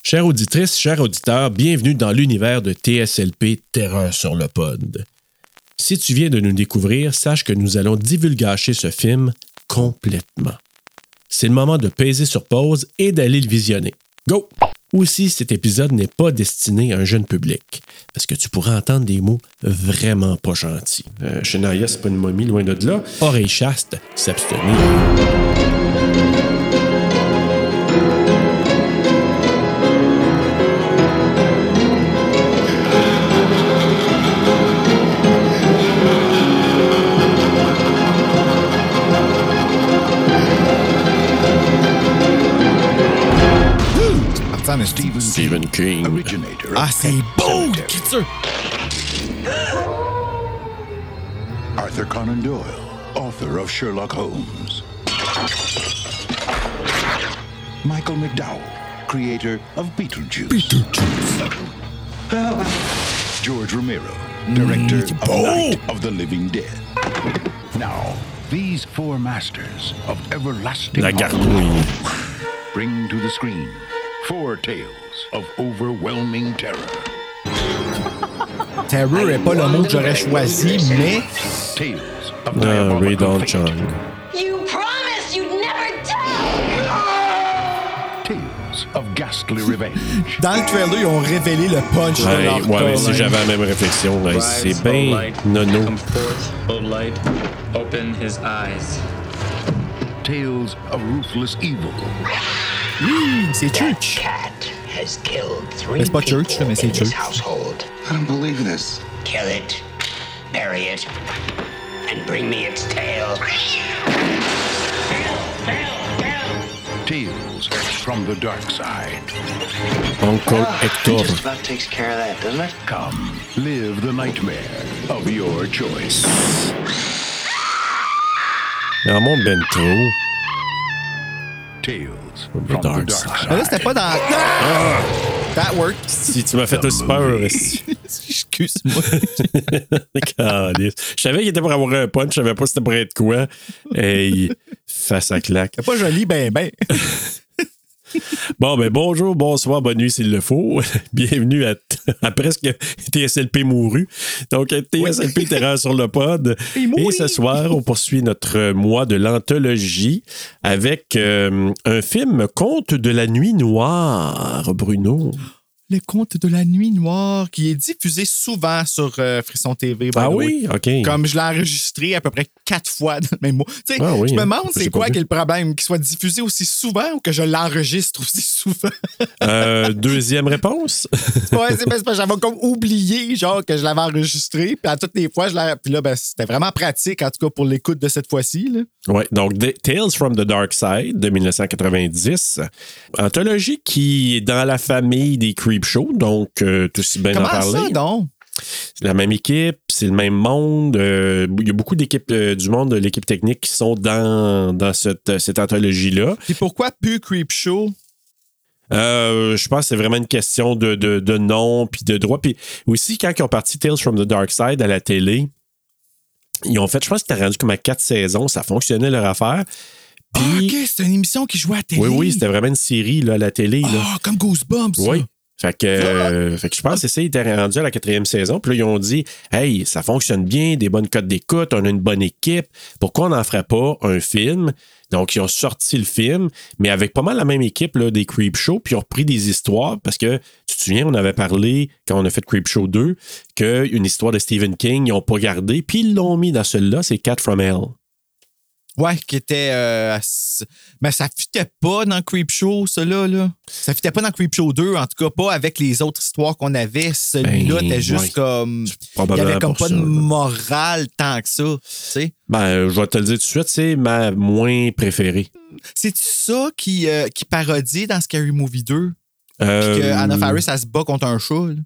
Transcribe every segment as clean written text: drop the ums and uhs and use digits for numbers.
Chères auditrices, chers auditeurs, bienvenue dans l'univers de TSLP Terreur sur le pod. Si tu viens de nous découvrir, sache que nous allons divulgacher ce film complètement. C'est le moment de peser sur pause et d'aller le visionner. Go! Aussi, cet épisode n'est pas destiné à un jeune public, parce que tu pourras entendre des mots vraiment pas gentils. Shania, c'est pas une momie, loin de là. Oreille chaste, s'abstenir. Stephen King. Ah, c'est beau, l'écriture! Arthur Conan Doyle, author of Sherlock Holmes. Michael McDowell, creator of Beetlejuice. George Romero, director of Night of the Living Dead. Now, these four masters of everlasting La gargouille. bring to the screen 4 tales of overwhelming terror. Terror n'est pas le mot que j'aurais choisi, mais... Tales of Ray Chung. You promised you'd never tell! Tales of ghastly revenge. Dans le trailer, ils ont révélé le punch de leur Ouais, si com. j'avais la même réflexion, là, c'est bien nono. Come forth, O light, open his eyes. Tales of ruthless evil. C'est Church. Cat has killed 3 Mais c'est pas Church, people mais c'est in this Church. household. I don't believe this. Kill it, bury it, and bring me its tail. Tales from the dark side. Uncle Hector. Just about takes care of that, doesn't it? Come, live the nightmare of your choice. Dans mon bento. Tales From from the the dark dark side. Mais là, side. c'était pas dans... Ah! That worked. Si tu m'as fait aussi peur. Excuse-moi. Calice. Je savais qu'il était pour avoir un punch, je savais pas c'était pour être quoi. Hey, face à claque. C'est pas joli, ben. Bon, ben bonjour, bonsoir, bonne nuit s'il le faut. Bienvenue à presque TSLP mouru. Donc, TSLP Terreur sur le pod. Et ce soir, on poursuit notre mois de l'anthologie avec un film Conte de la nuit noire, Bruno. Le conte de la nuit noire, qui est diffusé souvent sur Frisson TV. by Ah the way. oui? OK. Comme je l'ai enregistré à peu près 4 fois dans le même mot. Tu sais, Ah oui, je me hein. demande J'ai c'est pas quoi vu. qui est le problème, qu'il soit diffusé aussi souvent ou que je l'enregistre aussi souvent. Deuxième réponse. Ouais, c'est parce que j'avais comme oublié, genre, que je l'avais enregistré. Puis à toutes les fois, puis là, ben, c'était vraiment pratique, en tout cas, pour l'écoute de cette fois-ci. Là. Oui, donc Tales from the Dark Side de 1990. Anthologie qui est dans la famille des Creepshow, donc tout aussi bien d'en Comment parler. ça, donc? C'est la même équipe, c'est le même monde. Il y a beaucoup d'équipes du monde de l'équipe technique qui sont dans cette anthologie-là. Puis pourquoi plus Creepshow? Je pense que c'est vraiment une question de nom puis de droit. Puis aussi, quand ils ont parti Tales from the Dark Side à la télé, ils ont fait, je pense que c'était rendu comme à 4 saisons, ça fonctionnait leur affaire. Puis, Ah, OK, c'est une émission qui jouait à la télé. oui, c'était vraiment une série là, à la télé. Là. Ah, comme Goosebumps. ça. Oui. Fait que je pense que c'est ça, ils étaient rendus à la 4e saison. Puis là, ils ont dit, hey, ça fonctionne bien, des bonnes cotes d'écoute, on a une bonne équipe. Pourquoi on n'en ferait pas un film? Donc, ils ont sorti le film, mais avec pas mal la même équipe là, des Creepshow, puis ils ont repris des histoires, parce que, tu te souviens, on avait parlé, quand on a fait Creepshow 2, qu'une histoire de Stephen King, ils n'ont pas gardé, puis ils l'ont mis dans celui-là, c'est Cat from Hell. Ouais, qui était... mais ça fitait pas dans Creepshow, cela, là. Ça fitait pas dans Creepshow 2, en tout cas pas avec les autres histoires qu'on avait. Celui-là Ben, était juste ouais. comme... Il y Probablement avait comme pour pas de ça, là. morale tant que ça, tu sais. Ben, je vais te le dire tout de suite, c'est ma moins préférée. C'est-tu ça qui parodie dans Scary Movie 2? Puis que Anna Faris, elle se bat contre un chat, là?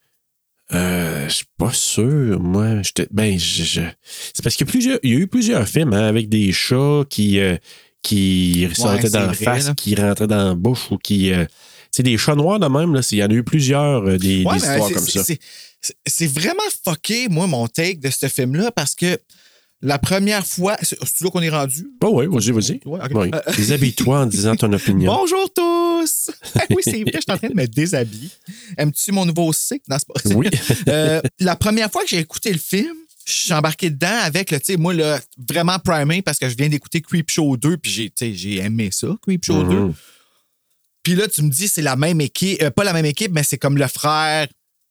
Je suis pas sûr, moi. C'est parce qu'il y a eu plusieurs films hein, avec des chats qui sautaient dans la vrai, face, là. qui rentraient dans la bouche ou qui... c'est des chats noirs de même, là. Il y en a eu plusieurs, des Ouais, mais histoires comme ça. C'est vraiment fucké, moi, mon take de ce film-là, parce que la première fois... C'est là qu'on est rendu? Oh oui, vas-y. Ouais, ok. Oui. Déshabille-toi en disant ton opinion. Bonjour tous! mousse. Oui, c'est vrai, je suis en train de me déshabiller. Aimes-tu mon nouveau C? Non, c'est pas ça. Oui. La première fois que j'ai écouté le film, je suis embarqué dedans avec, tu sais, moi, là, vraiment primé parce que je viens d'écouter Creepshow 2, puis j'ai aimé ça, Creepshow 2. Puis là, tu me dis, c'est la même équipe, pas la même équipe, mais c'est comme le frère.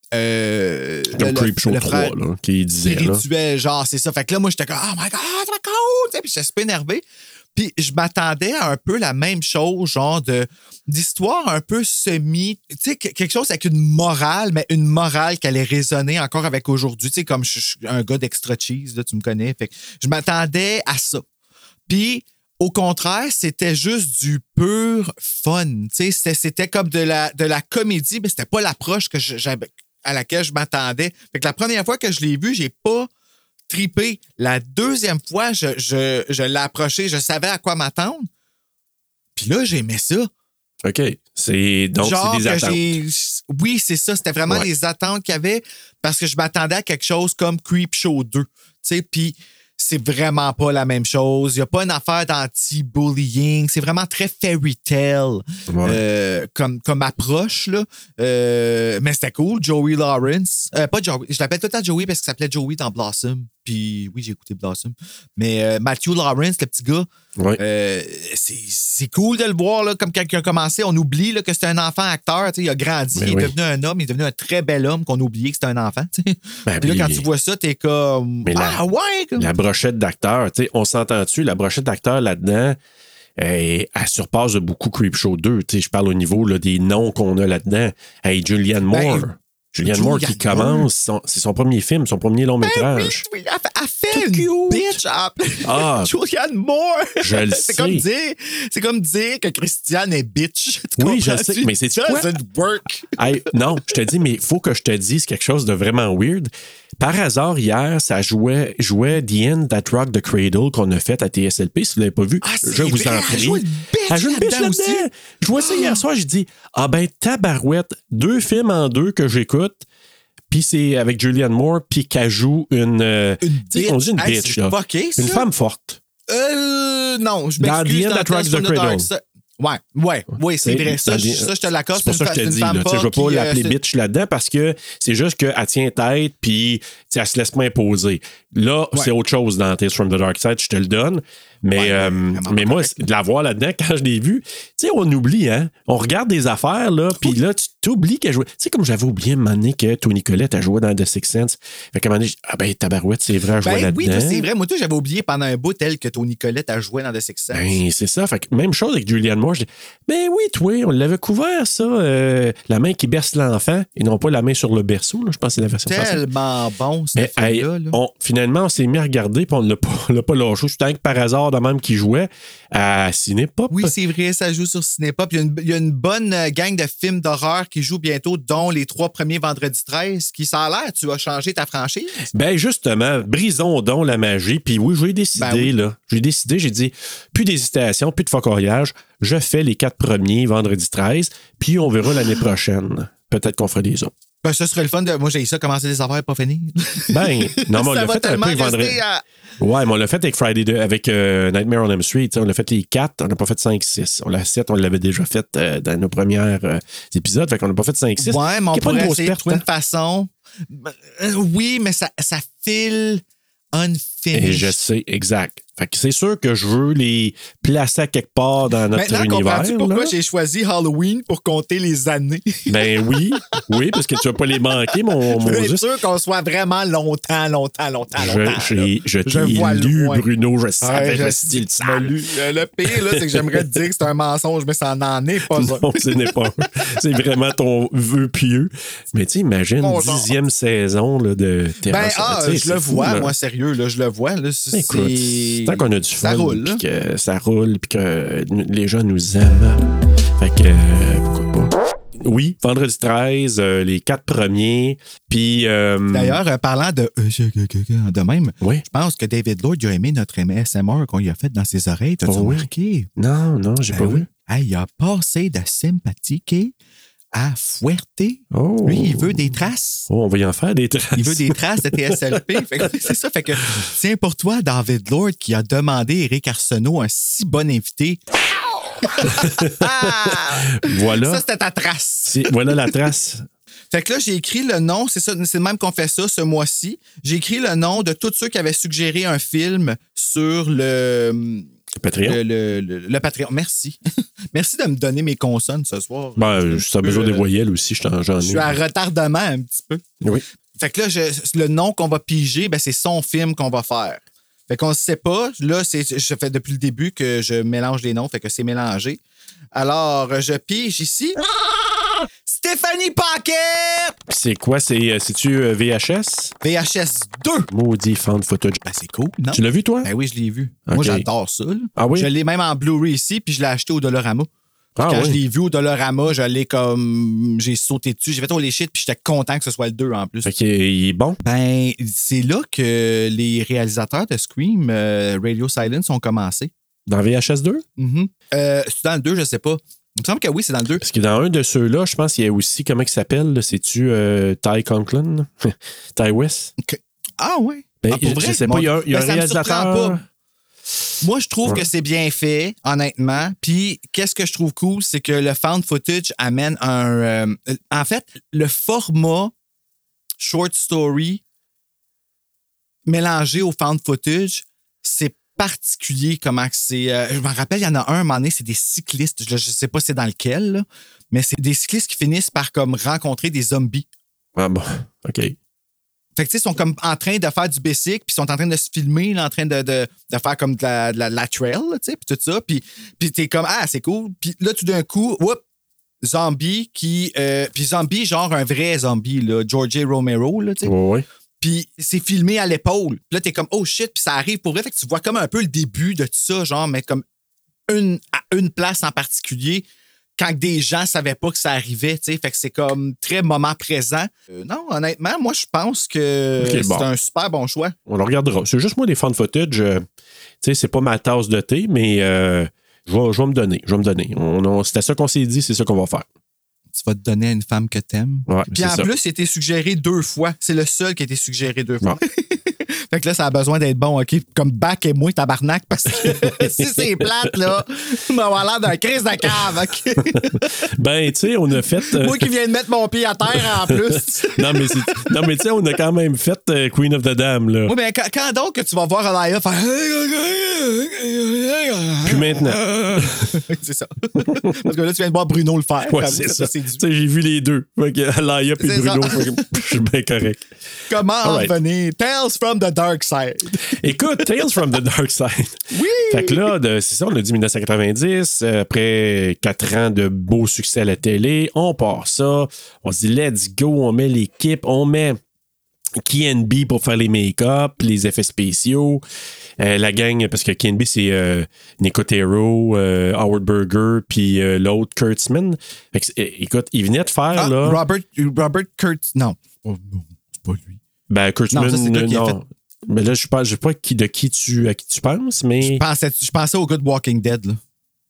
Comme Creepshow 3, là, qui disait. Spirituel, genre, c'est ça. Fait que là, moi, j'étais comme, oh my God, c'est cool! Puis j'étais super énervé. Puis je m'attendais à un peu la même chose, genre d'histoire un peu tu sais, quelque chose avec une morale, mais une morale qui allait résonner encore avec aujourd'hui. Tu sais, comme je suis un gars d'extra cheese, là, tu me connais. Fait que je m'attendais à ça. Puis, au contraire, c'était juste du pur fun. Tu sais, c'était comme de la comédie, mais c'était pas l'approche à laquelle je m'attendais. Fait que la première fois que je l'ai vu, j'ai pas trippé. La deuxième fois, je l'ai approché, je savais à quoi m'attendre. Puis là, j'aimais ça. OK. Donc, c'est des attentes. Oui, c'est ça. C'était vraiment les attentes qu'il y avait parce que je m'attendais à quelque chose comme Creepshow 2. Tu sais, puis c'est vraiment pas la même chose. Il n'y a pas une affaire d'anti-bullying. C'est vraiment très fairy tale comme approche. Là. Mais c'était cool. Joey Lawrence. Pas Joey. Je l'appelle tout le temps Joey parce qu'il s'appelait Joey dans Blossom. Puis oui, j'ai écouté Blossom. Mais Matthew Lawrence, le petit gars, c'est cool de le voir là, comme quand il a commencé. On oublie là, que c'était un enfant acteur. Il a grandi, il est devenu un homme, il est devenu un très bel homme qu'on oubliait que c'était un enfant. Ben, puis là, quand tu vois ça, t'es comme la brochette d'acteurs, on s'entend-tu, la brochette d'acteurs là-dedans, elle surpasse de beaucoup Creepshow 2. Je parle au niveau là, des noms qu'on a là-dedans. Hey, Julianne Moore. Julianne Moore qui commence, c'est son premier film, son premier long métrage. Oui, elle fait une bitch. Julianne Moore. Je le sais. C'est comme dire que Christiane est bitch. Oui, je sais, mais c'est quoi? Hey, non, je te dis, mais il faut que je te dise quelque chose de vraiment weird. Par hasard, hier, ça jouait The End That Rock the Cradle qu'on a fait à TSLP. Si vous ne l'avez pas vu, je vous en prie. Elle joue une bitch là-dedans. Je vois ça hier soir, j'ai dit, tabarouette, 2 films en 2 que j'écoute, puis c'est avec Julianne Moore, puis qu'elle joue une bitch. On dit une bitch, là. Une femme forte. Non, je m'excuse. Dans The End That Rock the Cradle. Oui, c'est vrai. Ça, je te l'accorde. C'est pour ça que je te dis. Je ne vais pas l'appeler bitch là-dedans parce que c'est juste qu'elle tient tête puis elle se laisse pas imposer. Là, c'est autre chose dans Tales from the Dark Side, je te le donne. Mais moi, de la voir là-dedans, quand je l'ai vu, tu sais, on oublie, hein. On regarde des affaires, là, puis là, tu t'oublies qu'elle jouait. Tu sais, comme j'avais oublié à un moment donné que Toni Collette a joué dans The Sixth Sense. Fait qu'à un moment donné, tabarouette, c'est vrai, elle jouait là-dedans. Oui, c'est vrai. Moi, tout, j'avais oublié pendant un bout tel que Toni Collette a joué dans The Sixth Sense. Ben, c'est ça. Fait que même chose avec Julianne Moore. Je dis, ben oui, toi, on l'avait couvert, ça. La main qui berce l'enfant et non pas la main sur le berceau, là. Je pense que c'est la version française. Tellement bon, ce film-là. Finalement, on s'est mis à regarder, puis on ne l'a pas lâché. C'était par hasard de même qui jouait à Cinépop. Oui, c'est vrai, ça joue sur Cinépop. Il y a une bonne gang de films d'horreur qui jouent bientôt, dont les 3 premiers Vendredi 13, qui, ça a l'air, tu vas changer ta franchise. Ben justement, brisons donc la magie. Puis oui, j'ai décidé, là. J'ai dit, plus d'hésitation, plus de focoyage. Je fais les 4 premiers Vendredi 13, puis on verra l'année prochaine. Peut-être qu'on fera des autres. Ben, ce serait le fun de. Moi, j'ai ça, commencer des affaires et pas finir. Ben, non, mais on l'a fait un peu vendredi. Ouais, mais on l'a fait avec avec Nightmare on Elm Street. On l'a fait les 4, on n'a pas fait 5, 6. On l'a 7, on l'avait déjà fait dans nos premiers épisodes. Fait qu'on n'a pas fait 5, 6. Ouais, mais on pourrait essayer de trouver une façon. Oui, mais ça file unfinished. Et je sais, exact. Fait que c'est sûr que je veux les placer à quelque part dans notre univers. Comprends-tu pourquoi j'ai choisi Halloween pour compter les années? Ben oui, parce que tu vas pas les manquer, mon Je veux être sûr qu'on soit vraiment longtemps. Je t'ai lu, Bruno, je savais, je suis le pire, là, c'est que j'aimerais te dire que c'est un mensonge, mais ça n'en est pas ça. Non, ce n'est pas. C'est vraiment ton vœu pieux. Mais tu imagines, 10e saison là, de Terrasse. Je le vois, moi, sérieux, là, je le vois. Là, écoute, tant qu'on a du fun, puis que ça roule, puis que les gens nous aiment. Fait que, pourquoi pas. Oui, Vendredi 13, les 4 premiers, puis... D'ailleurs, parlant de même, oui. Je pense que David Lloyd a aimé notre ASMR qu'on lui a fait dans ses oreilles. T'as-tu remarqué? Non, j'ai pas vu. Hey, il a passé de sympathique à fouetter. Oh. Lui, il veut des traces. Oh, on va y en faire des traces. Il veut des traces de TSLP. C'est ça. Fait que, tiens, pour toi, David Lloyd, qui a demandé Éric Arsenault un si bon invité. Voilà. Ça, c'était ta trace. Voilà la trace. Fait que là, j'ai écrit le nom, c'est le même qu'on fait ça ce mois-ci. J'ai écrit le nom de tous ceux qui avaient suggéré un film sur le Patreon. Le Patreon. Merci. Merci de me donner mes consonnes ce soir. Ben, ça a besoin des voyelles aussi, j'en ai. Je suis à retardement un petit peu. Oui. Fait que là, le nom qu'on va piger, ben, c'est son film qu'on va faire. Fait qu'on ne sait pas. Là, je fais depuis le début que je mélange les noms, fait que c'est mélangé. Alors, je pige ici. Stéphanie Paquet! C'est quoi? C'est-tu VHS? VHS 2. Maudit fan footage. Ben, c'est cool, non? Tu l'as vu, toi? Ben oui, je l'ai vu. Okay. Moi, j'adore ça. Là. Ah oui? Je l'ai même en Blu-ray ici, puis je l'ai acheté au Dollarama. Quand je l'ai vu au Dollarama, j'ai sauté dessus. J'ai fait les shit, puis j'étais content que ce soit le 2 en plus. Fait qu'il est bon? Ben, c'est là que les réalisateurs de Scream, Radio Silence, ont commencé. Dans VHS 2? Mm-hmm. C'est dans le 2, je sais pas. Il me semble que oui, c'est dans le 2. Parce que dans un de ceux-là, je pense qu'il y a aussi, comment il s'appelle? Là, c'est-tu Ty Conklin? Ty West? Okay. Ah ouais? Ben, pour vrai? Je sais pas, il y a un réalisateur... Moi, je trouve que c'est bien fait, honnêtement. Puis, qu'est-ce que je trouve cool, c'est que le found footage amène un... en fait, le format short story mélangé au found footage, c'est particulier comment que c'est... je me rappelle, il y en a un moment donné, c'est des cyclistes. Je sais pas c'est dans lequel, là, mais c'est des cyclistes qui finissent par comme rencontrer des zombies. Ah bon, OK. Fait que, tu sais, ils sont comme en train de faire du bicycle, puis ils sont en train de se filmer, là, en train de faire comme de la trail, tu sais, puis tout ça. Puis t'es comme, ah, c'est cool. Puis là, tout d'un coup, zombie qui... puis zombie, genre un vrai zombie, là, George Romero, là, tu sais. Oui. Puis c'est filmé à l'épaule. Puis là, t'es comme, oh shit, puis ça arrive pour vrai. Fait que tu vois comme un peu le début de tout ça, genre, mais comme à une place en particulier, quand des gens savaient pas que ça arrivait, tu sais. Fait que c'est comme très moment présent. Non, honnêtement, moi, je pense que c'est un super bon choix. On le regardera. C'est juste moi, des fan footage, tu sais, c'est pas ma tasse de thé, mais je vais me donner. C'était ça qu'on s'est dit, c'est ça qu'on va faire. Tu vas te donner à une femme que t'aimes. Ouais, puis en plus, il a été suggéré 2 fois. C'est le seul qui a été suggéré 2 fois. Ouais. Fait que là, ça a besoin d'être bon, OK? Comme back et moi, tabarnak, parce que si c'est plate, là, on va avoir l'air d'un crise de cave, OK? Ben, tu sais, on a fait... Moi qui viens de mettre mon pied à terre en plus. non, mais tu sais, on a quand même fait Queen of the Dam, là. Oui, mais quand donc que tu vas voir Alaya faire... Puis maintenant. C'est ça. Parce que là, tu viens de voir Bruno le faire. Ouais, c'est ça. Tu sais, j'ai vu les deux. Fait que Alaya puis Bruno, je suis bien correct. Comment en venir? Tales from the Dark Side. Écoute, Tales from the Dark Side. Oui! Fait que là, c'est ça, on a dit 1990. Après 4 ans de beau succès à la télé, on part ça. On se dit, let's go, on met l'équipe, on met KNB pour faire les make-up, les effets spéciaux. La gang, parce que KNB, c'est Nicotero, Howard Berger, puis l'autre, Kurtzman. Fait que, écoute, il venait de faire, là... Robert Kurtz... Non. Oh, non, c'est pas lui. Ben, Kurtzman, non. Ça, c'est qui a fait... Mais là, je sais pas à qui tu penses, mais... Je pensais au gars de Walking Dead, là.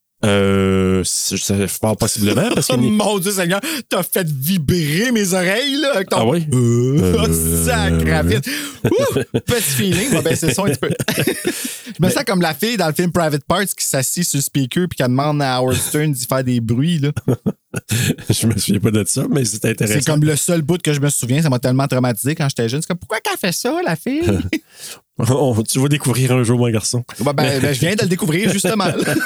Ça parle possiblement parce que... Mon Dieu Seigneur, t'as fait vibrer mes oreilles, là, avec ton... Ah oui? Sacravite. Petit feeling, va baisser le son un petit peu. Je me sens comme la fille dans le film Private Parts qui s'assit sur le speaker puis qui demande à Howard Stern d'y faire des bruits, là. Je me souviens pas de ça, mais c'est intéressant. C'est comme le seul bout que je me souviens. Ça m'a tellement traumatisé quand j'étais jeune. C'est comme, pourquoi qu'elle fait ça, la fille? Tu vas découvrir un jour, mon garçon. Ben, je viens de le découvrir, justement.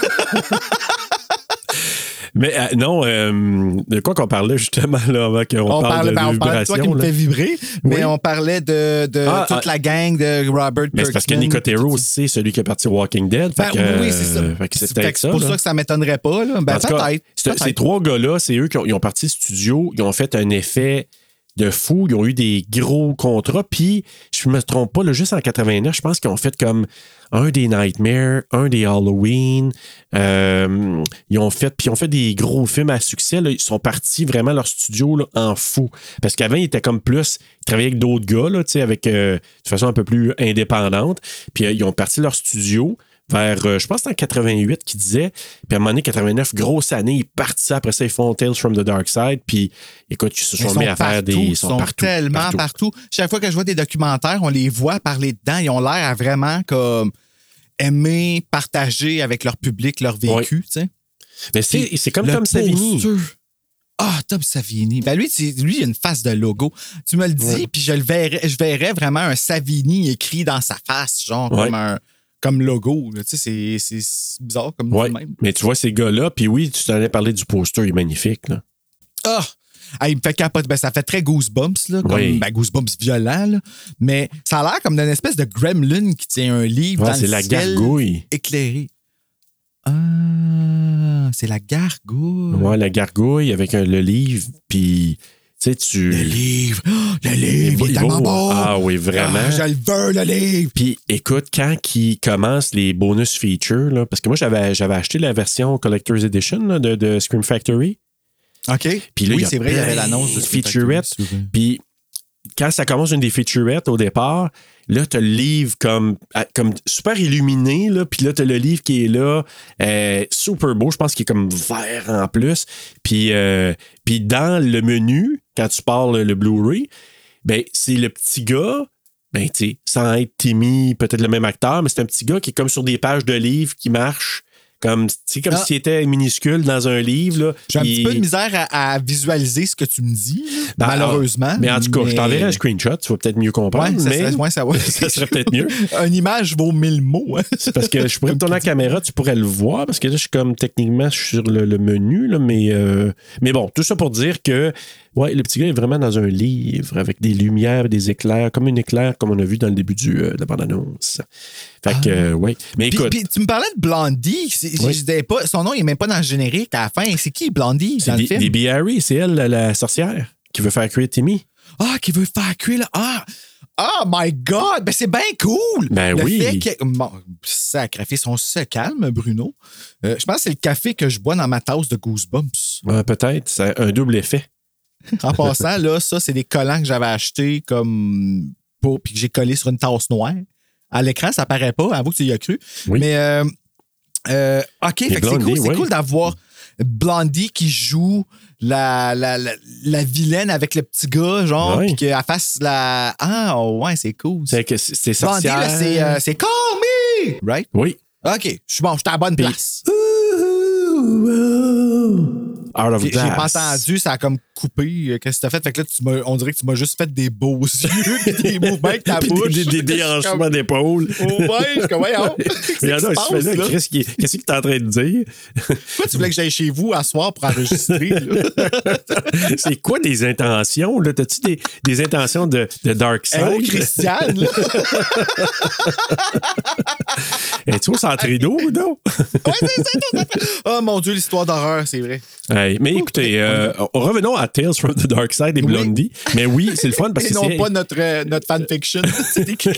Mais non, de quoi qu'on parlait justement là avant qu'on parle de on parlait de toi qui me fait vibrer, mais on parlait de toute la gang de Robert Kurtzman. Mais c'est parce que Nicotero, c'est celui qui est parti Walking Dead. Oui, c'est ça. C'est pour ça que ça m'étonnerait pas. Là. Ben, peut-être. Ces 3 gars-là, c'est eux qui ont parti le studio, ils ont fait un effet de fou, ils ont eu des gros contrats, puis je me trompe pas, là, juste en 89, je pense qu'ils ont fait comme un des Nightmares, un des Halloween, ils ont fait des gros films à succès, là. Ils sont partis vraiment leur studio là, en fou, parce qu'avant ils étaient comme plus, ils travaillaient avec d'autres gars, là, avec de façon un peu plus indépendante, puis ils ont parti leur studio vers, je pense que c'est en 88 qu'ils disaient. Puis à un moment donné, 89, grosse année, ils partent ça. Après ça, ils font Tales from the Dark Side. Puis écoute, ils se sont mis à faire des... Ils sont tellement partout. Chaque fois que je vois des documentaires, on les voit parler dedans. Ils ont l'air à vraiment comme aimer partager avec leur public leur vécu, tu sais. Mais c'est comme Tom Savini. Ah, Tom Savini. Ben lui, il a une face de logo. Tu me le dis, puis je verrais vraiment un Savini écrit dans sa face, genre comme logo. Tu sais, c'est bizarre comme même. Mais tu vois ces gars-là, puis oui, tu t'en as parlé du poster, il est magnifique. Là. Ah, il me fait capoter. Ben, ça fait très Goosebumps, là, comme Goosebumps violent, là. Mais ça a l'air comme d'une espèce de gremlin qui tient un livre dans le ciel. C'est la gargouille. Éclairé. Ah, c'est la gargouille. Ouais, la gargouille avec le livre, puis tu sais, Le livre, il est tellement beau. Ah oui, vraiment. Ah, je le veux, le livre. Puis écoute, quand ils commencent les bonus features, là, parce que moi, j'avais acheté la version Collector's Edition là, de Scream Factory. OK. Puis là, oui, c'est vrai, il y avait l'annonce de featurettes. Puis quand ça commence une des featurettes au départ, là, t'as le livre comme super illuminé, là, puis là, t'as le livre qui est là, super beau, je pense qu'il est comme vert en plus. Puis dans le menu, quand tu parles le Blu-ray, ben c'est le petit gars, ben tu sais, sans être Timmy, peut-être le même acteur, mais c'est un petit gars qui est comme sur des pages de livres qui marchent. Comme s'il était minuscule dans un livre. Là, j'ai un petit peu de misère à visualiser ce que tu me dis, là, malheureusement. Mais en tout cas, je t'enverrai un screenshot, tu vas peut-être mieux comprendre. Ça serait peut-être mieux. Une image vaut 1000 mots. Hein. Parce que je pourrais me tourner la caméra, tu pourrais le voir, parce que là, je suis comme techniquement sur le menu, là, mais bon, tout ça pour dire que le petit gars est vraiment dans un livre avec des lumières, des éclairs, comme une éclair, comme on a vu dans le début de la bande-annonce. Fait que, Mais écoute. Puis tu me parlais de Blondie. Je disais pas, son nom, il n'est même pas dans le générique à la fin. C'est qui, Blondie, dans le film? Debbie Harry, c'est elle, la sorcière, qui veut faire cuire Timmy. Ah, qui veut faire cuire. Oh my God! Ben, c'est bien cool! Ben le oui. Fait que, sacrifice, on se calme, Bruno. Je pense que c'est le café que je bois dans ma tasse de Goosebumps. Peut-être. C'est un double effet. En passant, là, ça, c'est des collants que j'avais achetés puis que j'ai collés sur une tasse noire. À l'écran, ça paraît pas, avoue que tu y as cru. Oui. Mais, OK, fait que c'est cool d'avoir Blondie qui joue la vilaine avec le petit gars, genre, puis qu'elle fasse la... Ah, ouais, c'est cool. C'est sorcière. Blondie, là, c'est Call Me! Right? Oui. OK, je suis à la bonne place. J'ai pas entendu, ça a comme coupé. Qu'est-ce que t'as fait? Fait que là, on dirait que tu m'as juste fait des beaux yeux et des mouvements avec ta bouche. Des déhanchements d'épaule. Ouais, je suis comme, voyons. Qu'est-ce que t'es en train de dire? Pourquoi tu voulais que j'aille chez vous à soir pour enregistrer? C'est quoi des intentions? Là? T'as-tu des intentions de Dark Side? Oh, Christiane! Là. Es-tu au centre d'eau, non? Ouais, c'est ça. Oh mon Dieu, l'histoire d'horreur, c'est vrai. Mais écoutez, revenons à Tales from the Dark Side et Blondie. Mais oui, c'est le fun parce que c'est... Et non pas notre fanfiction. C'est écrit.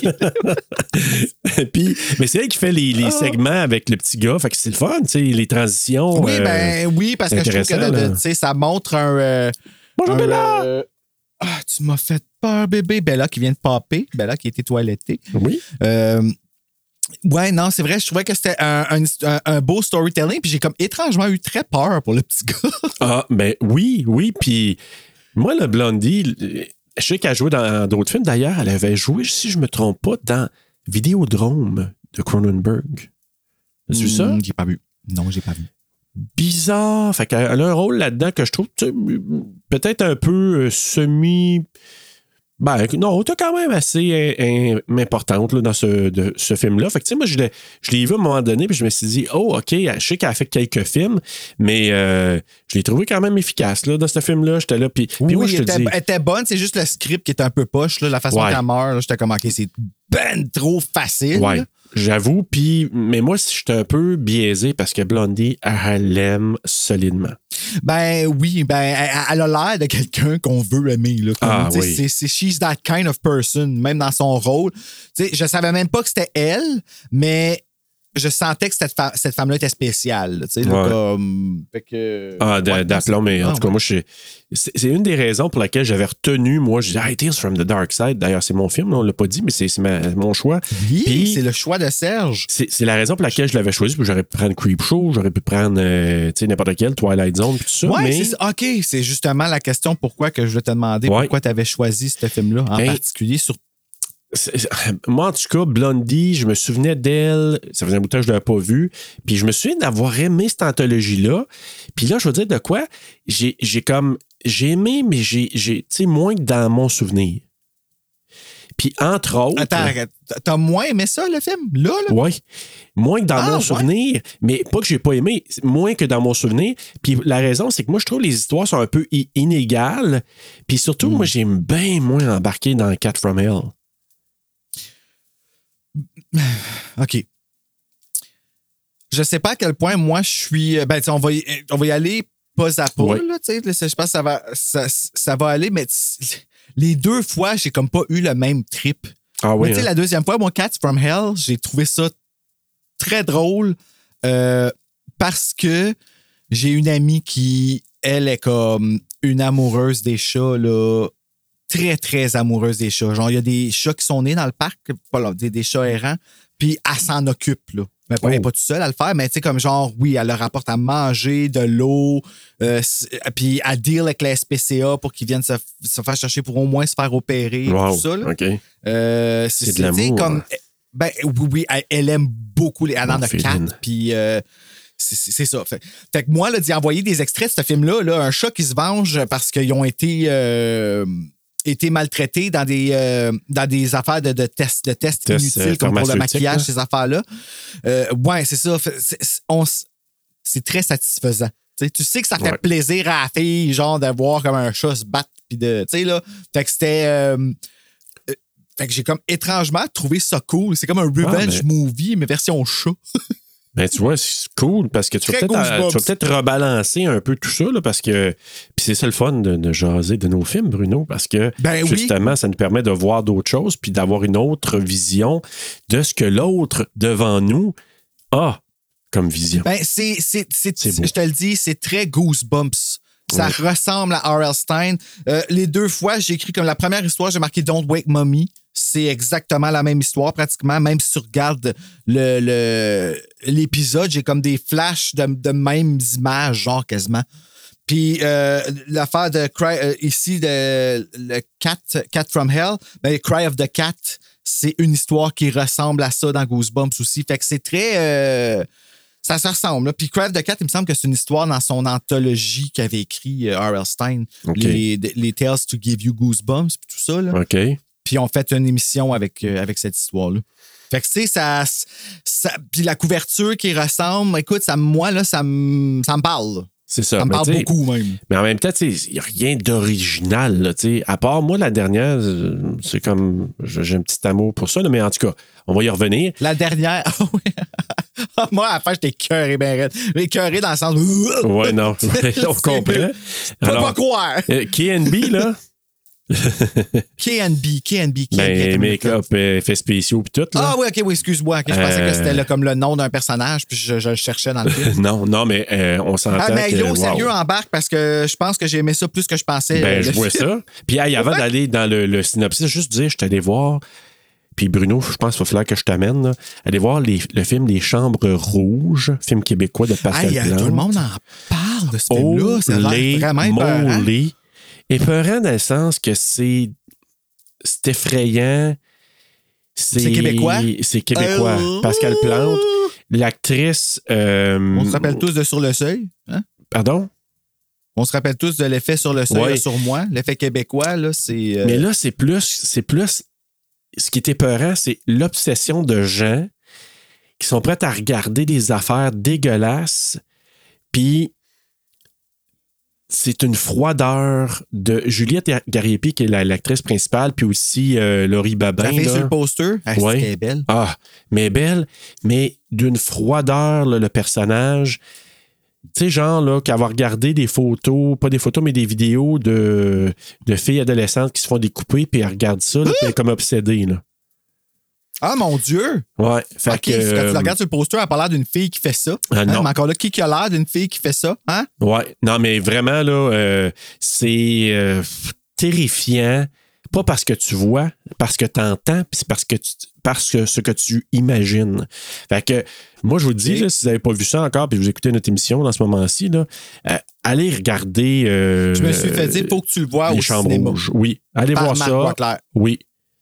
Mais c'est elle qui fait les segments avec le petit gars. Fait que c'est le fun, tu sais, les transitions. Oui, parce que je trouve que ça montre un... Bonjour, Bella! Tu m'as fait peur, bébé. Bella qui vient de popper. Bella qui a été toilettée. Oui. Ouais, non, c'est vrai, je trouvais que c'était un beau storytelling, puis j'ai comme étrangement eu très peur pour le petit gars. Oui, puis moi, le Blondie, je sais qu'elle a joué dans d'autres films. D'ailleurs, elle avait joué, si je me trompe pas, dans Vidéodrome de Cronenberg. As-tu vu ça? J'ai pas vu. Non, j'ai pas vu. Bizarre. Fait qu'elle a un rôle là-dedans que je trouve peut-être un peu semi... non, t'es quand même assez importante là, dans ce film-là. Fait que, tu sais, moi, je l'ai vu à un moment donné, puis je me suis dit, OK, je sais qu'elle a fait quelques films, mais je l'ai trouvé quand même efficace là, dans ce film-là. J'étais là, puis moi, je te dis... Elle était bonne, c'est juste le script qui était un peu poche, là, la façon qu'elle meurt. Là, j'étais comme, OK, c'est ben trop facile. Ouais. J'avoue, mais moi, j'étais un peu biaisé parce que Blondie, elle l'aime solidement. Ben oui, elle a l'air de quelqu'un qu'on veut aimer. Là, oui. C'est she's that kind of person, même dans son rôle. T'sais, je savais même pas que c'était elle, mais je sentais que cette femme-là était spéciale. Là, d'aplomb, mais en tout cas, moi, c'est une des raisons pour laquelle j'avais retenu, moi, je disais, Tales from the Dark Side. D'ailleurs, c'est mon film, on l'a pas dit, mais c'est mon choix. Oui, puis, c'est le choix de Serge. C'est la raison pour laquelle je l'avais choisi, puis j'aurais pu prendre Creepshow, j'aurais pu prendre n'importe quel, Twilight Zone, puis tout ça. Ouais, OK, c'est justement la question pourquoi que je voulais te demander pourquoi tu avais choisi ce film-là en particulier sur Moi, en tout cas, Blondie, je me souvenais d'elle. Ça faisait un bout de temps que je ne l'avais pas vue. Puis je me souviens d'avoir aimé cette anthologie-là. Puis là, je veux dire de quoi? J'ai aimé, mais j'ai moins que dans mon souvenir. Puis entre autres... Attends, t'as moins aimé ça, le film? Là? Oui. Moins que dans mon souvenir, mais pas que j'ai pas aimé, moins que dans mon souvenir. Puis la raison, c'est que moi, je trouve que les histoires sont un peu inégales. Puis surtout, moi, j'aime bien moins embarquer dans Cat from Hell. OK. Je sais pas à quel point moi, je suis... Ben, on va y aller pas à pas, là, tu sais. Je pense que ça va aller, mais les deux fois, j'ai comme pas eu le même trip. Ah oui, mais tu sais, la deuxième fois, mon Cats from Hell, j'ai trouvé ça très drôle parce que j'ai une amie qui, elle, est comme une amoureuse des chats, là, très, très amoureuse des chats. Genre, il y a des chats qui sont nés dans le parc, des chats errants, puis elle s'en occupe, là. Mais elle n'est pas toute seule à le faire, mais tu sais, comme genre, oui, elle leur apporte à manger, de l'eau, puis elle deal avec la SPCA pour qu'ils viennent se faire chercher pour au moins se faire opérer, tout ça. Là. OK. C'est de l'amour. Comme, ben, oui, elle aime beaucoup les Anna de Cat, puis c'est ça. Fait que moi, là, d'y envoyer des extraits de ce film-là, là, un chat qui se venge parce qu'ils ont été maltraités dans des affaires de tests inutiles comme pour le maquillage, ces affaires-là. Ouais, c'est ça. C'est très satisfaisant. T'sais, tu sais que ça fait plaisir à la fille, genre, de voir comme un chat se battre. Puis tu sais, là. Fait que c'était. Fait que j'ai comme étrangement trouvé ça cool. C'est comme un revenge movie, mais version chat. Ben, tu vois, c'est cool parce que tu vas peut-être rebalancer un peu tout ça, là, parce que. Puis c'est ça le fun de jaser de nos films, Bruno, parce que justement, ça nous permet de voir d'autres choses puis d'avoir une autre vision de ce que l'autre devant nous a comme vision. Ben, je te le dis, c'est très Goosebumps. Ça ressemble à R.L. Stine. Les deux fois, j'ai écrit comme la première histoire, j'ai marqué Don't Wake Mommy. C'est exactement la même histoire, pratiquement. Même si tu regardes l'épisode, j'ai comme des flashs de mêmes images, genre quasiment. Puis l'affaire de Cry, ici, le Cat from Hell, ben, Cry of the Cat, c'est une histoire qui ressemble à ça dans Goosebumps aussi. Fait que c'est très... ça se ressemble. Là. Puis Cry of the Cat, il me semble que c'est une histoire dans son anthologie qu'avait écrit R.L. Stine. Okay. Les Tales to Give You Goosebumps, puis tout ça. Là. OK. Puis on fait une émission avec cette histoire-là. Fait que, tu sais, ça puis la couverture qui ressemble, écoute, moi, là, ça me parle. Là. C'est ça. Ça me parle beaucoup, même. Mais en même temps, il n'y a rien d'original, là, tu sais. À part, moi, la dernière, c'est comme... J'ai un petit amour pour ça, là, mais en tout cas, on va y revenir. La dernière... Moi, à la fin, j'étais écœuré, ben raide. Écœuré dans le sens... Ouais, non. On comprend. Pas croire. KNB, là... KNB. Ben, make-up, effets spéciaux puis tout. Là. Ah oui, OK, oui, excuse-moi. Je pensais que c'était là, comme le nom d'un personnage, puis je le cherchais dans le film. non, mais on s'entend mais yo, sérieux, embarque, parce que je pense que j'ai aimé ça plus que je pensais. Ben, je vois ça. Puis avant d'aller dans le synopsis, juste dire, je suis allé voir, puis Bruno, je pense qu'il va falloir que je t'amène, là, aller voir le film Les Chambres Rouges, film québécois de Pascal Plante. Tout le monde en parle de ce film-là. Ça a l'air vraiment épeurant. Épeurant dans le sens que c'est effrayant. C'est québécois? C'est québécois. Pascal Plante. L'actrice... On se rappelle tous de Sur le Seuil. Hein? Pardon? On se rappelle tous de l'effet Sur le Seuil sur moi. L'effet québécois, là, c'est... Mais là, c'est plus... Ce qui est épeurant, c'est l'obsession de gens qui sont prêts à regarder des affaires dégueulasses, puis... C'est une froideur de Juliette Gariepi, qui est l'actrice principale, puis aussi Laurie Babin. Elle fait sur le poster. Ouais. Elle est belle. Ah, mais belle, mais d'une froideur, là, le personnage. Tu sais, genre, là, qu'elle va regarder des photos, pas des photos, mais des vidéos de filles adolescentes qui se font découper, puis elle regarde ça, là, puis elle est comme obsédée, là. Ah, mon Dieu! Ouais. Fait quand tu la regardes sur le poster, elle a pas l'air d'une fille qui fait ça. Non. Mais encore là, qui a l'air d'une fille qui fait ça? Hein? Ouais. Non, mais vraiment, là, c'est terrifiant. Pas parce que tu vois, parce que tu entends, puis c'est parce que ce que tu imagines. Fait que, moi, je vous le dis, là, si vous n'avez pas vu ça encore, puis vous écoutez notre émission dans ce moment-ci, là, allez regarder... je me suis fait dire, il faut que tu le vois au cinéma. Rouges. Oui. Allez voir ça. Oui.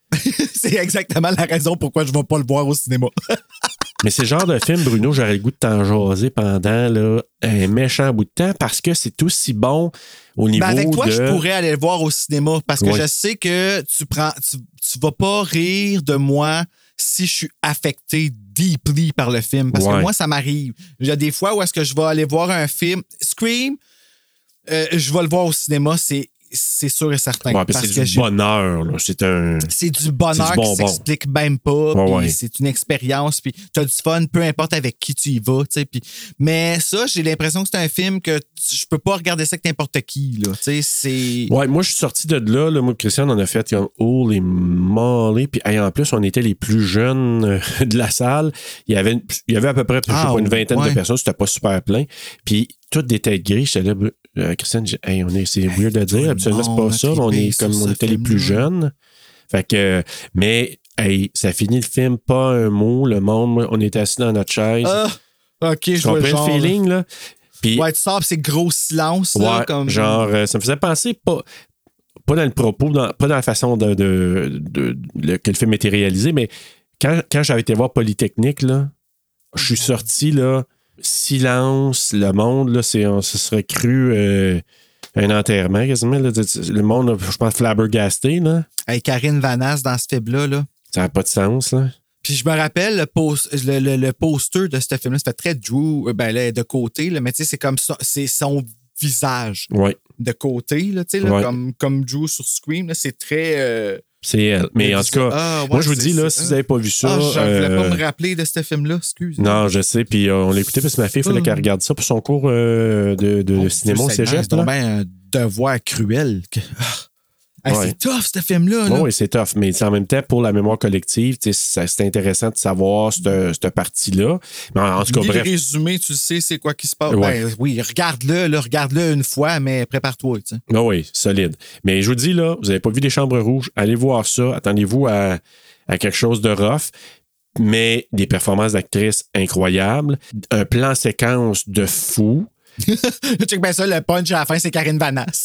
C'est exactement la raison pourquoi je ne vais pas le voir au cinéma. Mais c'est le genre de film, Bruno, j'aurais le goût de t'en jaser pendant là, un méchant bout de temps parce que c'est aussi bon au niveau de... Avec toi, je pourrais aller le voir au cinéma parce que je sais que tu vas pas rire de moi si je suis affecté deeply par le film. Parce que moi, ça m'arrive. Il y a des fois où est-ce que je vais aller voir un film. Scream, je vais le voir au cinéma, c'est sûr et certain. Ouais, parce c'est du bonheur. Là. C'est du bonheur qui s'explique même pas. C'est une expérience. Puis tu as du fun, peu importe avec qui tu y vas. Mais ça, j'ai l'impression que c'est un film que je peux pas regarder ça avec n'importe qui. Là. Ouais, moi, je suis sorti de là. Moi, Christian, on a fait Holy Moly. Puis en plus, on était les plus jeunes de la salle. Il y avait à peu près une vingtaine de personnes. C'était pas super plein. Puis toutes des têtes grises. J'étais là, Christian, c'est weird à dire. Absolument, c'est pas ça. On était les plus jeunes. Fait que, mais, ça finit le film, pas un mot. Le monde, on était assis dans notre chaise. OK, je vois le feeling, là. Puis, tu sors, c'est gros silence. Ouais, là, comme... genre, ça me faisait penser pas dans le propos, pas dans la façon que le film était réalisé, mais quand j'avais été voir Polytechnique, là, je suis sorti, là, silence, le monde, là, on se serait cru un enterrement, quasiment. Là, le monde, je pense, flabbergasté, là. Avec Karine Vanasse dans ce film-là, là. Ça n'a pas de sens, là. Puis je me rappelle, le poster de ce film-là, ça fait très Drew, de côté, là, mais tu sais, c'est comme ça, c'est son visage de côté, là, tu sais, comme Drew sur Scream, là, c'est très... c'est elle. Mais en tout cas, moi, je vous dis, là, si vous n'avez pas vu ça... je ne voulais pas me rappeler de ce film-là, excuse. Non, je sais, puis on l'a écouté parce que ma fille, il fallait qu'elle regarde ça pour son cours de cinéma au cégep. C'est un devoir cruel. C'est tough, ce film-là. Oui, c'est tough, mais en même temps, pour la mémoire collective, c'est intéressant de savoir cette partie-là. Mais en tout cas, bref. Le résumé, tu sais, c'est quoi qui se passe. Oui, regarde-le une fois, mais prépare-toi. Oui, solide. Mais je vous dis, là, vous n'avez pas vu des Chambres Rouges, allez voir ça. Attendez-vous à quelque chose de rough. Mais des performances d'actrices incroyables, un plan séquence de fou. Check bien ça, le punch à la fin, c'est Karine Vanasse.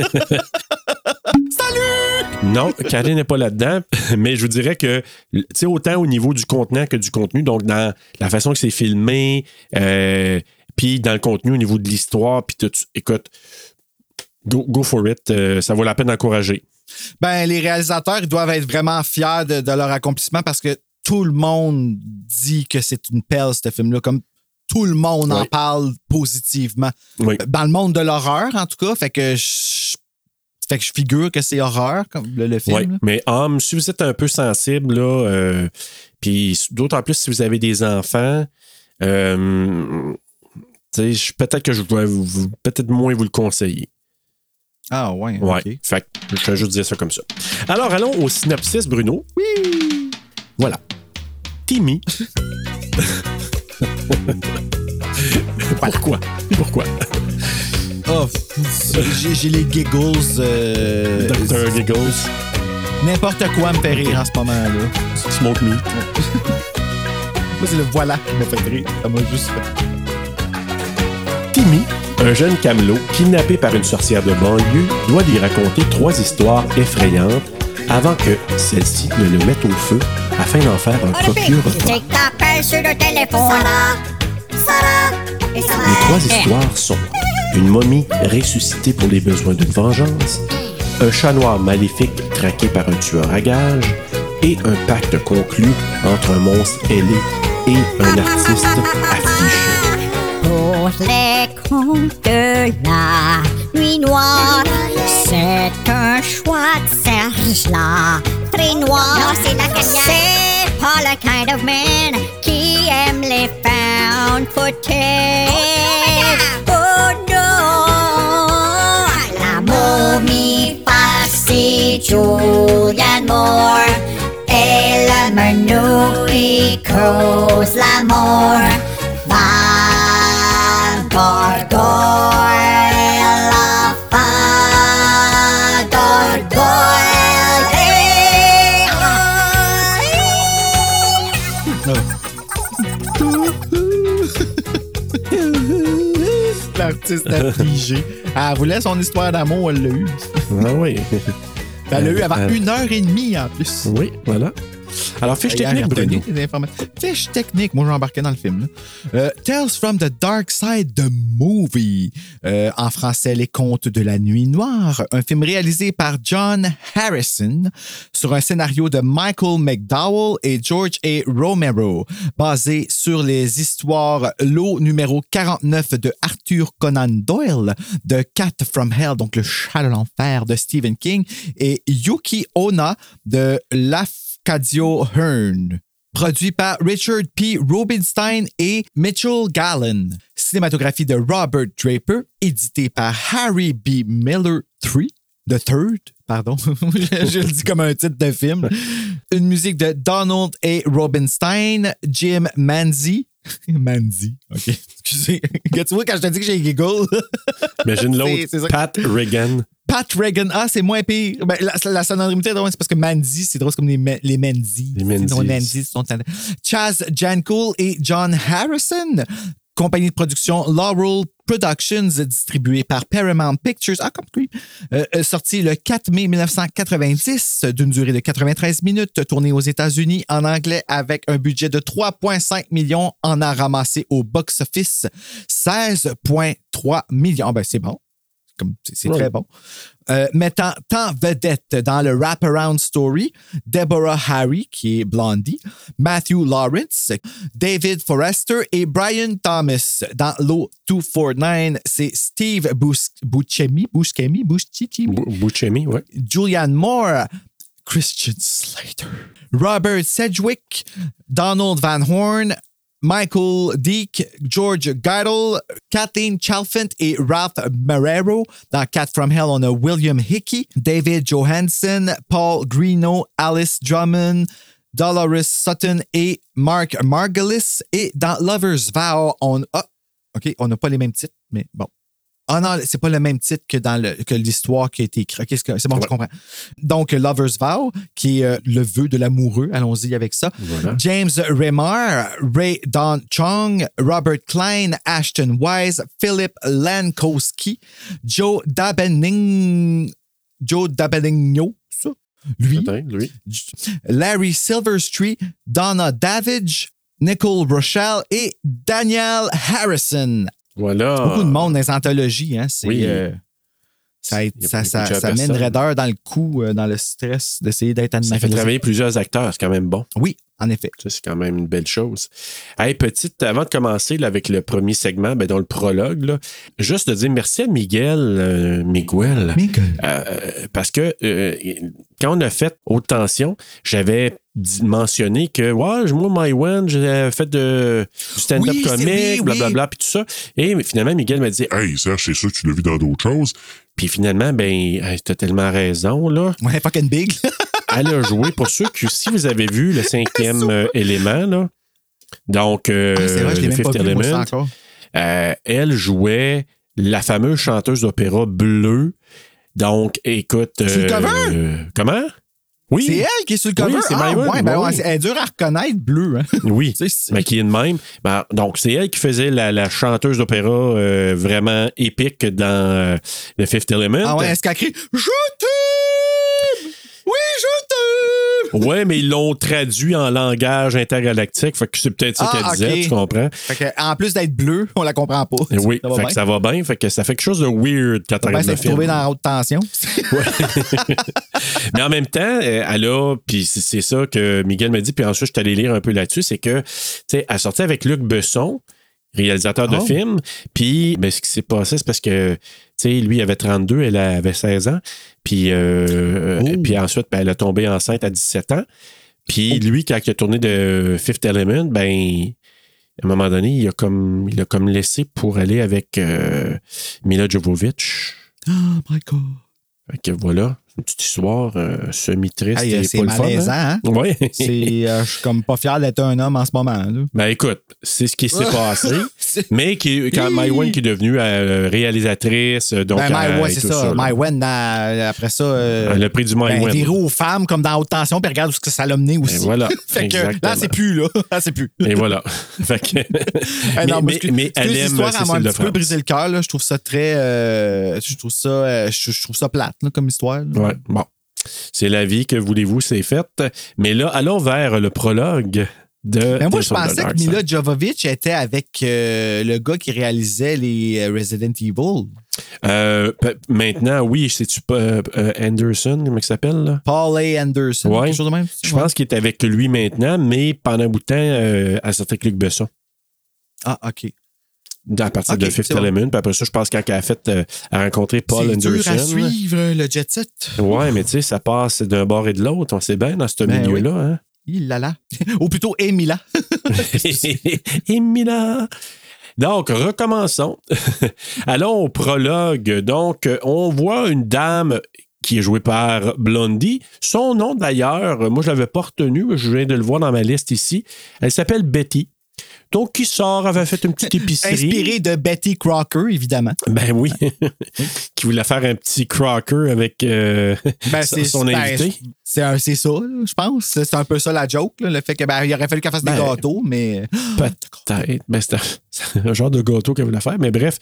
Salut! Non, Karine n'est pas là-dedans, mais je vous dirais que, tu sais, autant au niveau du contenant que du contenu, donc dans la façon que c'est filmé, puis dans le contenu au niveau de l'histoire, puis tout, écoute, go for it, ça vaut la peine d'encourager. Ben, les réalisateurs, ils doivent être vraiment fiers de leur accomplissement parce que tout le monde dit que c'est une perle, ce film-là, comme tout le monde en parle positivement. Oui. Dans le monde de l'horreur, en tout cas, fait que je figure que c'est horreur, comme le film. Oui, mais si vous êtes un peu sensible, là, puis d'autant plus si vous avez des enfants, peut-être que je vais peut-être moins vous le conseiller. Ah ouais, ouais. OK. Fait que je vais juste dire ça comme ça. Alors, allons au synopsis, Bruno. Oui! Voilà. Timmy. Pourquoi? Oh, j'ai les giggles. Dr. Giggles. N'importe quoi me fait rire en ce moment-là. Smoke me. Moi, c'est le voilà qui me fait rire. Ça m'a juste fait... Timmy, un jeune camelot kidnappé par une sorcière de banlieue, doit lui raconter 3 histoires effrayantes avant que celle-ci ne le mette au feu afin d'en faire un procure-toi. C'est t'appelles sur le téléphone. Sarah. Les 3 histoires sont une momie ressuscitée pour les besoins d'une vengeance, un chat noir maléfique traqué par un tueur à gages et un pacte conclu entre un monstre ailé et un artiste affligé. Pour les contes de la nuit noire, c'est un choix de Serge là, très noir. Non, c'est la cagnotte. C'est pas le kind of man qui aime les found footage. Oh non, la momie farcie Julianne Moore et le menu qui cause l'amour. Gargoyle, l'enfant L'artiste affligé. Elle voulait son histoire d'amour, elle l'a eu. Ah oui. Elle l'a eu avant 1h30 en plus. Oui, voilà. Alors, fiche technique, Bruno. Fiche technique. Moi, je vais embarquer dans le film. Tales from the Dark Side, the Movie. En français, Les Contes de la Nuit Noire. Un film réalisé par John Harrison sur un scénario de Michael McDowell et George A. Romero, basé sur les histoires lot numéro 49 de Arthur Conan Doyle, The Cat from Hell, donc le chat de l'enfer de Stephen King, et Yuki Onna de Lafcadio Hearn. Produit par Richard P. Rubinstein et Mitchell Gallen. Cinématographie de Robert Draper, édité par Harry B. Miller III. The Third, pardon. Je le dis comme un titre de film. Une musique de Donald A. Rubinstein, Jim Manzi. Manzi, OK. Excusez. Tu vois, quand je te dis que j'ai giggle. Imagine l'autre, Pat Regan. Pat Regan, c'est moins pire. Ben, la sonorité, c'est parce que Manzi, c'est drôle, c'est comme les Manzi. Les Manzi. Non, Nanzi, sont Chaz Jankel et John Harrison. Compagnie de production Laurel Productions, distribuée par Paramount Pictures, comme creep, sorti le 4 mai 1990, d'une durée de 93 minutes, tourné aux États-Unis en anglais avec un budget de 3,5 millions, en a ramassé au box-office 16,3 millions. Ben, c'est bon. C'est très bon. Mettant en vedette dans le wraparound story Deborah Harry, qui est Blondie, Matthew Lawrence, David Forrester et Brian Thomas. Dans l'O249, c'est Steve Buscemi, ouais. Julianne Moore, Christian Slater, Robert Sedgwick, Donald Van Horn, Michael Deek, George Geidel, Kathleen Chalfant et Ralph Marrero. Dans Cat from Hell, on a William Hickey, David Johansen, Paul Greeno, Alice Drummond, Dolores Sutton et Mark Margolis. Et dans Lover's Vow, on n'a pas les mêmes titres, mais bon. Ah non, c'est pas le même titre que l'histoire qui a été écrite. Okay, c'est bon, je comprends. Donc, Lover's Vow, qui est le vœu de l'amoureux. Allons-y avec ça. Voilà. James Remar, Ray Don Chong, Robert Klein, Ashton Wise, Philip Lankowski, Joe Dabenigno, ça? Lui. Larry Silverstreet, Donna Davidge, Nicole Rochelle et Daniel Harrison. Voilà. Beaucoup de monde dans les anthologies. Hein? Oui. Ça met une raideur dans le coup, dans le stress d'essayer d'être animateur. Ça fait travailler plusieurs acteurs, c'est quand même bon. Oui, en effet. Ça, c'est quand même une belle chose. Hey, avant de commencer là, avec le premier segment, dans le prologue, là, juste de dire merci à Miguel. Parce que quand on a fait Haute Tension, j'avais mentionné que moi, Maïwen, j'ai fait du stand-up comique, blablabla, puis tout ça. Et finalement, Miguel m'a dit Hey, Serge, c'est ça, tu l'as vu dans d'autres choses. Puis finalement, t'as tellement raison, là. Ouais, fucking big. Elle a joué, pour ceux que, si vous avez vu le 5e élément, là, donc c'est vrai, je l'ai le même pas Fifth vu, Element, moi, ça encore. Elle jouait la fameuse chanteuse d'opéra bleue. Donc, écoute... C'est le cover? Comment? Oui. C'est elle qui est sur le cover? Oui, c'est Maïwen. Elle est dure à reconnaître, bleue. Hein? Oui, mais qui est de même. Donc, c'est elle qui faisait la chanteuse d'opéra vraiment épique dans le Fifth Element. Ah ouais, est-ce qu'elle crie « Je t'aime! Oui, je t'aime! » Ouais, mais ils l'ont traduit en langage intergalactique. Fait que c'est peut-être ça qu'elle disait, tu comprends? Fait que, en plus d'être bleu, on la comprend pas. Oui, ça va bien. Fait que ça fait quelque chose de weird quand on regarde le film. Trouvé dans Haute Tension. Ouais. Mais en même temps, elle a, puis c'est ça que Miguel m'a dit, puis ensuite je suis allé lire un peu là-dessus, c'est que, tu sais, elle sortait avec Luc Besson, réalisateur de film, puis ce qui s'est passé, c'est parce que, tu sais, lui, il avait 32, elle avait 16 ans, puis ensuite, elle a tombé enceinte à 17 ans, puis lui, quand il a tourné de Fifth Element, à un moment donné, il a comme laissé pour aller avec Mila Jovovich. Oh my God. Fait que voilà, une petite histoire semi-triste et c'est pas le fun. Malaisant, hein? Oui. Je suis comme pas fier d'être un homme en ce moment. Là. Écoute, c'est ce qui s'est passé. Mais quand Maïwen qui est devenue réalisatrice, donc Maïwen, c'est ça. Maïwen, après ça... le prix du Maïwen. Viré aux femmes comme dans Haute Tension, puis regarde où ce que ça l'a mené aussi. Et voilà. Fait que là, c'est plus, là. Là, c'est plus. Et voilà. Fait que... mais elle aime l'histoire, elle m'a un petit peu brisé le cœur. Je trouve ça très... je trouve ça plate là, comme histoire. Là. Ouais, bon. C'est la vie, que voulez-vous, c'est fait. Mais là, allons vers le prologue de... Mais moi, je Tales of the pensais Dark que Mila Side. Jovovich était avec le gars qui réalisait les Resident Evil. Maintenant, oui, c'est-tu pas Anderson, comment il s'appelle, là? Paul A. Anderson, Ouais. quelque chose de même. Je pense qu'il est avec lui maintenant, mais pendant un bout de temps, elle sortait avec Luc Besson. Ah, OK. À partir Ok, de Fifth c'est bon. Element. Puis après ça, je pense qu'elle a fait a rencontré Paul C'est Anderson. dur à suivre, le jet set. Ouais, mais tu sais, ça passe d'un bord et de l'autre. On sait bien dans ce Ben milieu-là. Hein? Il là là. Ou plutôt Emila. Emila. Donc, recommençons. Allons au prologue. Donc, on voit une dame qui est jouée par Blondie. Son nom, d'ailleurs, moi, je ne l'avais pas retenu, mais je viens de le voir dans ma liste ici. Elle s'appelle Betty. Donc, qui sort, avait fait une petite épicerie. Inspiré de Betty Crocker, évidemment. Ben oui. Qui voulait faire un petit crocker avec son invité. C'est ça, là, je pense. C'est un peu ça la joke, là, le fait qu'il aurait fallu qu'elle fasse des gâteaux, mais... Peut-être. Ben, c'est un genre de gâteau qu'elle voulait faire, mais bref.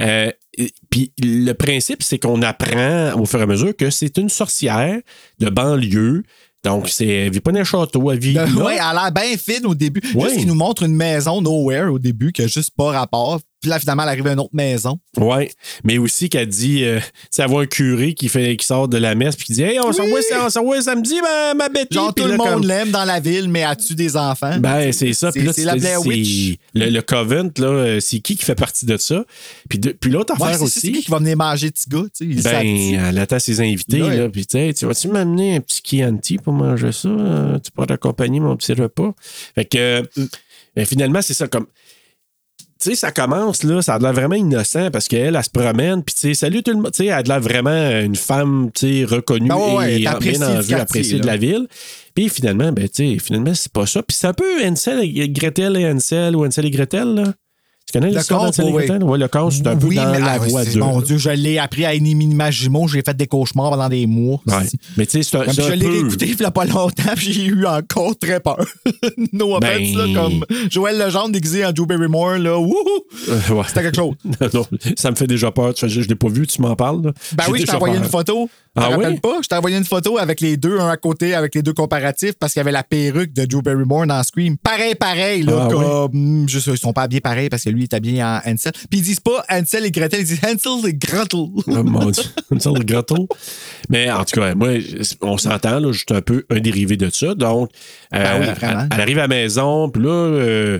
Puis le principe, c'est qu'on apprend au fur et à mesure que c'est une sorcière de banlieue. Donc, elle vit pas dans un château, elle vit là. Oui, elle a l'air bien fine au début. Ouais. Juste qu'il nous montre une maison nowhere au début qui a juste pas rapport. Puis là, finalement, elle arrive à une autre maison. Oui, mais aussi qu'elle dit, tu sais, elle voit un curé qui sort de la messe puis qui dit « Hey, on s'envoie samedi, ma Betty. » Genre, Puis tout le là, monde l'aime dans la ville, mais elle tue des enfants. Ben, c'est ça. Puis là, c'est la Blair Witch. Le Covent, là, c'est qui fait partie de ça? Puis l'autre affaire c'est aussi... qui va venir manger petit gars, tu sais. Elle attend ses invités, Ouais. là. Puis, tu sais, tu vas-tu m'amener un petit Chianti pour manger ça? Tu pourras t'accompagner mon petit repas. Fait que, ben, finalement, c'est ça comme. Tu sais, ça commence, là, ça a l'air vraiment innocent parce qu'elle, elle se promène, puis tu sais, salut tout le monde. Tu sais, elle a l'air vraiment une femme, tu sais, reconnue et bien en vue, appréciée de la ville. Puis finalement, ben, tu sais, finalement, c'est pas ça. Puis c'est un peu Gretel et Hansel ou Hansel et Gretel, là. Tu connais l'histoire d'Hansel et Gretel? Oui, le conte, c'est un peu dans la voie de. Mon Dieu, je l'ai appris à Inimagimo. J'ai fait des cauchemars pendant des mois. Ouais. Mais tu sais, c'est un je l'ai peu... réécouté il y a pas longtemps, puis j'ai eu encore très peur. No offense, là, comme Joël Legendre déguisé en Drew Barrymore, là. Wouhou! Ouais. C'était quelque chose. Non, ça me fait déjà peur. Je l'ai pas vu, tu m'en parles. Là. Ben oui, je t'ai envoyé une photo. Tu te rappelles pas? Je t'ai envoyé une photo avec les deux, un à côté, avec les deux comparatifs, parce qu'il y avait la perruque de Drew Barrymore dans Scream. Pareil, là, comme... Juste, ils sont pas habillés pareil, parce que lui, il est habillé en Hansel. Puis ils disent pas Hansel et Gretel, ils disent Hansel et Gretel. Oh mon Dieu, Hansel et Gretel. Mais en tout cas, moi, on s'entend, là, juste un peu un dérivé de ça. Donc, oui, elle arrive à la maison, puis là...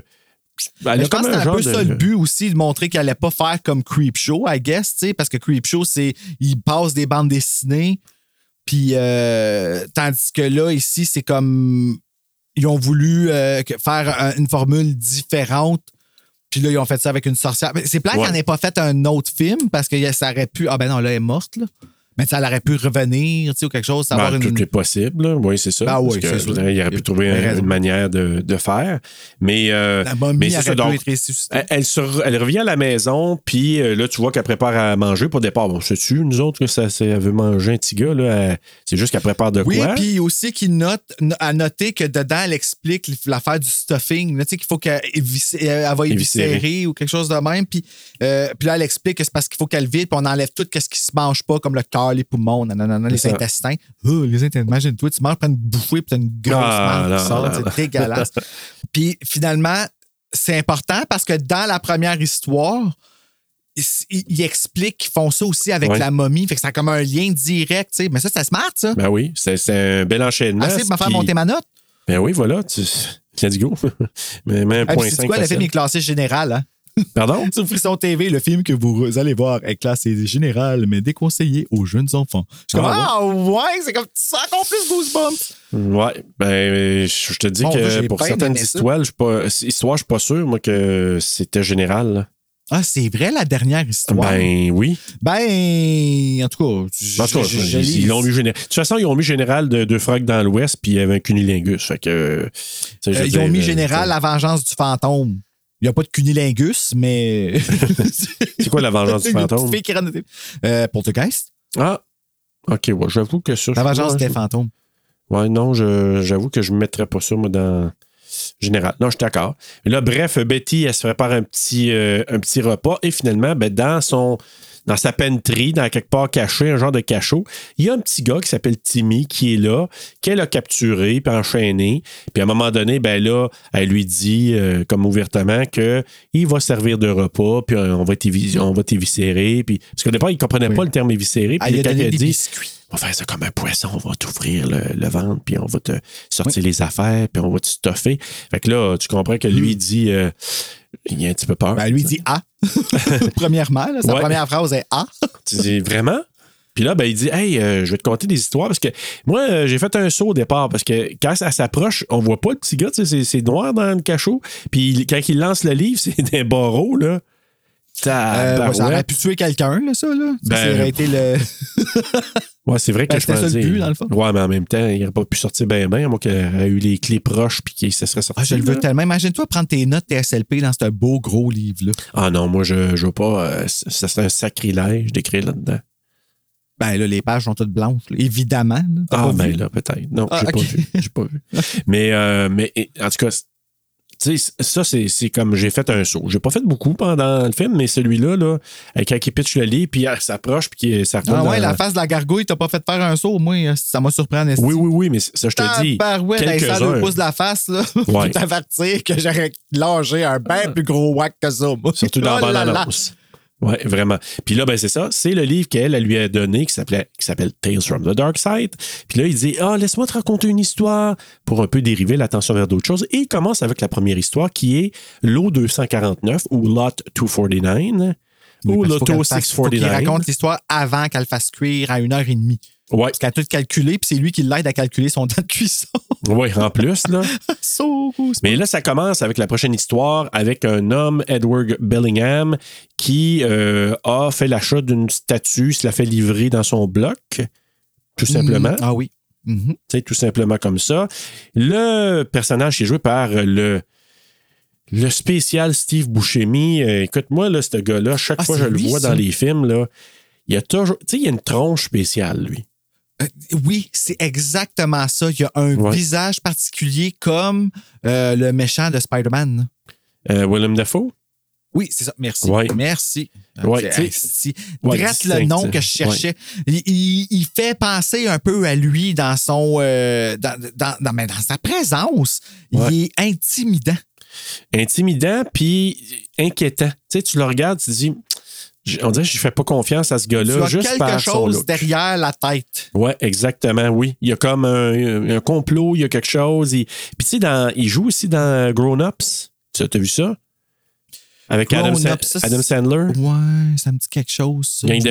je pense que c'était un peu ça le but aussi, de montrer qu'elle allait pas faire comme Creepshow, I guess, tu sais, parce que Creepshow, c'est il passe des bandes dessinées, puis tandis que là, ici, c'est comme ils ont voulu faire une formule différente, puis là, ils ont fait ça avec une sorcière. Mais c'est plate qu'elle n'ait pas fait un autre film, parce que ça aurait pu... Ah ben non, là, elle est morte, là. Mais ça, elle aurait pu revenir, tu sais, ou quelque chose. Tout est possible, là. Oui, c'est ça. Ah oui, c'est sûr. Il aurait pu trouver une manière de faire. Mais, la momie mais c'est ça. Donc, elle revient à la maison, puis là, tu vois qu'elle prépare à manger. Pour départ, bon, sais-tu, nous autres, que elle veut manger un petit gars, là. C'est juste qu'elle prépare de quoi. Oui, puis aussi qu'il a noté que dedans, elle explique l'affaire du stuffing. Tu sais, qu'il faut qu'elle va éviscérer ou quelque chose de même. Puis là, elle explique que c'est parce qu'il faut qu'elle vide, puis on enlève tout ce qui se mange pas, comme le cœur, les poumons, les intestins. Les intestins, imagine-toi, tu manges, prends une bouffée, puis t'as une grosse manche qui sort, c'est dégueulasse. Puis finalement, c'est important parce que dans la première histoire, il explique qu'ils font ça aussi avec la momie. Fait que ça a comme un lien direct, tu sais. Mais ça, c'est smart, ça. Ben oui, c'est un bel enchaînement. Assez pour me faire monter ma note. Ben oui, voilà. Let's go. Mais un point 5. C'est quoi, le film est classé général, hein? Pardon? Sur Frisson TV, le film que vous allez voir est classé général, mais déconseillé aux jeunes enfants. Je suis comme, ouais, c'est comme ça encore plus Goosebumps. Ouais, ben, je te dis que pour certaines histoires, je suis pas sûr, moi, que c'était général. Là. Ah, c'est vrai, la dernière histoire? Ben, oui. Ben, en tout cas, ils l'ont mis général. De toute façon, ils ont mis général de deux frogs dans l'Ouest, puis il y avait un cunilingus. Fait que. Ils ont mis général la vengeance du fantôme. Il n'y a pas de cunilingus, mais. C'est quoi la vengeance du fantôme? Poltergeist. Ah, OK, ouais, j'avoue que ça. La vengeance des fantômes. Ouais, non, j'avoue que je ne mettrais pas ça, moi, dans. Général. Non, je suis d'accord. Mais là, bref, Betty, elle se prépare un petit repas et finalement, ben, dans dans sa pantry, dans quelque part caché, un genre de cachot. Il y a un petit gars qui s'appelle Timmy qui est là, qu'elle a capturé puis enchaîné. Puis à un moment donné, ben là, elle lui dit, comme ouvertement, qu'il va servir de repas, puis on va t'éviscérer. Puis... Parce qu'au départ, il ne comprenait pas le terme éviscérer. Puis quand elle dit, biscuits. on va faire ça comme un poisson, on va t'ouvrir le ventre, puis on va te sortir les affaires, puis on va te stuffer. Fait que là, tu comprends que lui, il dit... il a un petit peu peur. Ben, lui, il dit « Ah ». Premièrement, là, sa première phrase est « Ah ». Tu dis « Vraiment ». Puis là, ben, il dit « Hey, je vais te conter des histoires. » Parce que moi, j'ai fait un saut au départ. Parce que quand ça s'approche, on voit pas le petit gars. C'est noir dans le cachot. Puis quand il lance le livre, c'est des barreaux, là. Ça aurait pu tuer quelqu'un, là, ça, là. Ça aurait été le... Ouais, c'est vrai que je pense c'était ça le but, dans le fond. Ouais, mais en même temps, il n'aurait pas pu sortir bien, à moins qu'il ait eu les clés proches puis qu'il se serait sorti. Ah, je le veux tellement. Imagine-toi prendre tes notes TSLP dans ce beau gros livre-là. Ah non, moi, je veux pas. Ça serait un sacrilège d'écrire là-dedans. Ben là, les pages sont toutes blanches, là. Évidemment. Là. Ah, ben là, peut-être. Non, j'ai pas vu. Mais en tout cas, tu sais, ça, c'est comme j'ai fait un saut. J'ai pas fait beaucoup pendant le film, mais celui-là, là, quand il pitch le lit, puis il s'approche, puis ça retourne. Ah ouais, la face de la gargouille, t'as pas fait faire un saut. Moi, ça m'a surpris en estime. Oui, mais ça, je te dis. Ça le pouce de la face, là. Ouais. T'avertir que j'aurais lâché un bien plus gros whack que ça, moi. Surtout dans la bande-annonce. Oui, vraiment. Puis là, ben c'est ça. C'est le livre qu'elle lui a donné qui s'appelle Tales from the Dark Side. Puis là, il dit laisse-moi te raconter une histoire pour un peu dériver l'attention vers d'autres choses. Et il commence avec la première histoire qui est Lot 249 ou Lot 249 ou Loto 649. Il raconte l'histoire avant qu'elle fasse cuire à 1h30. Ouais. Parce qu'elle a tout calculé, puis c'est lui qui l'aide à calculer son temps de cuisson. Oui, en plus, là. Mais là, ça commence avec la prochaine histoire avec un homme, Edward Bellingham, qui a fait l'achat d'une statue, se l'a fait livrer dans son bloc, tout simplement. Ah oui. Tu sais, tout simplement comme ça. Le personnage qui est joué par le spécial Steve Buscemi. Écoute-moi, là, ce gars-là, chaque fois que je le vois dans les films, là, il y a toujours... Tu sais, il y a une tronche spéciale, lui. Oui, c'est exactement ça. Il y a un visage particulier comme le méchant de Spider-Man. Willem Dafoe? Oui, c'est ça. Merci. Ouais. Merci. Ouais, Dresse le nom que je cherchais. Ouais. Il fait penser un peu à lui dans son dans sa présence. Ouais. Il est intimidant. Intimidant puis inquiétant. Tu sais, tu le regardes, tu te dis... On dirait que je ne fais pas confiance à ce gars-là. Tu as juste par son look. quelque chose derrière la tête. Oui, exactement, oui. Il y a comme un complot, il y a quelque chose. Puis tu sais, il joue aussi dans Grown Ups. Tu as vu ça? Avec Adam Sandler. Ouais, ça me dit quelque chose. Ça. Il y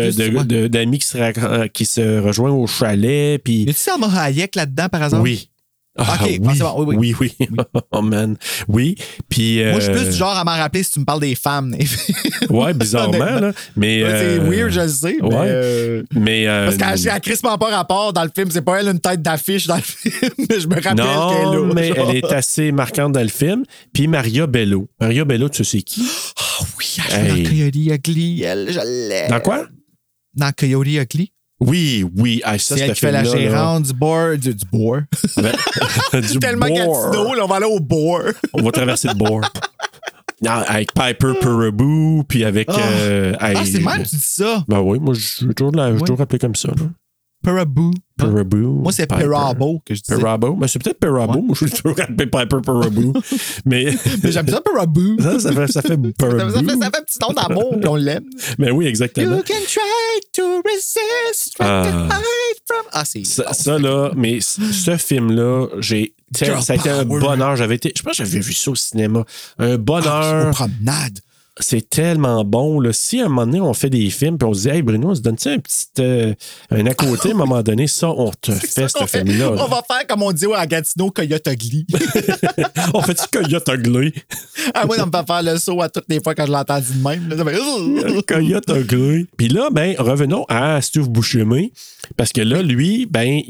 a d'amis qui se rejoignent au chalet. Puis... Y a-tu Salma Hayek là-dedans, par hasard? Oui. Ah, OK, oui. C'est bon. Oui. Oh, man. Oui. Puis, moi, je suis plus du genre à m'en rappeler si tu me parles des femmes. Ouais, bizarrement. là. Mais, c'est weird, je le sais. Ouais. Mais parce qu'elle n'a crissement pas rapport dans le film. C'est pas elle une tête d'affiche dans le film. Mais je me rappelle qu'elle est là. Non, mais elle est assez marquante dans le film. Puis Maria Bello. Maria Bello, tu sais qui? Ah oui, elle joue dans Coyote Ugly. Elle, je l'ai. Dans quoi? Dans Coyote Ugly. Oui. Ah, ça, c'est elle qui fait la gérante du board. Du board. Du tellement Gatineau, là, on va aller au board. On va traverser le board. Non, avec Piper Peraboo, puis avec... c'est même tu dis ça. Ben oui, moi, je vais toujours rappeler comme ça. Là. Peraboo. Moi, c'est Piper. Perabo que je dis. Perabo. Mais c'est peut-être Perabo. Ouais. Moi, je vais toujours rappeler Piper Peraboo. mais j'aime ça, Peraboo. Ça fait Peraboo. Ça fait un petit ton d'amour qu'on l'aime. Mais oui, exactement. You can try to resist, try to hide from... c'est ça là, mais ce film-là, ça a été un bonheur. Je pense que j'avais vu ça au cinéma. Un bonheur. Aux promenades. C'est tellement bon. Là. Si à un moment donné, on fait des films puis on se dit, hey Bruno, on se donne-tu un à côté à un moment donné, ça, on te fait ce film-là. On va faire comme on dit à Gatineau, Coyote Ugly. On fait-tu Coyote Ugly? Moi, ça me fait faire le saut à toutes les fois quand je l'entends dit de même. Là, ça fait... Coyote Ugly. Puis là, revenons à Steve Buscemi. Parce que là, lui,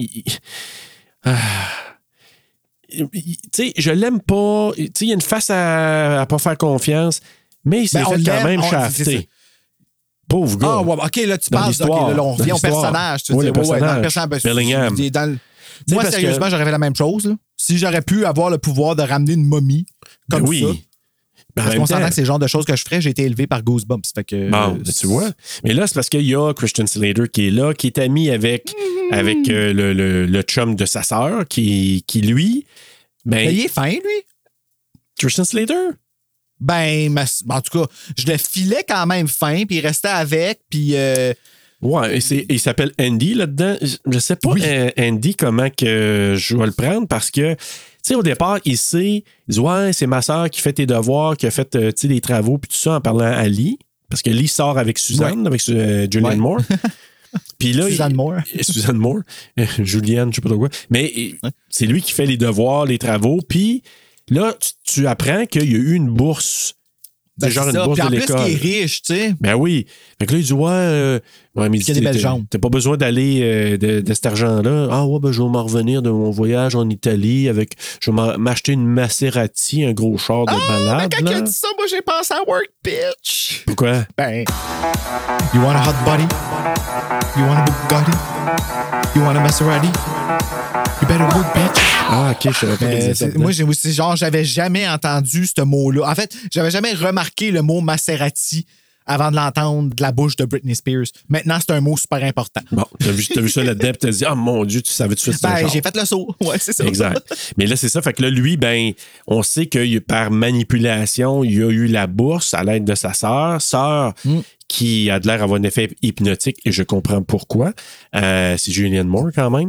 tu sais, je l'aime pas. Tu sais, il y a une face à pas faire confiance. Mais il s'est fait quand même shafter. Pauvre gars. Ah, ouais, OK, là, tu parles. Okay, là, on revient au personnage. Tu oui, dis, le personnage. Bellingham. Moi, sérieusement, j'aurais fait la même chose. Là. Si j'aurais pu avoir le pouvoir de ramener une momie comme ça. Parce qu'on s'entend que c'est le genre de choses que je ferais. J'ai été élevé par Goosebumps. Fait que, bon, tu vois. Mais là, c'est parce qu'il y a Christian Slater qui est là, qui est ami avec le chum de sa sœur, qui lui... Ben, il est fin, lui. Christian Slater? Ben, en tout cas, je le filais quand même fin, puis il restait avec, puis... Ouais, il s'appelle Andy là-dedans. Je sais pas, Andy, comment que je vais le prendre, parce que, tu sais, au départ, il dit, ouais, c'est ma sœur qui fait tes devoirs, qui a fait, tu sais, des travaux, puis tout ça, en parlant à Lee, parce que Lee sort avec Suzanne, avec Julianne Moore. Puis là, Suzanne Moore. Julianne, je sais pas trop quoi. Mais c'est lui qui fait les devoirs, les travaux, puis là, tu apprends qu'il y a eu une bourse. Ben, genre c'est une bourse ça. de Puis en l'école. plus, il est riche, tu sais. Ben oui. Fait que là, il dit, mais il y a des belles jambes. T'as pas besoin d'aller de cet argent-là. Ah ouais, ben je vais m'en revenir de mon voyage en Italie avec. Je vais m'acheter une Maserati, un gros char de malade. Mais quand il a dit ça, moi, j'ai pensé à Work Bitch. Pourquoi? Ben. You want a hot body? You want a Bugatti? You want a Maserati? You better work, bitch. Ah, ok, je savais pas ça. Moi, j'avais jamais entendu ce mot-là. En fait, j'avais jamais remarqué le mot Maserati avant de l'entendre de la bouche de Britney Spears. Maintenant, c'est un mot super important. Bon, t'as vu ça là-dedans, puis t'as dit, ah mon Dieu, tu savais tout de suite ça. Ben, j'ai fait le saut. Ouais, c'est ça. Exact. Mais là, c'est ça. Fait que là, lui, ben, on sait que par manipulation, il a eu la bourse à l'aide de sa sœur qui a de l'air avoir un effet hypnotique, et je comprends pourquoi. C'est Julianne Moore, quand même.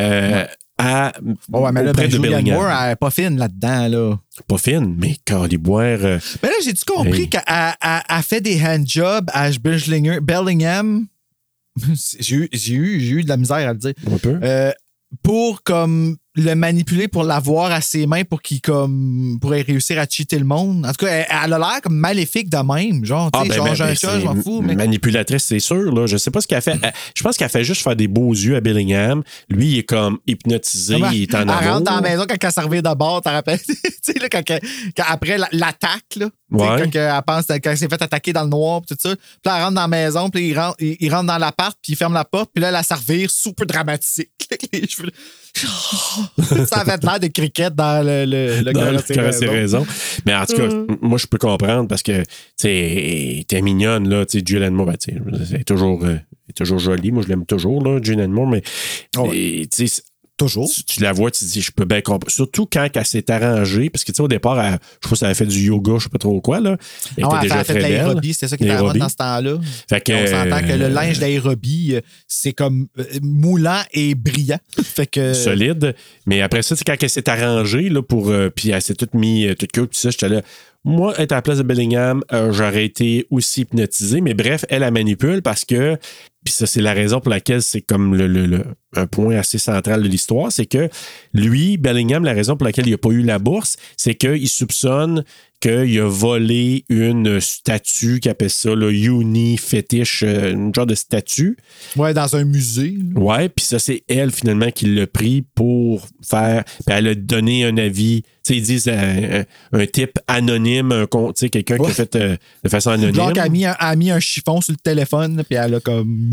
Mais là, auprès de Julianne Bellingham. Moore, elle est pas fine là-deddedans, là. Pas fine, mais quand les boire. Mais là, j'ai-tu compris qu'elle fait des handjobs à Bellingham? j'ai eu de la misère à le dire. Un peu. Pour comme le manipuler pour l'avoir à ses mains pour qu'il pourrait réussir à cheater le monde. En tout cas, elle a l'air comme maléfique de même. Genre, tu sais, j'ai un chat, je m'en fous. Mais... Manipulatrice, c'est sûr. Là. Je sais pas ce qu'elle fait. Je pense qu'elle fait juste faire des beaux yeux à Bellingham. Lui, il est comme hypnotisé, il est en amour. Elle rentre dans la maison quand elle servait de bord, t'as rappelles? Tu sais, là, quand après l'attaque, là. Ouais. Quand elle pense, quand elle s'est fait attaquer dans le noir, pis tout ça. Puis là, elle rentre dans la maison, puis il rentre dans l'appart, puis il ferme la porte, puis là, elle a servir super dramatique. Les cheveux. Ça avait l'air de cricket dans le cœur ses raisons. Mais en tout cas, moi, je peux comprendre parce que, tu sais, t'es mignonne, là, tu sais, Julianne Moore, ben, elle est toujours jolie. Moi, je l'aime toujours, là, Julianne Moore, mais, tu sais, toujours. Tu la vois, tu te dis, je peux bien comprendre. Surtout quand elle s'est arrangée, parce que, tu sais, au départ, je sais pas si elle avait fait du yoga, je sais pas trop quoi, là. Elle était déjà très belle. L'aérobie, c'était ça qui était à la mode dans ce temps-là. Fait que, on s'entend que le linge d'aérobie, c'est comme moulant et brillant. Fait que... solide. Mais après ça, c'est quand elle s'est arrangée, là, puis elle s'est toute mise, toute cute, puis ça, j'étais là. Moi, être à la place de Bellingham, j'aurais été aussi hypnotisé. Mais bref, elle manipule parce que, puis ça, c'est la raison pour laquelle c'est comme un point assez central de l'histoire, c'est que lui, Bellingham, la raison pour laquelle il n'a pas eu la bourse, c'est qu'il soupçonne qu'il a volé une statue qui appelle ça le Uni Fetish, une genre de statue. Ouais, dans un musée. Là. Ouais, puis ça, c'est elle, finalement, qui l'a pris pour faire... Puis elle a donné un avis... Tu sais, ils disent un type anonyme, tu sais, quelqu'un qui a fait de façon anonyme. Genre qu'elle a mis un chiffon sur le téléphone, puis elle a comme...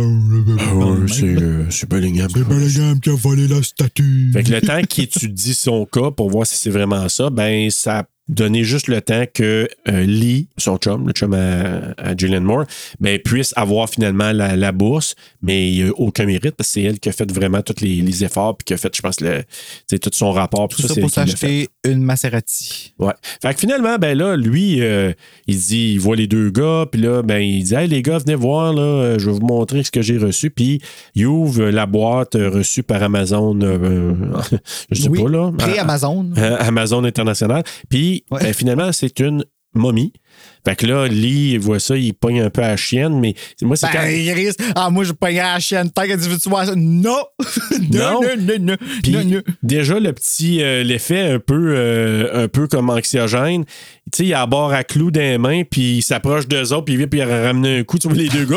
c'est Bellingham. C'est Bellingham qui a volé la statue. Fait que le temps qu'il étudie son cas pour voir si c'est vraiment ça, ben ça donner juste le temps que Lee, son chum, le chum à Julianne Moore, ben, puisse avoir finalement la bourse, mais il n'y a aucun mérite parce que c'est elle qui a fait vraiment tous les efforts puis qui a fait, je pense, tout son rapport. Tout ça pour s'acheter une Maserati. Ouais. Fait que finalement, ben là, lui, il dit, il voit les deux gars, puis là, ben, il dit, hey, les gars, venez voir, là, je vais vous montrer ce que j'ai reçu, puis il ouvre la boîte reçue par Amazon, je sais pas, là. Pré-Amazon. Amazon International. Puis, ben, finalement, c'est une momie. Fait que là, Lee, il voit ça, il pogne un peu à la chienne, mais moi, c'est moi, je pognais à la chienne. Tant que tu vois ça, non! Non! Puis, déjà, le petit, l'effet un peu comme anxiogène, tu sais, il a la barre à clous dans les mains, puis il s'approche d'eux autres, puis il vient, puis il a ramené un coup, tu vois, les deux gars.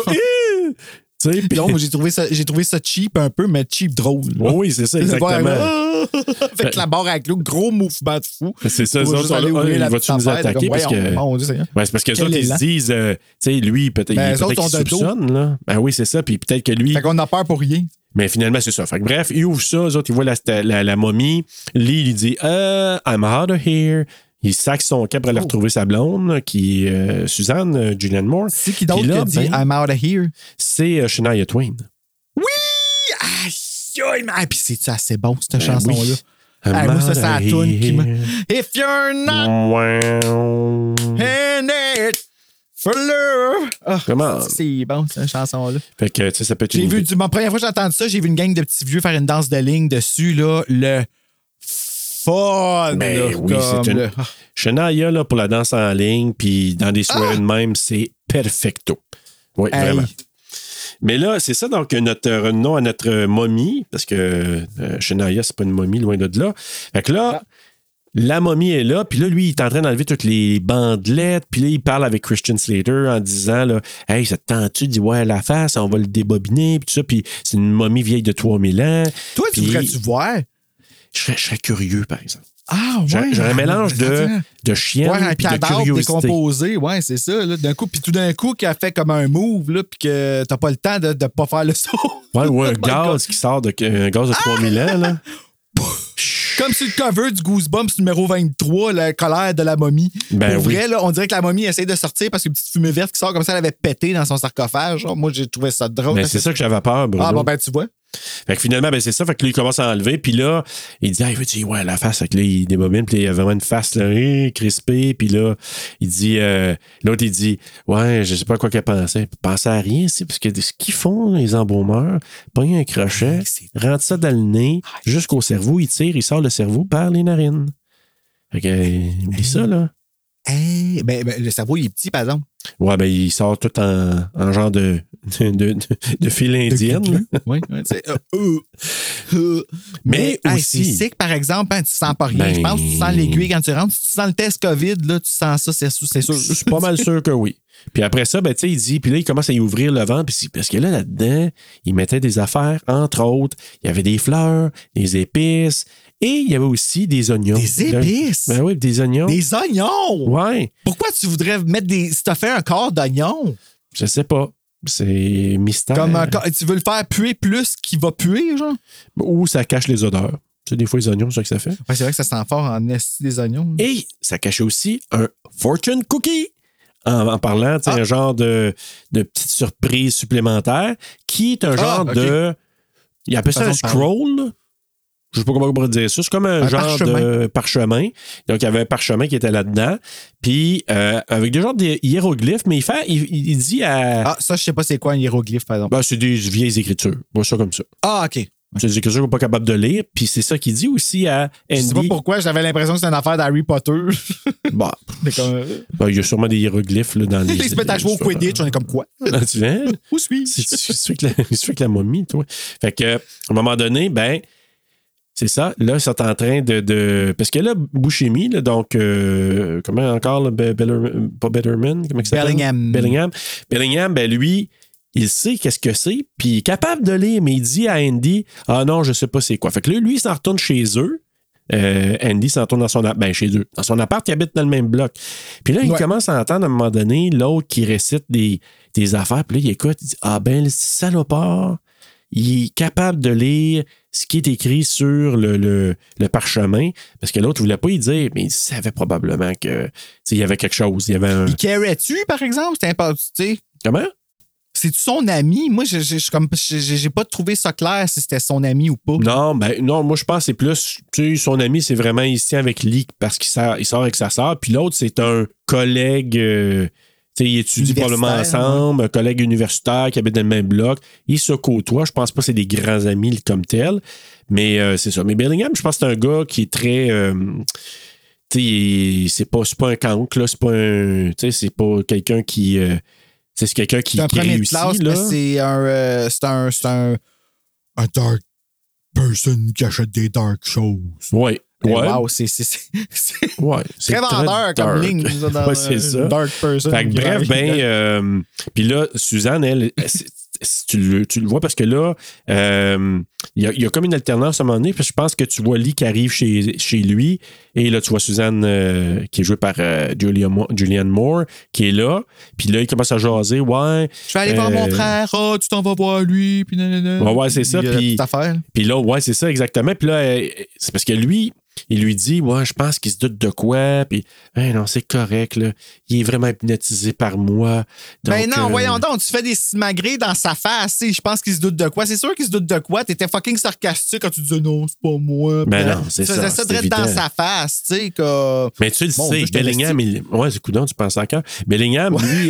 Donc, j'ai trouvé ça cheap un peu, mais cheap drôle. Oui, c'est ça, exactement. Fait que la barre à clous, gros mouvement de fou. C'est ça, il va-tu nous attaquer? Parce que, c'est parce que les autres, ils se disent, tu sais, lui, peut-être qu'il soupçonne, là. Ben oui, c'est ça, puis peut-être que lui... Fait qu'on a peur pour rien. Mais finalement, c'est ça. Fait que, bref, il ouvre ça, eux autres, ils voient la momie. Lee, il dit, I'm out of here. Il sac son camp pour aller retrouver sa blonde, qui est Suzanne, Julianne Moore. C'est qui d'autre qui a dit I'm out of here? C'est Shania Twain. Oui! Puis c'est-tu assez bon, cette chanson-là? Oui. Moi, ça, c'est la toune qui m'a... If you're not in it for love. Comment? C'est bon, cette chanson-là. Fait que, tu sais, ça peut être une idée. Ma première fois que j'ai entendu ça, j'ai vu une gang de petits vieux faire une danse de ligne dessus, là. Le fun! Ben là, oui, c'est une... Shania, là, pour la danse en ligne, puis dans des soirées de même, c'est perfecto. Oui, vraiment. Mais là, c'est ça, donc, notre nom à notre momie, parce que Shania, c'est pas une momie, loin de là. Fait que là, la momie est là, puis là, lui, il est en train d'enlever toutes les bandelettes, puis là, il parle avec Christian Slater en disant, là, « Hey, ça te tente-tu d'y voir la face? On va le débobiner, puis tout ça. » Puis c'est une momie vieille de 3000 ans. Toi, tu voudrais-tu voir? Je serais curieux, par exemple. Ah, ouais. J'aurais un mélange de chienne un et de cadavre curiosité. décomposé, ouais, c'est ça. Là. Puis tout d'un coup, qui a fait comme un move, là, puis que t'as pas le temps de pas faire le saut. Ouais, ou un gaz qui sort un gaz de 3000 ans, là. Comme sur le cover du Goosebumps numéro 23, la colère de la momie. Ben Pour oui. vrai, là, on dirait que la momie essaie de sortir parce qu'une petite fumée verte qui sort comme ça, elle avait pété dans son sarcophage. Genre, moi, j'ai trouvé ça drôle. Mais c'est ça que j'avais peur, Bruno. Ah, bon, ben, tu vois. Fait que finalement, ben c'est ça. Fait que là, il commence à enlever. Puis là, il dit, il veut dire, ouais, la face. Fait que là, il débobine. Puis il y a vraiment une face là, crispée. Puis là, il dit, l'autre, il dit, ouais, je sais pas à quoi qu'elle pensait. Pensait à rien, c'est parce que ce qu'ils font, les embaumeurs, pogne un crochet, rentre ça dans le nez, jusqu'au cerveau, il tire, il sort le cerveau par les narines. Fait que, il dit ça, là. Ben, le cerveau, il est petit, par exemple. Ouais, ben, il sort tout en genre de file indienne. Oui, mais aussi. c'est sick, par exemple, hein, tu sens pas rien. Je pense que tu sens l'aiguille quand tu rentres. Si tu sens le test COVID, là, tu sens ça, c'est sûr. Je suis pas mal sûr que oui. Puis après ça, ben, tu sais, il dit, puis là, il commence à y ouvrir le ventre, parce que là-dedans, il mettait des affaires, entre autres, il y avait des fleurs, des épices, et il y avait aussi des oignons. Des épices? Ben oui, des oignons. Des oignons? Ouais. Pourquoi tu voudrais mettre si t'as fait un corps d'oignon? Je sais pas. C'est mystère. Tu veux le faire puer plus qu'il va puer, genre? Ou ça cache les odeurs. Tu sais, des fois, les oignons, c'est ça que ça fait. Ouais, c'est vrai que ça sent fort en esti des oignons. Et ça cachait aussi un fortune cookie. En parlant, un genre de petite surprise supplémentaire qui est un genre de... Il appelle ça un scroll. Je sais pas comment on pourrait dire ça. C'est comme un genre de parchemin. Donc, il y avait un parchemin qui était là-dedans. Puis, avec des genres de hiéroglyphes, mais il dit à... Ah, ça, je sais pas c'est quoi un hiéroglyphe, par exemple. Ben, c'est des vieilles écritures. Moi, ça comme ça. Ah, OK. C'est des écritures qu'on n'est pas capable de lire. Puis, c'est ça qu'il dit aussi à Andy. Je sais pas pourquoi, j'avais l'impression que c'était une affaire d'Harry Potter. Bon. Il y a sûrement des hiéroglyphes là, dans les... Ils se mettent à jouer au Quidditch, on est comme quoi? Tu viens? Où suis-je? C'est que la momie, toi. Fait que, à un moment donné, ben... C'est ça. Là, ils sont en train de... Parce que là, Buscemi, là, donc... comment encore? Là, pas Betterman? Comment il s'appelle? Bellingham, ben lui, il sait qu'est-ce que c'est, puis il est capable de lire, mais il dit à Andy, « Ah non, je sais pas c'est quoi. » Fait que là, lui, il s'en retourne chez eux. Andy s'en retourne dans son appart. Ben, chez eux. Dans son appart, il habite dans le même bloc. Puis là, il commence à entendre, à un moment donné, l'autre qui récite des affaires. Puis là, il écoute, il dit, « Ah ben, le salopard, il est capable de lire ce qui est écrit sur le parchemin, parce que l'autre ne voulait pas y dire, mais il savait probablement que il y avait quelque chose. Il y avait un... Il carrait-tu, par exemple? C'était important, tu sais. Comment? C'est-tu son ami? Moi, j'ai pas trouvé ça clair si c'était son ami ou pas. Non, moi, je pense que c'est plus, tu sais, son ami, c'est vraiment ici avec Lee parce qu'il sort avec sa sœur, puis l'autre, c'est un collègue... ils étudient probablement ensemble, un collègue universitaire qui habite dans le même bloc. Ils se côtoient. Je pense pas que c'est des grands amis comme tels, mais c'est ça. Mais Bellingham, je pense que c'est un gars qui est très... c'est pas un cancre, là. C'est pas un... c'est pas quelqu'un qui... c'est quelqu'un qui réussit. Classe, là. C'est un dark person qui achète des dark choses. Oui. Ouais. Wow, c'est très vendeur comme ligne. Ouais, c'est ça. Dark person. Fait que, bref, puis là, Suzanne, elle, tu le vois parce que là, il y a comme une alternance à un moment donné, puis je pense que tu vois Lee qui arrive chez lui, et là, tu vois Suzanne qui est jouée par Julianne Moore, qui est là, puis là, il commence à jaser, ouais. Je vais aller voir mon frère, tu t'en vas voir lui, puis nanana. Ouais, c'est ça. Puis là, ouais, c'est ça, exactement. Puis là, c'est parce que lui, il lui dit, ouais, je pense qu'il se doute de quoi, puis, non, c'est correct, là. Il est vraiment hypnotisé par moi. Donc, ben non, voyons donc, tu fais des simagrées dans sa face, je pense qu'il se doute de quoi. C'est sûr qu'il se doute de quoi. T'étais fucking sarcastique quand tu disais non, c'est pas moi. Ben non, c'est ça. Tu faisais ça direct dans sa face, tu sais, que. Mais tu le sais, Bellingham, ouais, c'est coudonc, tu penses encore. Bellingham, lui,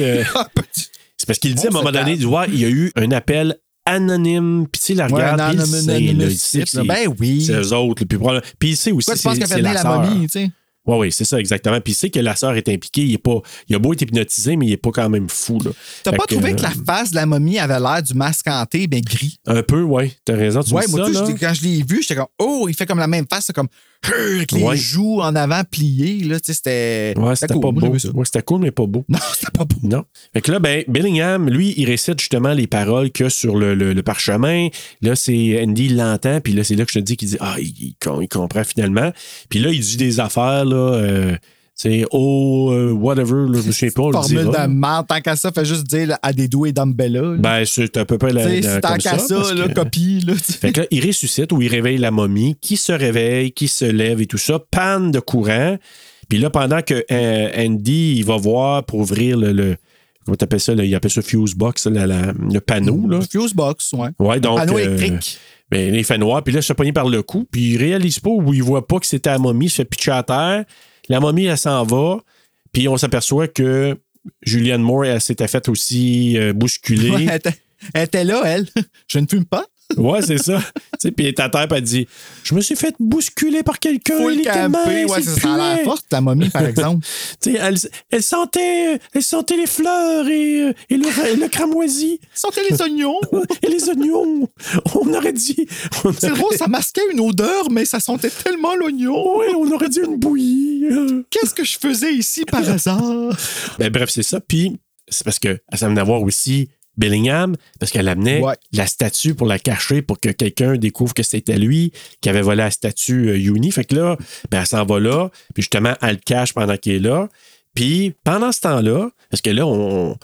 c'est parce qu'il dit à un moment donné, il y a eu un appel anonyme, puis tu sais, la regarde, puis il sait, ben oui. C'est eux autres, puis il sait aussi que c'est la momie, tu sais. Oui, c'est ça, exactement. Puis il sait que la sœur est impliquée. Il a beau être hypnotisé, mais il n'est pas quand même fou. Là. T'as pas trouvé que la face de la momie avait l'air du masque hanté, ben gris? Un peu, oui. T'as raison, tu dis moi, ça, là. Quand je l'ai vu, j'étais comme, il fait comme la même face, c'est comme, avec les joues en avant pliées, là, tu sais, c'était... Ouais, c'était cool. Pas beau. Ouais, c'était cool, mais pas beau. Non, c'était pas beau. Non. Fait que là, Bellingham, lui, il récite justement les paroles qu'il y a sur le parchemin. Là, c'est Andy, il l'entend, puis là, c'est là que je te dis qu'il dit, il comprend finalement. Puis là, il dit des affaires, là... c'est whatever, là, je me souviens pas, on le dira. Formule de merde, tant qu'à ça, fait juste dire à des doués d'Ambella. Ben, c'est à peu près tant qu'à ça, là, copie. Là, fait que là, il ressuscite ou il réveille la momie, qui se réveille, qui se lève et tout ça, panne de courant. Puis là, pendant que Andy, il va voir pour ouvrir le comment t'appelles ça, il appelle ça fuse box, le panneau. Là. Fuse box, ouais. Ouais, donc. Panneau électrique. Ben, il fait noir, puis là, il se pogné par le cou, puis il réalise pas ou il voit pas que c'était la momie, il se fait pitcher à terre. La momie, elle s'en va, puis on s'aperçoit que Julianne Moore, elle s'était faite aussi bousculer. Ouais, elle était là, elle. Je ne fume pas. Ouais, c'est ça. Puis elle est à terre, puis elle dit « Je me suis fait bousculer par quelqu'un. Faut le camper. Ouais, ça a l'air forte, la momie, par exemple. » Elle sentait les fleurs et le cramoisi. Elle sentait les oignons. Et les oignons. On aurait dit... C'est drôle, ça masquait une odeur, mais ça sentait tellement l'oignon. Oui, on aurait dit une bouillie. Qu'est-ce que je faisais ici par hasard? Ben, bref, c'est ça. Puis c'est parce que ça venait voir aussi Bellingham, parce qu'elle amenait la statue pour la cacher pour que quelqu'un découvre que c'était lui qui avait volé la statue Uni. Fait que là, elle s'en va là, puis justement, elle le cache pendant qu'il est là. Puis pendant ce temps-là, parce que là,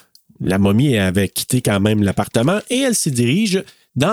la momie avait quitté quand même l'appartement et elle se dirige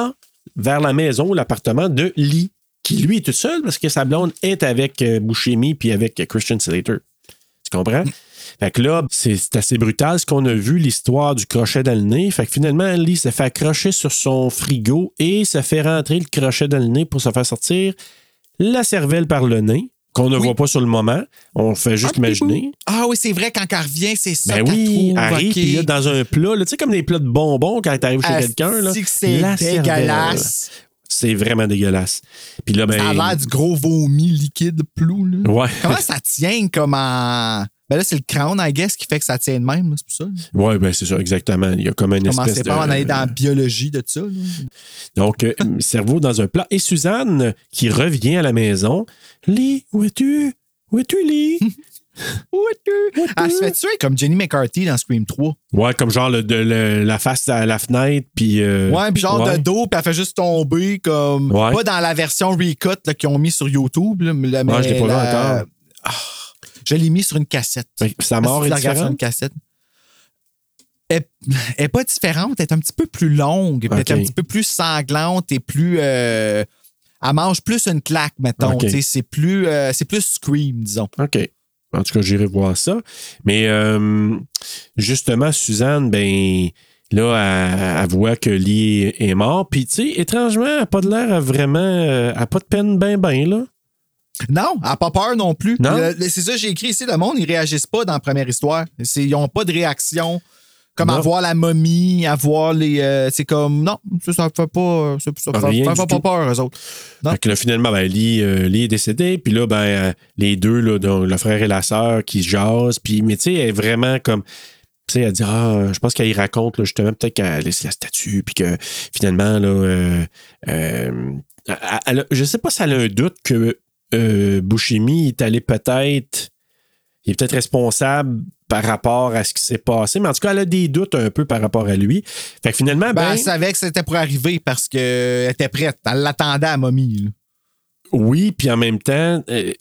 vers la maison ou l'appartement de Lee, qui lui est tout seul parce que sa blonde est avec Buscemi puis avec Christian Slater. Tu comprends? Fait que là, c'est assez brutal ce qu'on a vu, l'histoire du crochet dans le nez. Fait que finalement, Lee se fait accrocher sur son frigo et se fait rentrer le crochet dans le nez pour se faire sortir la cervelle par le nez, qu'on ne voit pas sur le moment. On fait juste imaginer. Ah oui, c'est vrai, quand elle revient, c'est ça qu'elle trouve. Arrive, puis là, dans un plat, tu sais, comme des plats de bonbons quand t'arrives chez quelqu'un. Là, c'est dégueulasse. C'est vraiment dégueulasse. Puis là, ça a l'air du gros vomi liquide plou. Là. Ouais. Comment ça tient comme en... Ben là, c'est le crown, I guess, qui fait que ça tient de même, là, c'est pour ça. Oui, ben c'est ça, exactement. Il y a comme une espèce de... Commencez pas à en aller dans la biologie de ça. Là. Donc, cerveau dans un plat. Et Suzanne, qui revient à la maison. Lee, où es-tu? Où es-tu, Lee? Où es-tu? Elle se fait tuer comme Jenny McCarthy dans Scream 3. Ouais, comme genre la face à la fenêtre, puis... ouais, puis genre de dos, puis elle fait juste tomber comme... Ouais. Pas dans la version recut là, qu'ils ont mis sur YouTube. Là, mais je l'ai pas vu encore. Je l'ai mis sur une cassette. Sa mort est différente? Sur une cassette. Elle n'est pas différente, elle est un petit peu plus longue, peut-être un petit peu plus sanglante et plus... elle mange plus une claque, mettons. Okay. C'est plus Scream, disons. OK. En tout cas, j'irai voir ça. Mais justement, Suzanne, ben là, elle voit que Lee est mort. Puis, tu sais, étrangement, elle n'a pas de l'air à vraiment... elle n'a pas de peine ben, là. Non, elle n'a pas peur non plus. Non? C'est ça, j'ai écrit ici, le monde, ils ne réagissent pas dans la première histoire. Ils n'ont pas de réaction. Comme à voir la momie, à voir les... c'est comme... Non, ça ne fait pas... Ça fait pas peur, eux autres. Fait que là, finalement, Lee est décédé. Puis là, les deux, là, donc, le frère et la sœur qui se jasent. Puis, mais tu sais, elle est vraiment comme... Tu sais, elle dit, je pense qu'elle y raconte, là, justement, peut-être qu'elle laisse la statue. Puis que finalement, là... je sais pas si elle a un doute que Buscemi est allé peut-être... Il est peut-être responsable par rapport à ce qui s'est passé, mais en tout cas, elle a des doutes un peu par rapport à lui. Fait que finalement, elle savait que c'était pour arriver parce qu'elle était prête. Elle l'attendait à momie. Là. Oui, puis en même temps, tu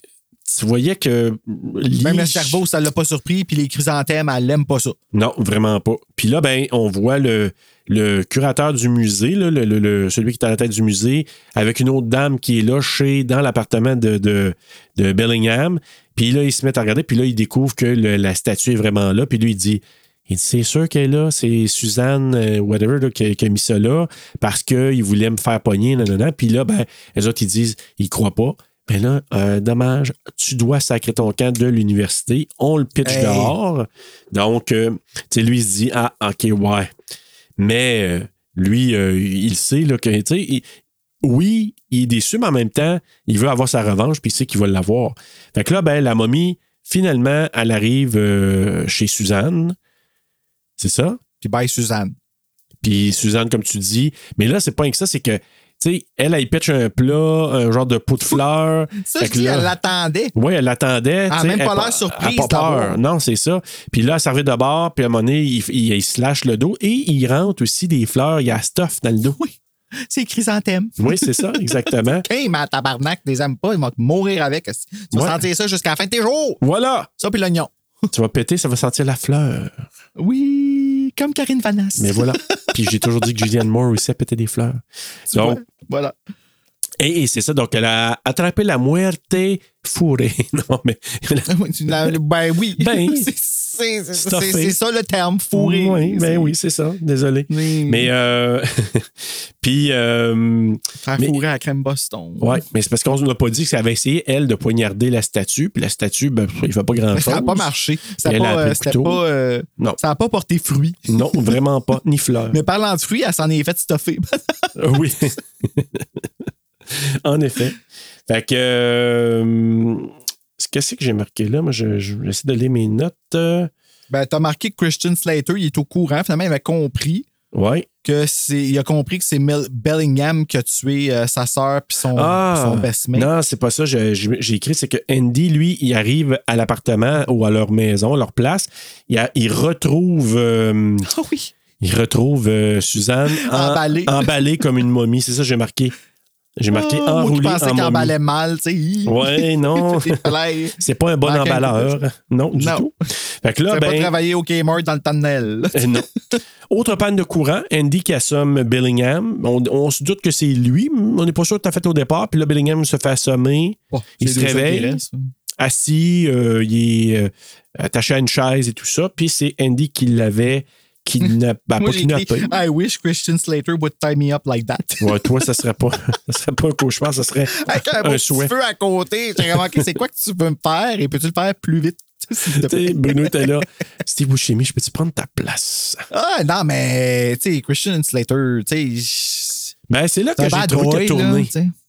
tu voyais que... Même le cerveau, ça l'a pas surpris, puis les chrysanthèmes, elle l'aime pas ça. Non, vraiment pas. Puis là, ben, on voit le curateur du musée, là, celui qui est à la tête du musée, avec une autre dame qui est là, dans l'appartement de Bellingham. Puis là, il se met à regarder, puis là, il découvre que la statue est vraiment là. Puis lui, il dit, c'est sûr qu'elle est là, c'est Suzanne, whatever, là, qui a mis ça là, parce qu'il voulait me faire pogner, nanana. Puis là, ben, les autres, ils disent, ils croient pas. Ben là, dommage, tu dois sacrer ton camp de l'université. On le pitch dehors. Donc, tu sais, lui, il se dit, ah, OK, ouais. Mais lui, il sait là, que, tu sais, oui, il est déçu, mais en même temps, il veut avoir sa revanche, puis il sait qu'il va l'avoir. Fait que là, ben, la momie, finalement, elle arrive chez Suzanne. C'est ça? Puis bye, Suzanne. Puis Suzanne, comme tu dis. Mais là, c'est pas rien que ça, c'est que, tu sais, elle pitch un plat, un genre de pot de fleurs. Ça, je dis, elle l'attendait. Oui, elle l'attendait. Elle n'a même pas l'air surprise. Elle n'a pas peur. Non, c'est ça. Puis là, elle servait de bord, puis à un moment donné, il se lâche le dos et il rentre aussi des fleurs. Il y a stuff dans le dos. Oui. C'est chrysanthème. Oui, c'est ça, exactement. Hey, mais tabarnak, les aime pas, ils vont mourir avec. Tu vas sentir ça jusqu'à la fin de tes jours. Voilà. Ça, puis l'oignon. Tu vas péter, ça va sentir la fleur. Oui, comme Karine Vanasse. Mais voilà. Puis j'ai toujours dit que Julianne Moore aussi a pété des fleurs. Donc, voilà. Et c'est ça, donc elle a attrapé la muerte fourrée. Non, mais... ben oui. Ben, c'est ça le terme, fourré. Oui, ben oui, c'est ça. Désolé. Oui. Mais, puis... Faire fourrer à la crème Boston. Oui, mais c'est parce qu'on n'a pas dit qu'elle avait essayé, elle, de poignarder la statue. Puis la statue, ben, il ne fait pas grand-chose. Ça n'a pas marché. Ça n'a pas porté fruit. Non, vraiment pas. Ni fleur. Mais parlant de fruits, elle s'en est fait stuffer. Oui. En effet. Fait que... qu'est-ce que j'ai marqué là? Moi, j'essaie de lire mes notes. Ben, t'as marqué que Christian Slater, il est au courant. Finalement, il avait compris. Ouais. Il a compris que c'est Bellingham qui a tué sa sœur puis son best mate. Non, c'est pas ça. J'ai écrit, c'est que Andy, lui, il arrive à l'appartement ou à leur maison, leur place. Il retrouve... oui. Il retrouve Suzanne emballée comme une momie. C'est ça que j'ai marqué. J'ai marqué enroulé en momie. Je pensais qu'il emballait mal, tu sais. Ouais, non. C'est pas un bon emballeur. Non, du tout. Fait que là, pas travailler au Kmart dans le tunnel. Non. Autre panne de courant, Andy qui assomme Bellingham. On se doute que c'est lui. On n'est pas sûr que t'as fait au départ. Puis là, Bellingham se fait assommer. Il se réveille. Assis, il est attaché à une chaise et tout ça. Puis c'est Andy qui l'avait kidnappé. I wish Christian Slater would tie me up like that. Ouais, toi, ça serait pas un cauchemar, ça serait un souhait. Avec un petit feu à côté, j'ai remarqué, c'est quoi que tu veux me faire et peux-tu le faire plus vite? Bruno était là. Steve Buscemi, je peux-tu prendre ta place? Ah, non, mais, tu sais, Christian Slater, tu sais. Ben, c'est là que j'ai trouvé qu'il a tourné.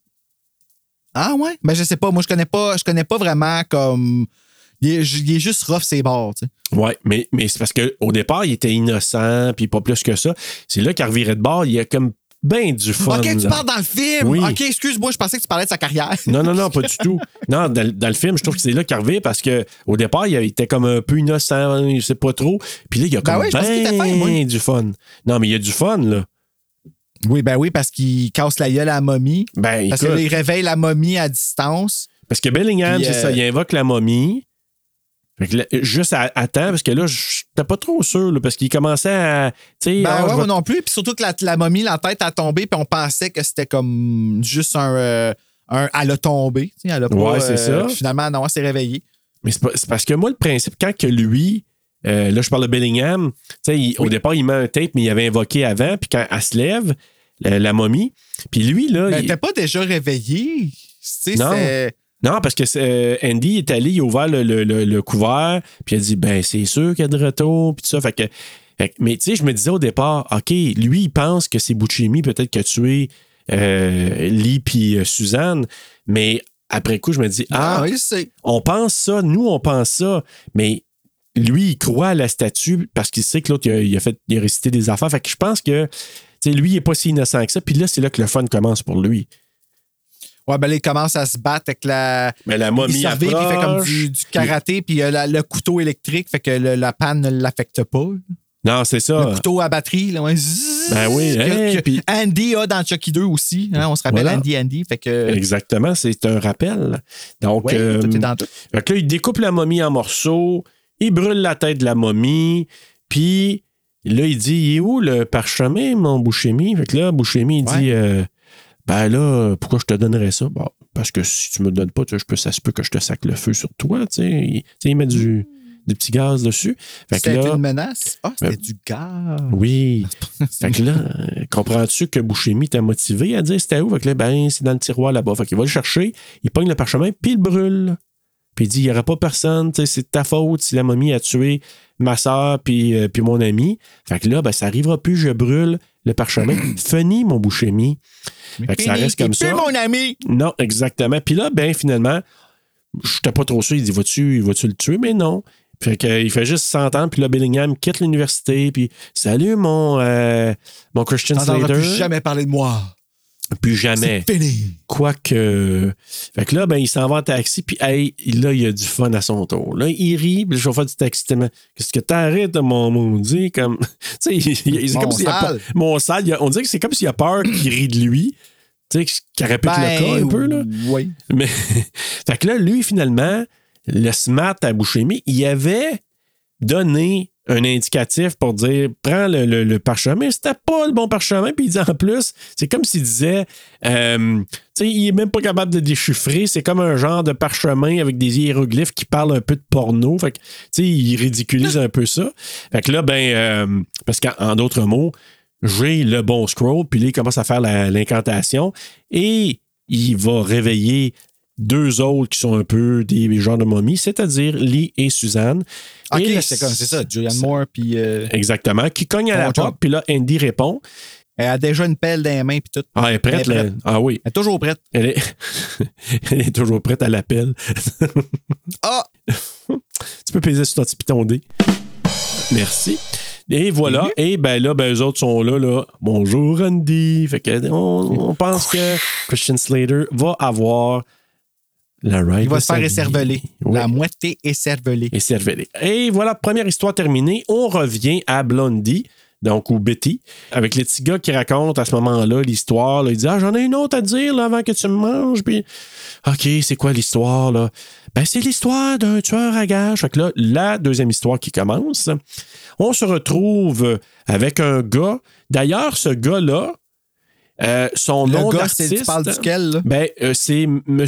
Ah, ouais? Ben, je sais pas. Moi, je connais pas vraiment comme. Il est juste rough ses bords, tu sais. Ouais, mais c'est parce qu'au départ, il était innocent, puis pas plus que ça. C'est là qu'il revirait de bord, il y a comme ben du fun. OK, tu parles dans le film. Oui. OK, excuse-moi, je pensais que tu parlais de sa carrière. Non, pas du tout. Non, dans le film, je trouve que c'est là qu'il revient parce qu'au départ, il était comme un peu innocent, je sais pas trop. Puis là, il y a comme du fun. Non, mais il y a du fun, là. Oui, ben oui, parce qu'il casse la gueule à la momie. Ben, parce qu'il réveille la momie à distance. Parce que Bellingham, c'est ça, il invoque la momie. Fait que là, juste à temps, parce que là, j'étais pas trop sûr, là, parce qu'il commençait à. Moi non plus. Puis surtout que la momie, la tête a tombé, puis on pensait que c'était comme juste elle a tombé. Elle a pas, c'est ça. Finalement, non, elle s'est réveillée. Mais c'est parce que moi, le principe, quand que lui. Là, je parle de Bellingham. Au départ, il met un tape, mais il avait invoqué avant. Puis quand elle se lève, la momie. Puis lui, là. Mais t'es pas déjà réveillé. Non, parce que Andy est allé, il a ouvert le couvert, puis il a dit, ben, c'est sûr qu'il y a de retour, puis tout ça. Mais tu sais, je me disais au départ, OK, lui, il pense que c'est Buscemi peut-être qui a tué Lee puis Suzanne, mais après coup, je me dis, on pense ça, nous, on pense ça, mais lui, il croit à la statue parce qu'il sait que l'autre, il a récité des affaires. Fait que je pense que, tu sais, lui, il n'est pas si innocent que ça, puis là, c'est là que le fun commence pour lui. Ouais, ben là, il commence à se battre avec la momie approche. Puis il fait comme du karaté, puis il a le couteau électrique, fait que la panne ne l'affecte pas. Non, c'est ça. Le couteau à batterie, là, Ben oui, puis Andy a dans Chucky 2 aussi. Hein, on se rappelle voilà. Andy. Fait que... Exactement, c'est un rappel. Donc, tout est dans tout. Fait que là, il découpe la momie en morceaux, il brûle la tête de la momie, puis là, il dit, il est où le parchemin, mon Buscemi? Fait que là, Buscemi, il dit, ben là, pourquoi je te donnerais ça? Bon, parce que si tu me le donnes pas, ça se peut que je te sac le feu sur toi, tu sais. Il met des petits gaz dessus. C'était une menace? Ah, c'était du gaz. Oui. Fait que là, comprends-tu que Buscemi t'a motivé à dire c'était où? Fait que là, ben, c'est dans le tiroir là-bas. Fait qu'il va le chercher, il pogne le parchemin, puis il le brûle. Puis il dit, il n'y aura pas personne, tu sais, c'est de ta faute si la momie a tué ma soeur puis mon ami. Fait que là, ben, ça n'arrivera plus, je brûle le parchemin. Funny, mon Buscemi. Fait que ça reste comme ça. mon ami! Non, exactement. Puis là, ben, finalement, je n'étais pas trop sûr. Il dit, vas-tu le tuer? Mais non. Fait qu'il fait juste s'entendre. Puis là, Bellingham quitte l'université. Puis, salut, mon Christian Slater. On plus jamais parler de moi. Plus jamais. C'est fini. Quoique. Fait que là, ben, il s'en va en taxi. Puis, hey, là, il a du fun à son tour. Là, il rit. Puis le chauffeur du taxi, tellement. Qu'est-ce que t'arrêtes, mon maudit? Comme. Tu sais, c'est comme s'il a pas. Mon sale. On dirait que c'est comme s'il a peur qu'il rit de lui. Tu sais, qu'il répète le cas un peu, là. Oui. Mais. Fait que là, lui, finalement, le smart à Buscemi, il avait donné un indicatif pour dire prends le parchemin. C'était pas le bon parchemin. Puis il dit en plus, c'est comme s'il disait tu sais, il est même pas capable de déchiffrer. C'est comme un genre de parchemin avec des hiéroglyphes qui parlent un peu de porno. Fait que, tu sais, il ridiculise un peu ça. Fait que là, ben, parce qu'en d'autres mots, j'ai le bon scroll. Puis là, il commence à faire l'incantation. Et il va réveiller deux autres qui sont un peu des genres de momies, c'est-à-dire Lee et Suzanne. OK, et c'est ça. Julianne Moore, puis... Exactement. Qui cogne à la porte, puis là, Andy répond. Elle a déjà une pelle dans les mains, puis tout. Ah, elle est prête, là. Ah oui. Elle est toujours prête. Elle est toujours prête à l'appel. Ah! Tu peux peser sur ton petit piton D. Merci. Et voilà. Et ben là, ben eux autres sont là. Bonjour, Andy. Fait que on pense que Christian Slater va avoir la ride. Il va se faire écerveler. Oui. La moitié écervelée. Écervelée. Et voilà, première histoire terminée. On revient à Blondie, donc ou Betty, avec les petits gars qui racontent à ce moment-là l'histoire. Là. Ils disent j'en ai une autre à dire là, avant que tu me manges. Puis, OK, c'est quoi l'histoire? Là? Ben, c'est l'histoire d'un tueur à gages. Fait que là, la deuxième histoire qui commence, on se retrouve avec un gars. D'ailleurs, ce gars-là, son nom d'artiste, tu parles duquel, là? Ben, c'est M.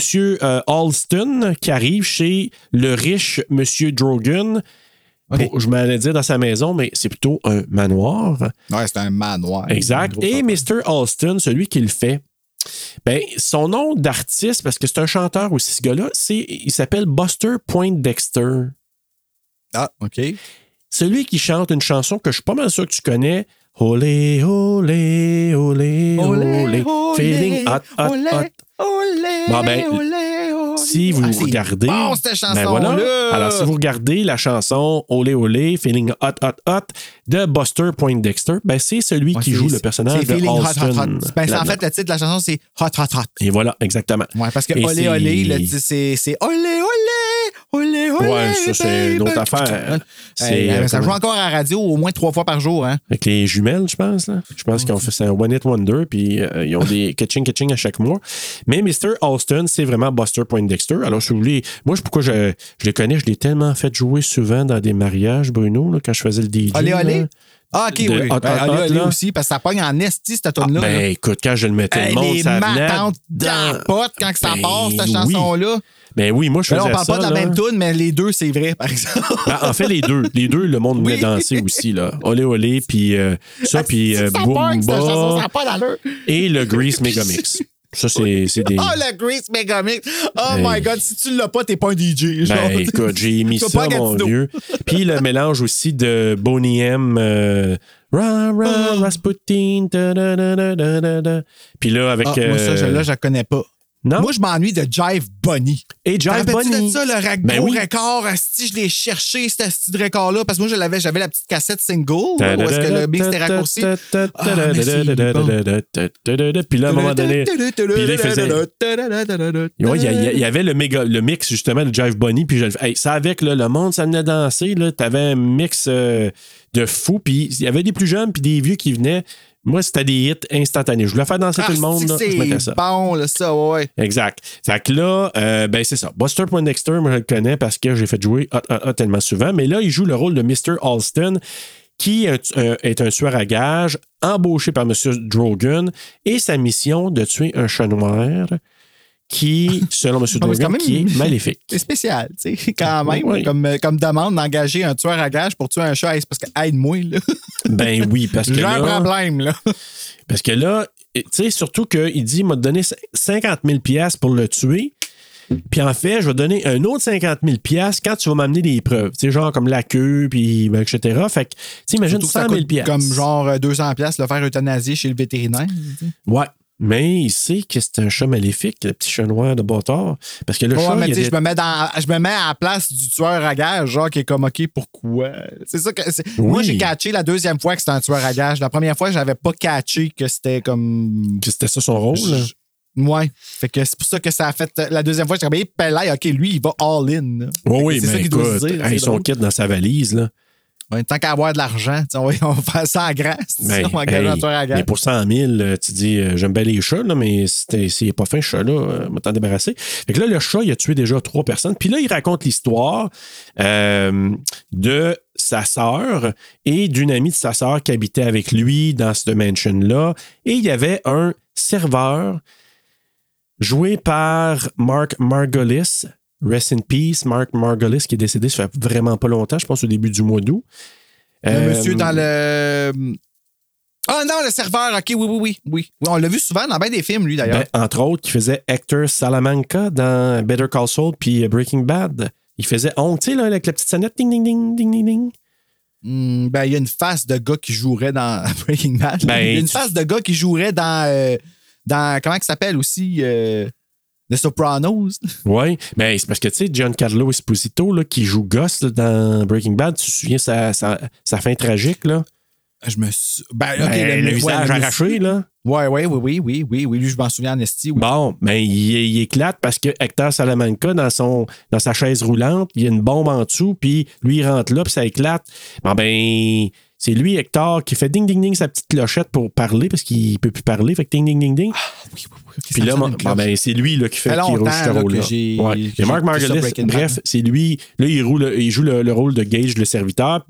Alston qui arrive chez le riche M. Drogan. Okay. Je m'allais dire dans sa maison, mais c'est plutôt un manoir. Ouais, c'est un manoir. Exact. Et Mr. Alston, celui qui le fait, ben, son nom d'artiste, parce que c'est un chanteur aussi, ce gars-là, il s'appelle Buster Poindexter. Ah, OK. Celui qui chante une chanson que je suis pas mal sûr que tu connais. Olé, olé, olé, olé, feeling hot, hot, hot. Bon, ben, si vous regardez. Bon, cette chanson-là! Ben voilà. Alors, si vous regardez la chanson Olé, olé, feeling hot, hot, hot de Buster Poindexter, ben, c'est celui qui joue le personnage de Alston. Hot, hot, hot. Ben, en fait, le titre de la chanson, c'est Hot, hot, hot. Et voilà, exactement. Ouais, parce que olé, olé, le titre, c'est olé, olé, olé, olé. Ouais, ça, c'est une autre affaire. Ça joue encore à la radio au moins 3 fois par jour. Hein? Avec les jumelles, je pense. Là. Je pense qu'ils ont fait c'est un One Hit Wonder, puis ils ont des catching à chaque mois. Mais Mr. Alston, c'est vraiment Buster Poindexter. Alors, si vous voulez, moi, pourquoi je le connais, je l'ai tellement fait jouer souvent dans des mariages, Bruno, là, quand je faisais le DJ. Olé, olé. Là. Ah, OK, oui. Olé aussi, parce que ça pogne en esti, cette tune-là. Ben, écoute, quand je le mettais, le monde, ça venait dans pote quand ça part, cette chanson-là. Ben oui, moi, je faisais ça. On parle pas de la même tune, mais les deux, c'est vrai, par exemple. Ben, en fait, les deux, le monde voulait danser aussi, là. Olé, olé, puis ça, puis Boomba. Et le Grease Megamix. Ça, c'est des... Oh, le Grease Megamix! Oh my God, si tu l'as pas, t'es pas un DJ. Genre. Ben, écoute, j'ai mis ça, mon vieux. Puis le mélange aussi de Boney M, Rasputin, puis là, avec... moi, ça, je la connais pas. Non? Moi, je m'ennuie de Jive Bunny. Et Jive Bunny. De ça, le record? Si je l'ai cherché, ce petit record-là, parce que moi, j'avais la petite cassette single, où est-ce que le mix était raccourci. Puis là, à un moment donné, il faisait... Il y avait le mix, justement, de Jive Bunny, puis ça avec, là, le monde, ça venait danser, là, t'avais un mix de fou, puis il y avait des plus jeunes, puis des vieux qui venaient. Moi, c'était des hits instantanés. Je voulais faire danser tout le monde. Là, je mettais ça. Bon, là, ça, ouais. Exact. Fait que là, c'est ça. Buster Poindexter, moi, je le connais parce que j'ai fait jouer tellement souvent. Mais là, il joue le rôle de Mr. Alston, qui est un tueur à gages embauché par M. Drogon, et sa mission de tuer un chat noir qui, selon M. Drogon, qui est maléfique. C'est spécial, tu sais, quand même, oui. comme demande d'engager un tueur à gages pour tuer un chat. C'est parce que aide-moi, là. Ben oui, parce que j'ai là... un problème, là. Parce que là, tu sais, surtout qu'il dit, il m'a donné 50 000 $ pour le tuer. Puis en fait, je vais donner un autre 50 000 $ quand tu vas m'amener des preuves. Tu sais, genre comme la queue, puis etc. Fait que, tu sais, imagine 100 000 $. Comme genre 200 $ le faire euthanasier chez le vétérinaire. Tu sais. Ouais. Mais il sait que c'est un chat maléfique, le petit chat noir de bâtard. Parce que le chat. Mais je me mets à la place du tueur à gages, genre qui est comme OK, pourquoi? C'est ça que. Oui. Moi, j'ai catché la deuxième fois que c'était un tueur à gages. La première fois, j'avais pas catché que c'était comme. Que c'était ça son rôle. Ouais. Fait que c'est pour ça que ça a fait. La deuxième fois, j'ai travaillé Pelay, OK, lui, il va all-in. Oui, c'est mais ça qu'il doit se dire. Son kit dans sa valise, là. Ouais, tant qu'à avoir de l'argent, on va faire ça à grâce. On va engager un tueur à gages. Mais pour 100 000, tu dis, j'aime bien les chats, là, mais s'il n'est pas fin, ce chat-là, m'a t'en débarrasser. Fait que là, le chat, il a tué déjà 3 personnes. Puis là, il raconte l'histoire de sa sœur et d'une amie de sa sœur qui habitait avec lui dans cette mansion-là. Et il y avait un serveur joué par Mark Margolis. Rest in peace, Mark Margolis, qui est décédé, ça fait vraiment pas longtemps, je pense au début du mois d'août. Le monsieur dans le... Ah non, le serveur, OK, oui. On l'a vu souvent dans bien des films, lui, d'ailleurs. Entre autres, qui faisait Hector Salamanca dans Better Call Saul puis Breaking Bad. Il faisait honte, tu sais, là, avec la petite sonnette, ding, ding, ding, ding, ding, ding. Il y a une face de gars qui jouerait dans Breaking Bad. Il y a une face de gars qui jouerait dans comment il s'appelle aussi... The Sopranos. Oui, mais c'est parce que, tu sais, Giancarlo Esposito, là, qui joue Gus là, dans Breaking Bad, tu te souviens sa fin tragique, là? Je me suis... le visage arraché, là. Oui, lui, je m'en souviens en esti. Oui. Bon, mais il éclate parce que Hector Salamanca, dans sa chaise roulante, il y a une bombe en dessous, puis lui, il rentre là, puis ça éclate. Bon, c'est lui, Hector, qui fait ding, ding, ding sa petite clochette pour parler parce qu'il peut plus parler. Fait que ding, ding, ding, ding. Oui. Puis là, c'est lui là, qui roule ce rôle-là. Et Mark Margolis, bref, c'est lui. Là, il joue le rôle de Gage, le serviteur.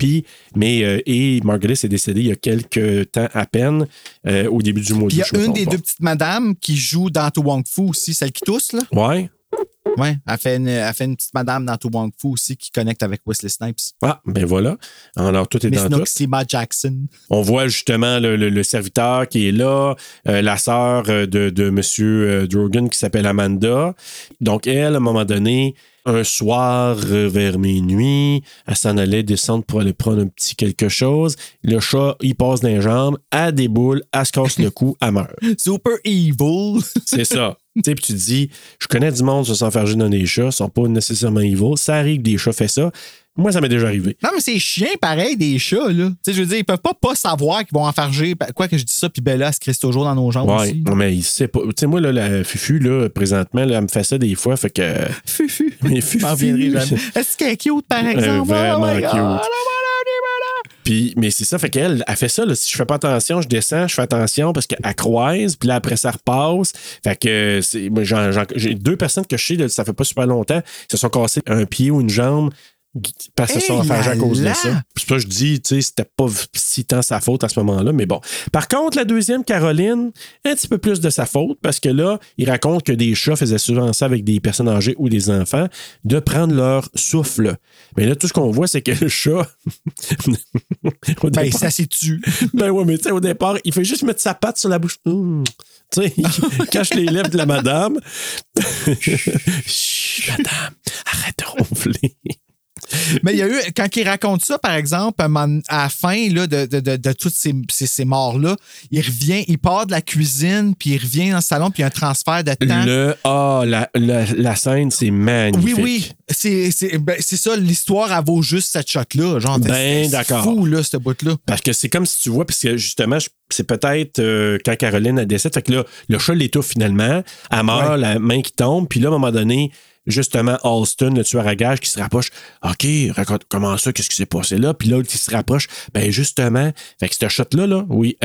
Et Margolis est décédé il y a quelques temps à peine, au début du mois d'août. Il y a une des deux petites madames qui joue dans To Wong Fu aussi, celle qui tousse, là. Ouais. Oui, elle fait une petite madame dans To Wong Fu aussi qui connecte avec Wesley Snipes. Ah, ben voilà. Alors, tout est dans tout. C'est Matt Jackson. On voit justement le serviteur qui est là, la sœur de M. Drogon qui s'appelle Amanda. Donc, elle, à un moment donné, un soir vers minuit, elle s'en allait descendre pour aller prendre un petit quelque chose. Le chat, il passe dans les jambes, elle déboule, elle se casse le cou, elle meurt. Super evil. C'est ça. Tu sais, puis tu te dis, je connais du monde qui s'enfarger dans des chats, ils sont pas nécessairement evil. Ça arrive que des chats font ça. Moi, ça m'est déjà arrivé. Non, mais c'est chien pareil, des chats, là. Tu sais, je veux dire, ils peuvent pas savoir qu'ils vont enfarger. Quoi que je dis ça, puis Bella se crisse toujours dans nos jambes aussi. Ouais, mais il sait pas. Tu sais, moi, là, la Fufu, là, présentement, là, elle me fait ça des fois, fait que... Fufu. Mais Fufu. Je m'en reviendrai jamais. Est-ce qu'elle est cute, par exemple? Vraiment cute. Puis, mais c'est ça, fait qu'elle elle fait ça. Là, si je fais pas attention, je descends, je fais attention parce qu'elle croise, puis là, après, ça repasse. Fait que j'ai 2 personnes que je sais, là, ça fait pas super longtemps, qui se sont cassés un pied ou une jambe parce qu'ils se sont enfargés à cause de ça. Puis ça, je dis, tu sais, c'était pas si tant sa faute à ce moment-là, mais bon. Par contre, la deuxième, Caroline, un petit peu plus de sa faute parce que là, il raconte que des chats faisaient souvent ça avec des personnes âgées ou des enfants, de prendre leur souffle. Mais là, tout ce qu'on voit, c'est que le chat... ça s'est tué. Ben ouais, mais tu sais, au départ, il fait juste mettre sa patte sur la bouche. Tu sais, il cache les lèvres de la madame. Chut, madame, arrête de ronfler. Mais il y a eu, quand il raconte ça, par exemple, à la fin là, de toutes ces morts-là, il revient, il part de la cuisine, puis il revient dans le salon, puis il y a un transfert de temps. La scène, c'est magnifique. Oui. C'est ça, l'histoire, elle vaut juste cette shot-là. Genre, d'accord. C'est fou, là, ce bout-là. Parce que c'est comme si tu vois, parce que justement, c'est peut-être quand Caroline a décédé, fait que là, le chat l'étouffe finalement, elle meurt, la main qui tombe, puis là, à un moment donné, justement Alston, le tueur à gages, qui se rapproche. OK, raconte comment ça, qu'est-ce qui s'est passé là? Puis l'autre qui se rapproche. Ben justement, fait que ce shot-là, là, oui,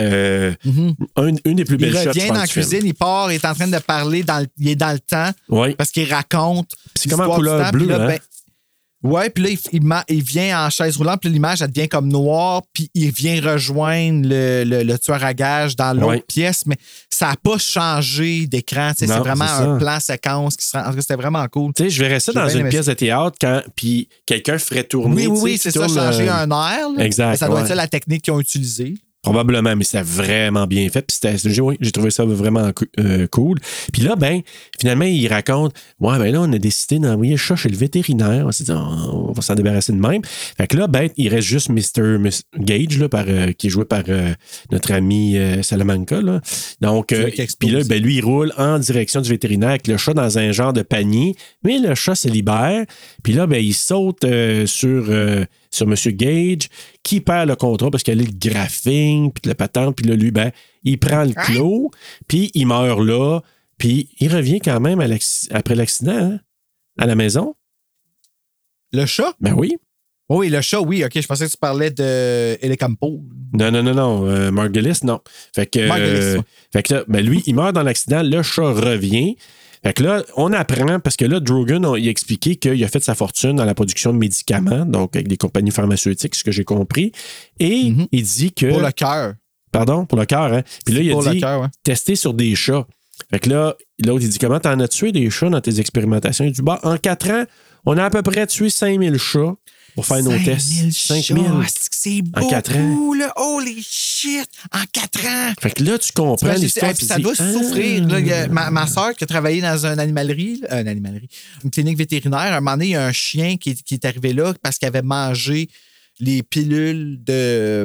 une des plus belles shots. Il revient dans la cuisine, il part, il est en train de parler, il est dans le temps. Oui. Parce qu'il raconte. C'est comme en couleur bleue, hein? Ouais, puis là, il vient en chaise roulante, puis l'image, elle devient comme noire, puis il vient rejoindre le tueur à gages dans l'autre pièce, mais ça n'a pas changé d'écran. C'est vraiment un plan séquence qui en tout cas, c'était vraiment cool. Tu sais, je verrais ça dans une pièce de théâtre puis quelqu'un ferait tourner. Oui, c'est ça, changer un air. Là. Exact. Ça doit être ça la technique qu'ils ont utilisée. Probablement, mais c'était vraiment bien fait. Puis j'ai trouvé ça vraiment cool. Puis là, ben, finalement, il raconte ben là, on a décidé d'envoyer le chat chez le vétérinaire. On s'est dit, on va s'en débarrasser de même. Fait que là, ben, il reste juste Mr. Gage, là, qui est joué par notre ami Salamanca. Là. Donc, puis là, ben, lui, il roule en direction du vétérinaire avec le chat dans un genre de panier. Mais le chat se libère. Puis là, ben, il saute sur M. Gage, qui perd le contrôle parce qu'il a le graphing, puis le patente, puis là, lui, ben, il prend le clos, puis il meurt là, puis il revient quand même après l'accident, hein, à la maison. Le chat? Ben oui. Oui, le chat, oui. OK, je pensais que tu parlais de El Campo. Non. Margulis, non. Fait que là, ben lui, il meurt dans l'accident, le chat revient. Fait que là, on apprend, parce que là, Drogon, il a expliqué qu'il a fait sa fortune dans la production de médicaments, donc avec des compagnies pharmaceutiques, ce que j'ai compris. Et il dit que... Pour le cœur. Pardon, pour le cœur, hein. Puis là, il a dit, tester sur des chats. Fait que là, l'autre, il dit, comment t'en as tué des chats dans tes expérimentations? Il dit, en 4 ans, on a à peu près tué 5000 chats pour faire nos tests. 5000. C'est beau, en 4 ans. Là. Holy shit! En 4 ans! Fait que là, tu comprends l'histoire. Ça doit souffrir. Là, ma soeur qui a travaillé dans une animalerie, une clinique vétérinaire, à un moment donné, il y a un chien qui est arrivé là parce qu'il avait mangé les pilules de...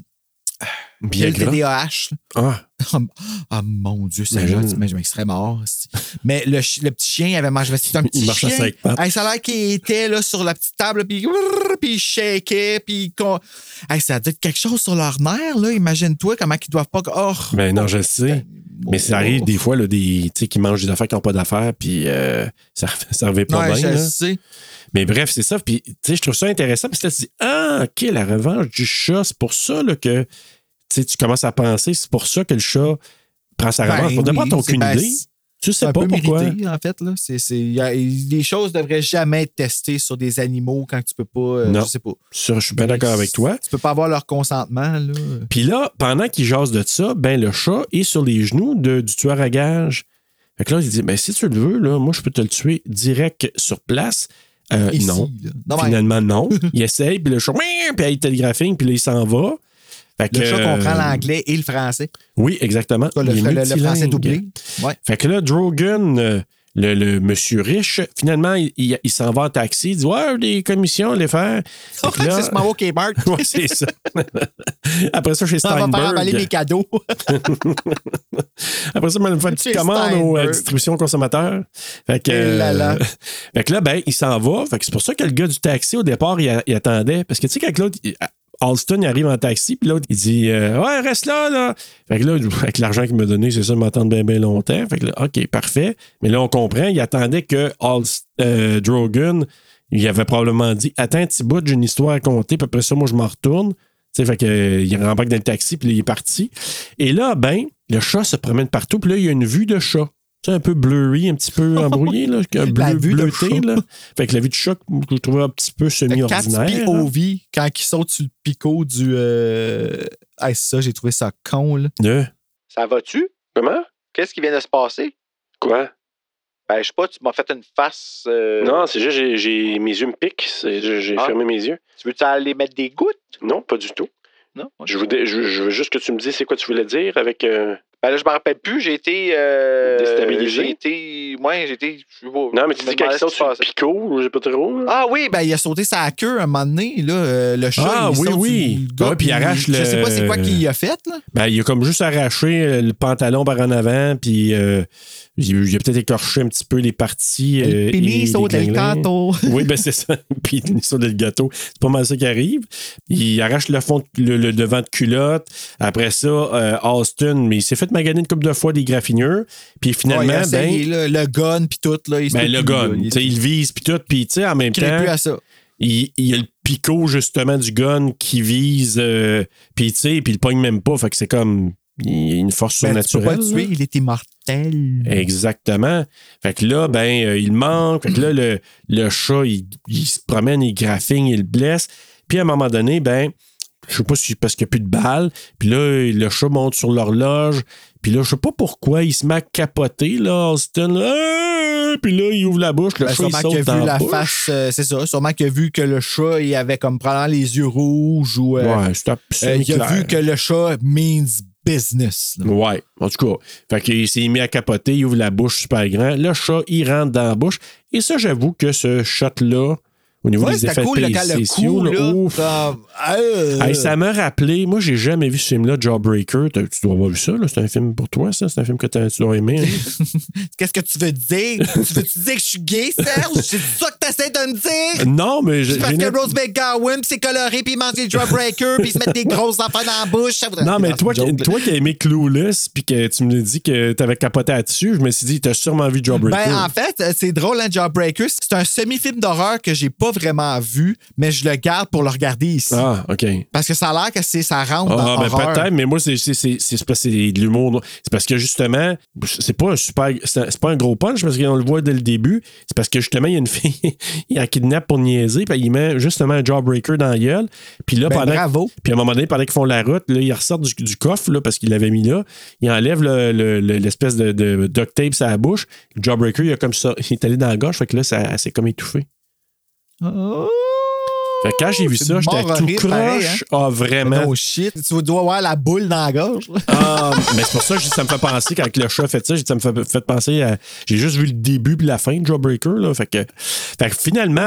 TDAH. Ah, mon Dieu, c'est il serait mort. Mais le petit chien, il avait mangé. C'est un petit chien. Ça a l'air qu'il était là, sur la petite table, puis il shakeait, puis ça doit être quelque chose sur leur nerf, là. Imagine-toi comment ils doivent pas... Ben non, je sais. Mais ça arrive des fois, là, qui mangent des affaires qui n'ont pas d'affaires, puis ça revient pas bien. Je sais. Mais bref, c'est ça. Puis, je trouve ça intéressant, parce que là, tu dis, OK, la revanche du chat, c'est pour ça là, que tu commences à penser, c'est pour ça que le chat prend sa revanche. Pour ne pas aucune idée. Tu sais pas pourquoi. Mérité, en fait. Là. Les choses ne devraient jamais être testées sur des animaux quand tu peux pas. Non. Je sais pas. Ça, je suis bien d'accord avec toi. Tu peux pas avoir leur consentement. Là. Puis là, pendant qu'il jase de ça, ben le chat est sur les genoux du tueur à gages. Fait que là, il dit, ben si tu le veux, là, moi, je peux te le tuer direct sur place. Ici, non. Là. Finalement, non. Il essaye, puis le chat, puis il télégraphing, puis là, il s'en va. Fait que, le chat comprend l'anglais et le français. Oui, exactement. Le français doublé. Ouais. Fait que là, Drogon, le monsieur riche, finalement, il s'en va en taxi. Il dit, ouais, des commissions à les faire. C'est ce moment au Kmart. Oui, c'est ça. Après ça, chez Steinberg. On va faire emballer mes cadeaux. Après ça, on va faire une petite commande aux distributions consommateurs. Fait que, fait que là, ben, il s'en va. Fait que c'est pour ça que le gars du taxi, au départ, il attendait. Parce que tu sais, quand l'autre... Alston, il arrive en taxi, puis l'autre, il dit ouais, reste là. Fait que là, avec l'argent qu'il m'a donné, c'est ça, il m'attend bien longtemps. Fait que là, OK, parfait. Mais là, on comprend, il attendait que Drogon, il avait probablement dit attends un petit bout, j'ai une histoire à compter, puis après ça, moi, je m'en retourne. T'sais, fait que, il rembarque dans le taxi, puis là, il est parti. Et là, ben, le chat se promène partout, puis là, il y a une vue de chat. C'est un peu blurry, un petit peu embrouillé, là. Bleuté, là. Fait que la vue de chat, je trouvais un petit peu semi-ordinaire. POV, quand il saute sur le picot du... ça, j'ai trouvé ça con, là. Ça va-tu? Comment? Qu'est-ce qui vient de se passer? Quoi? Ben, je sais pas, tu m'as fait une face... Non, c'est juste, mes yeux me piquent. J'ai fermé mes yeux. Tu veux-tu aller mettre des gouttes? Non, pas du tout. Non? Je veux juste que tu me dises c'est quoi tu voulais dire avec... Ben là, je me rappelle plus. J'ai été... déstabilisé? J'ai été... Non, mais tu dis qu'il saute sur le picot, ou j'ai pas trop... Là. Ah oui, ben il a sauté sa queue un moment donné, là, le chat. Ah oui. Puis il arrache le... Je sais pas c'est quoi qu'il a fait, là. Ben, il a comme juste arraché le pantalon par en avant, puis il a peut-être écorché un petit peu les parties. Le pénis saute le gâteau. Oui, ben c'est ça. Puis il saute le gâteau. C'est pas mal ça qui arrive. Il arrache le devant de culotte. Après ça, Alston, mais il s'est fait magané une couple de fois des graffineurs. Puis finalement, il a essayé, là, le gun, puis tout. Là, le gun. Tu sais, il vise, puis tout. Puis, tu sais, en même temps. Plus à ça. Il y a le picot, justement, du gun qui vise. Puis, tu sais, puis il pogne même pas. Fait que c'est comme. Il y a une force surnaturelle. Tu peux pas le tuer, il est immortel. Exactement. Fait que là, il manque. Fait que là, le chat, il se promène, il graffine, il le blesse. Puis à un moment donné, je sais pas si parce qu'il n'y a plus de balles. Puis là, le chat monte sur l'horloge. Puis là, je sais pas pourquoi, il se met à capoter, là, Austin. Là, puis là, il ouvre la bouche. Le chat, il saute dans la bouche. Face, c'est ça. Sûrement qu'il a vu que le chat, il avait comme probablement les yeux rouges. Ou, ouais, c'est absolument il a vu que le chat means business. Là. Ouais, en tout cas. Fait qu'il s'est mis à capoter, il ouvre la bouche super grand. Le chat, il rentre dans la bouche. Et ça, j'avoue que ce shot-là, au niveau des effets spéciaux, ça m'a rappelé, moi j'ai jamais vu ce film-là, Jawbreaker. Tu dois avoir vu ça, là. C'est un film pour toi, ça? C'est un film que tu dois aimer. Hein? Qu'est-ce que tu veux dire? Tu veux-tu dire que je suis gay, Serge? C'est ça que tu essaies de me dire? Non, mais parce que Rose McGowan, c'est coloré, puis il mange des Jawbreaker, puis il se met des grosses affaires dans la bouche. Non, mais toi qui as aimé Clueless, puis que tu me dis que tu avais capoté là-dessus, je me suis dit, tu as sûrement vu Jawbreaker. En fait, c'est drôle, hein, Jawbreaker. C'est un semi-film d'horreur que j'ai pas vraiment vu, mais je le garde pour le regarder ici. Ah, OK. Parce que ça a l'air que ça rentre dans l'horreur. Peut-être, mais moi, c'est parce que c'est de l'humour. C'est parce que, justement, c'est pas un gros punch, parce qu'on le voit dès le début. C'est parce que, justement, il y a une fille, il la kidnappe pour niaiser, puis il met justement un Jawbreaker dans la gueule. Puis là, bravo. Puis à un moment donné, pendant qu'ils font la route, là, il ressort du coffre, là, parce qu'il l'avait mis là. Il enlève l'espèce de duct tape sur la bouche. Le Jawbreaker, il a comme ça, il est allé dans la gorge, fait que là, ça s'est comme étouffé. Oh! Fait que quand j'ai vu ça, j'étais tout croche. Pareil, hein? Ah, vraiment. Oh shit. Tu dois avoir la boule dans la gorge. Mais c'est pour ça que ça me fait penser, quand le chat fait ça, ça me fait penser à. J'ai juste vu le début puis la fin de Jawbreaker. Là, fait que finalement,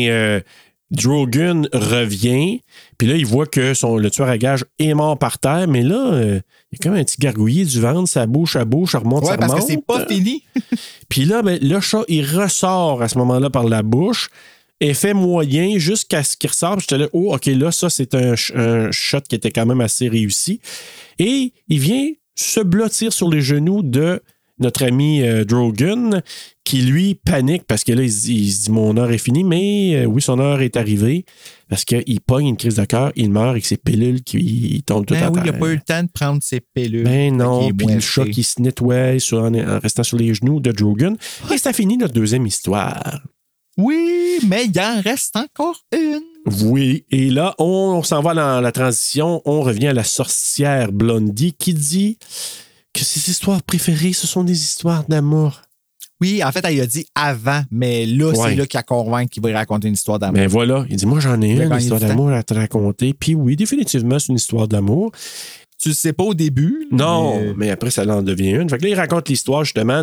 Drogon revient, puis là, il voit que le tueur à gages est mort par terre, mais là, il y a comme un petit gargouillis du ventre, ça bouche, ça remonte, ça remonte. Ouais, parce que c'est pas fini. Puis là, le chat, il ressort à ce moment-là par la bouche. Effet moyen jusqu'à ce qu'il ressorte. J'étais là, oh, OK, là, ça, c'est un shot qui était quand même assez réussi. Et il vient se blottir sur les genoux de notre ami Drogon, qui, lui, panique parce que là, il se dit, mon heure est finie, mais oui, son heure est arrivée parce qu'il pogne une crise de cœur, il meurt avec ses pilules qui tombent tout à terre. Oui, il n'a pas eu le temps de prendre ses pilules. Ben non, puis le chat qui se nettoie en restant sur les genoux de Drogon. Et ça finit notre deuxième histoire. Oui, mais il en reste encore une. Oui, et là, on s'en va dans la transition. On revient à la sorcière Blondie qui dit que ses histoires préférées, ce sont des histoires d'amour. Oui, en fait, elle a dit avant, mais là, c'est là qu'il a convaincu qu'il va raconter une histoire d'amour. Mais voilà, il dit, moi, j'en ai une histoire d'amour à te raconter. Puis oui, définitivement, c'est une histoire d'amour. Tu le sais pas au début. Non, mais après, ça en devient une. Fait que là, il raconte l'histoire, justement,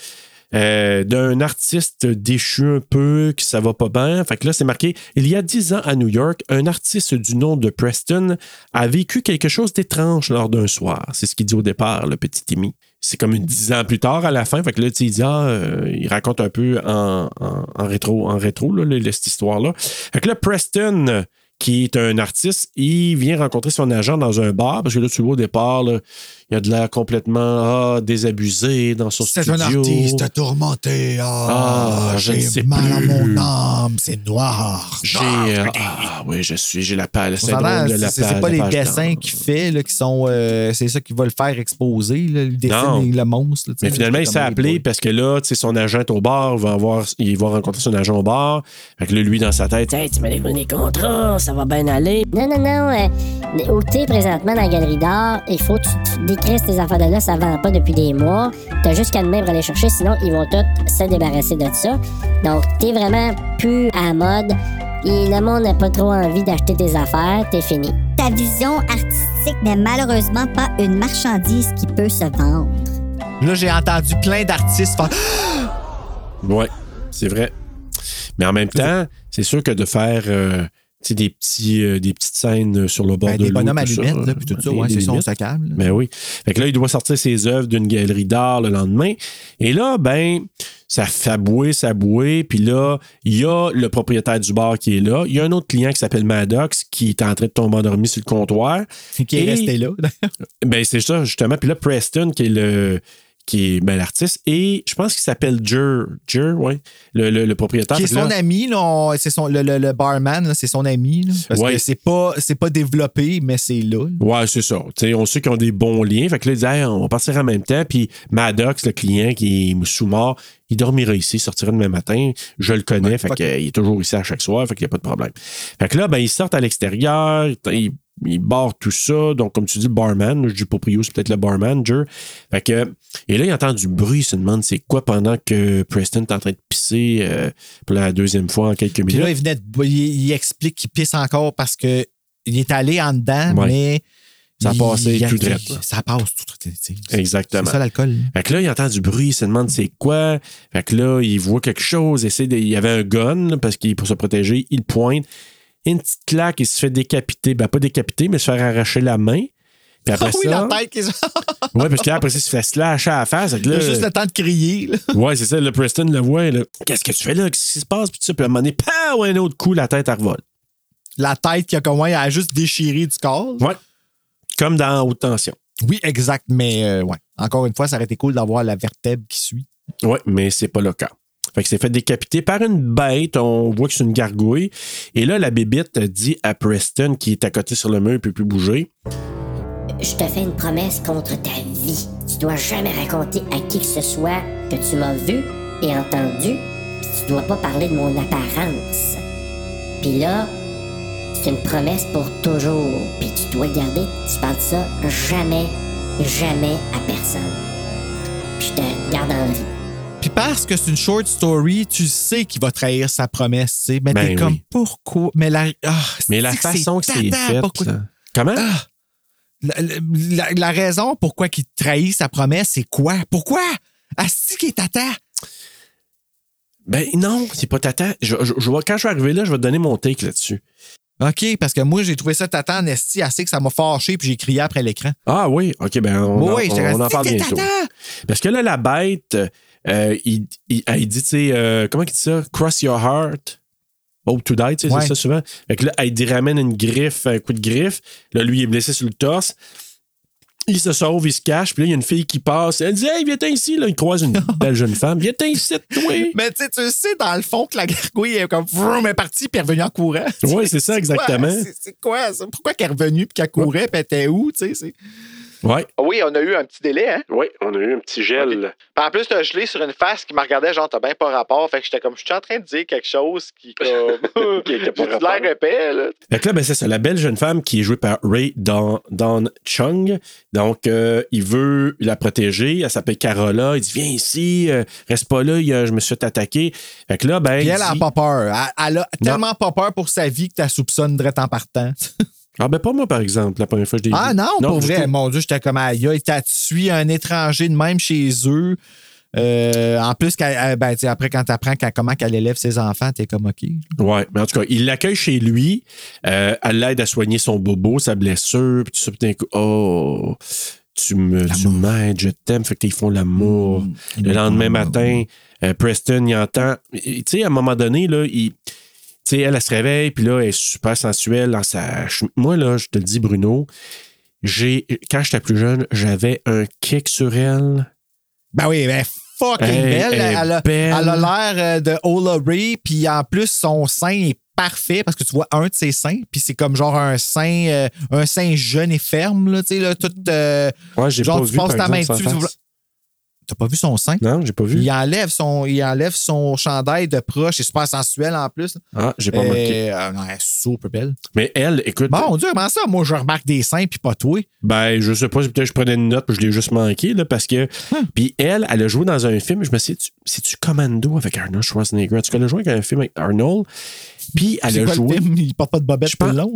d'un artiste déchu un peu, que ça va pas bien. Fait que là, c'est marqué, il y a 10 ans à New York, un artiste du nom de Preston a vécu quelque chose d'étrange lors d'un soir. C'est ce qu'il dit au départ, le petit Timmy. C'est comme 10 ans plus tard, à la fin. Fait que là, il dit, il raconte un peu en rétro là, cette histoire-là. Fait que là, Preston, qui est un artiste, il vient rencontrer son agent dans un bar, parce que là, tu vois au départ, là, il a de l'air complètement désabusé dans son studio. C'est un artiste tourmenté. J'ai mal à mon âme, c'est noir. J'ai la page. C'est pas les dessins qu'il fait là, qui sont. C'est ça qui va le faire exposer, là, le dessin le monstre. Là, mais finalement, il s'est appelé parce que là, son agent est au bar, il va rencontrer son agent au bar. Fait que là, lui, dans sa tête, hey, tu m'as donné des contrats, ça va bien aller. Non. Où t'es présentement dans la galerie d'art, il faut que tu décrisses tes affaires de là, ça vend pas depuis des mois. T'as juste qu'à demain pour aller chercher, sinon ils vont tous se débarrasser de ça. Donc, t'es vraiment plus à la mode. Et le monde n'a pas trop envie d'acheter tes affaires, t'es fini. Ta vision artistique n'est malheureusement pas une marchandise qui peut se vendre. Là, j'ai entendu plein d'artistes faire... Ouais, c'est vrai. Mais en même temps, c'est sûr que de faire des petites scènes sur le bord de l'eau. Des bonhommes tout allumettes, ça. là, puis tout ça. Ouais, c'est ça, on se calme. Ben oui. Fait que là, il doit sortir ses œuvres d'une galerie d'art le lendemain. Et là, ben, ça fait bouer. Puis là, il y a le propriétaire du bar qui est là. Il y a un autre client qui s'appelle Maddox qui est en train de tomber endormi sur le comptoir. Qui est resté là. Ben, c'est ça, justement. Puis là, Preston, qui est l'artiste, et je pense qu'il s'appelle Jer, ouais, le propriétaire. Qui est son ami, là, c'est le barman, là, c'est son ami. Là, parce que c'est pas développé, mais c'est là. Ouais, c'est ça. T'sais, on sait qu'ils ont des bons liens. Fait que là, ils disent, hey, on va partir en même temps. Puis Maddox, le client qui est sous-mort, il dormira ici, il sortira demain matin. Je le connais, fait qu'il est toujours ici à chaque soir, fait qu'il n'y a pas de problème. Fait que là, ben, ils sortent à l'extérieur, il barre tout ça. Donc, comme tu dis, le barman, je dis proprio, c'est peut-être le barman, Jer. Fait que, et là, il entend du bruit, il se demande c'est quoi pendant que Preston est en train de pisser pour la deuxième fois en quelques minutes. Puis là, il explique qu'il pisse encore parce que il est allé en dedans, mais ça a passé tout droit. Ça passe tout droit. Exactement. C'est ça l'alcool. Fait que là, il entend du bruit, il se demande c'est quoi. Fait que là, il voit quelque chose, il y avait un gun là, parce qu'il pour se protéger, il pointe. Une petite claque, il se fait décapiter. Ben, pas décapiter, mais se faire arracher la main. Puis après la tête qui ouais, parce qu'après ça, il se fait slasher à la face. Là, il a juste le temps de crier. Là. Ouais, c'est ça. Le Preston le voit. Là. Qu'est-ce que tu fais là? Qu'est-ce qui se passe? Puis ça, puis à un moment donné, un autre coup, la tête, elle revole. La tête qui a comme elle a juste déchiré du corps. Ouais. Comme dans haute tension. Oui, exact. Mais ouais. Encore une fois, ça aurait été cool d'avoir la vertèbre qui suit. Ouais, mais c'est pas le cas. Fait que c'est fait décapiter par une bête. On voit que c'est une gargouille. Et là, la bébite dit à Preston, qui est à côté sur le mur, il ne peut plus bouger. Je te fais une promesse contre ta vie. Tu dois jamais raconter à qui que ce soit que tu m'as vu et entendu. Puis tu dois pas parler de mon apparence. Puis là, c'est une promesse pour toujours. Puis tu dois le garder. Tu parles de ça jamais à personne. Puis je te garde en vie. Puis parce que c'est une short story, tu sais qu'il va trahir sa promesse, tu sais. Mais t'es comme, pourquoi? Mais la façon que c'est fait. Comment? La raison pourquoi il trahit sa promesse, c'est quoi? Pourquoi? Asti qui est tata? Ben non, c'est pas tata. Quand je vais arriver là, je vais te donner mon take là-dessus. OK, parce que moi, j'ai trouvé ça tata en esti assez que ça m'a fâché puis j'ai crié après l'écran. Ah oui? OK, ben on en parle bientôt. Tata! Parce que là, la bête... il dit, tu sais, comment il dit ça? Cross your heart. Hope to die, tu sais, c'est ça souvent. Fait que là, il ramène une griffe, un coup de griffe. Là, lui, il est blessé sur le torse. Il se sauve, il se cache. Puis là, il y a une fille qui passe. Elle dit, hey, viens-t'en ici. Là, il croise une belle jeune femme. Viens-t'en ici, toi. Mais tu sais, dans le fond, que la gargouille est comme, vroom, est partie, puis elle est revenue en courant. Oui, c'est ça, exactement. C'est quoi ça? Pourquoi qu'elle est revenue, puis qu'elle courait, puis elle était où, tu sais? Ouais. Oui, on a eu un petit délai, hein? Oui, on a eu un petit gel. Okay. En plus, t'as gelé sur une face qui me regardait, genre, t'as bien pas rapport. Fait que j'étais comme, je suis en train de dire quelque chose qui, comme, qui a pas l'air épais, là. Fait que là, ben, c'est ça. La belle jeune femme qui est jouée par Ray Dawn Chung. Donc, il veut la protéger. Elle s'appelle Carola. Il dit, viens ici, reste pas là, je me suis fait attaquer. Fait que là, ben. Puis elle n'a pas peur. Elle a tellement pas peur pour sa vie que tu la soupçonnes direct en partant. Ah, ben pas moi, par exemple, la première fois que je l'ai vu. Ah non, pour vrai, mon Dieu, j'étais comme aïe, t'as tué un étranger de même chez eux. En plus, après, quand t'apprends comment qu'elle élève ses enfants, t'es comme OK. Ouais, mais en tout cas, il l'accueille chez lui. Elle l'aide à soigner son bobo, sa blessure, puis tout ça, puis d'un coup, oh, tu m'aides, je t'aime, fait qu'ils font l'amour. Le lendemain matin, Preston, il entend. Tu sais, à un moment donné, là, tu sais, elle se réveille, puis là, elle est super sensuelle dans sa... Moi, là, je te le dis, Bruno, quand j'étais plus jeune, j'avais un kick sur elle. Ben oui, ben fucking belle. Elle a l'air de Ola Ray, puis en plus, son sein est parfait parce que tu vois un de ses seins, puis c'est comme genre un sein jeune et ferme, là, tu sais, là, tout... ouais, j'ai genre, pas tu vu, passes ta main exemple, dessus, t'as pas vu son sein? Non, j'ai pas vu. Il enlève son chandail de proche. Il est super sensuel en plus. Ah, j'ai pas remarqué. Non, elle est super belle. Mais elle, écoute... Bon Dieu, comment ça? Moi, je remarque des seins puis pas toi. Ben, je sais pas. Peut-être que je prenais une note puis je l'ai juste manqué, là, parce que... Puis elle a joué dans un film. Je me suis dit, c'est-tu Commando avec Arnold Schwarzenegger? En tout cas, elle a joué avec un film avec Arnold. Puis elle a joué... Le film? Il porte pas de bobette tout le long,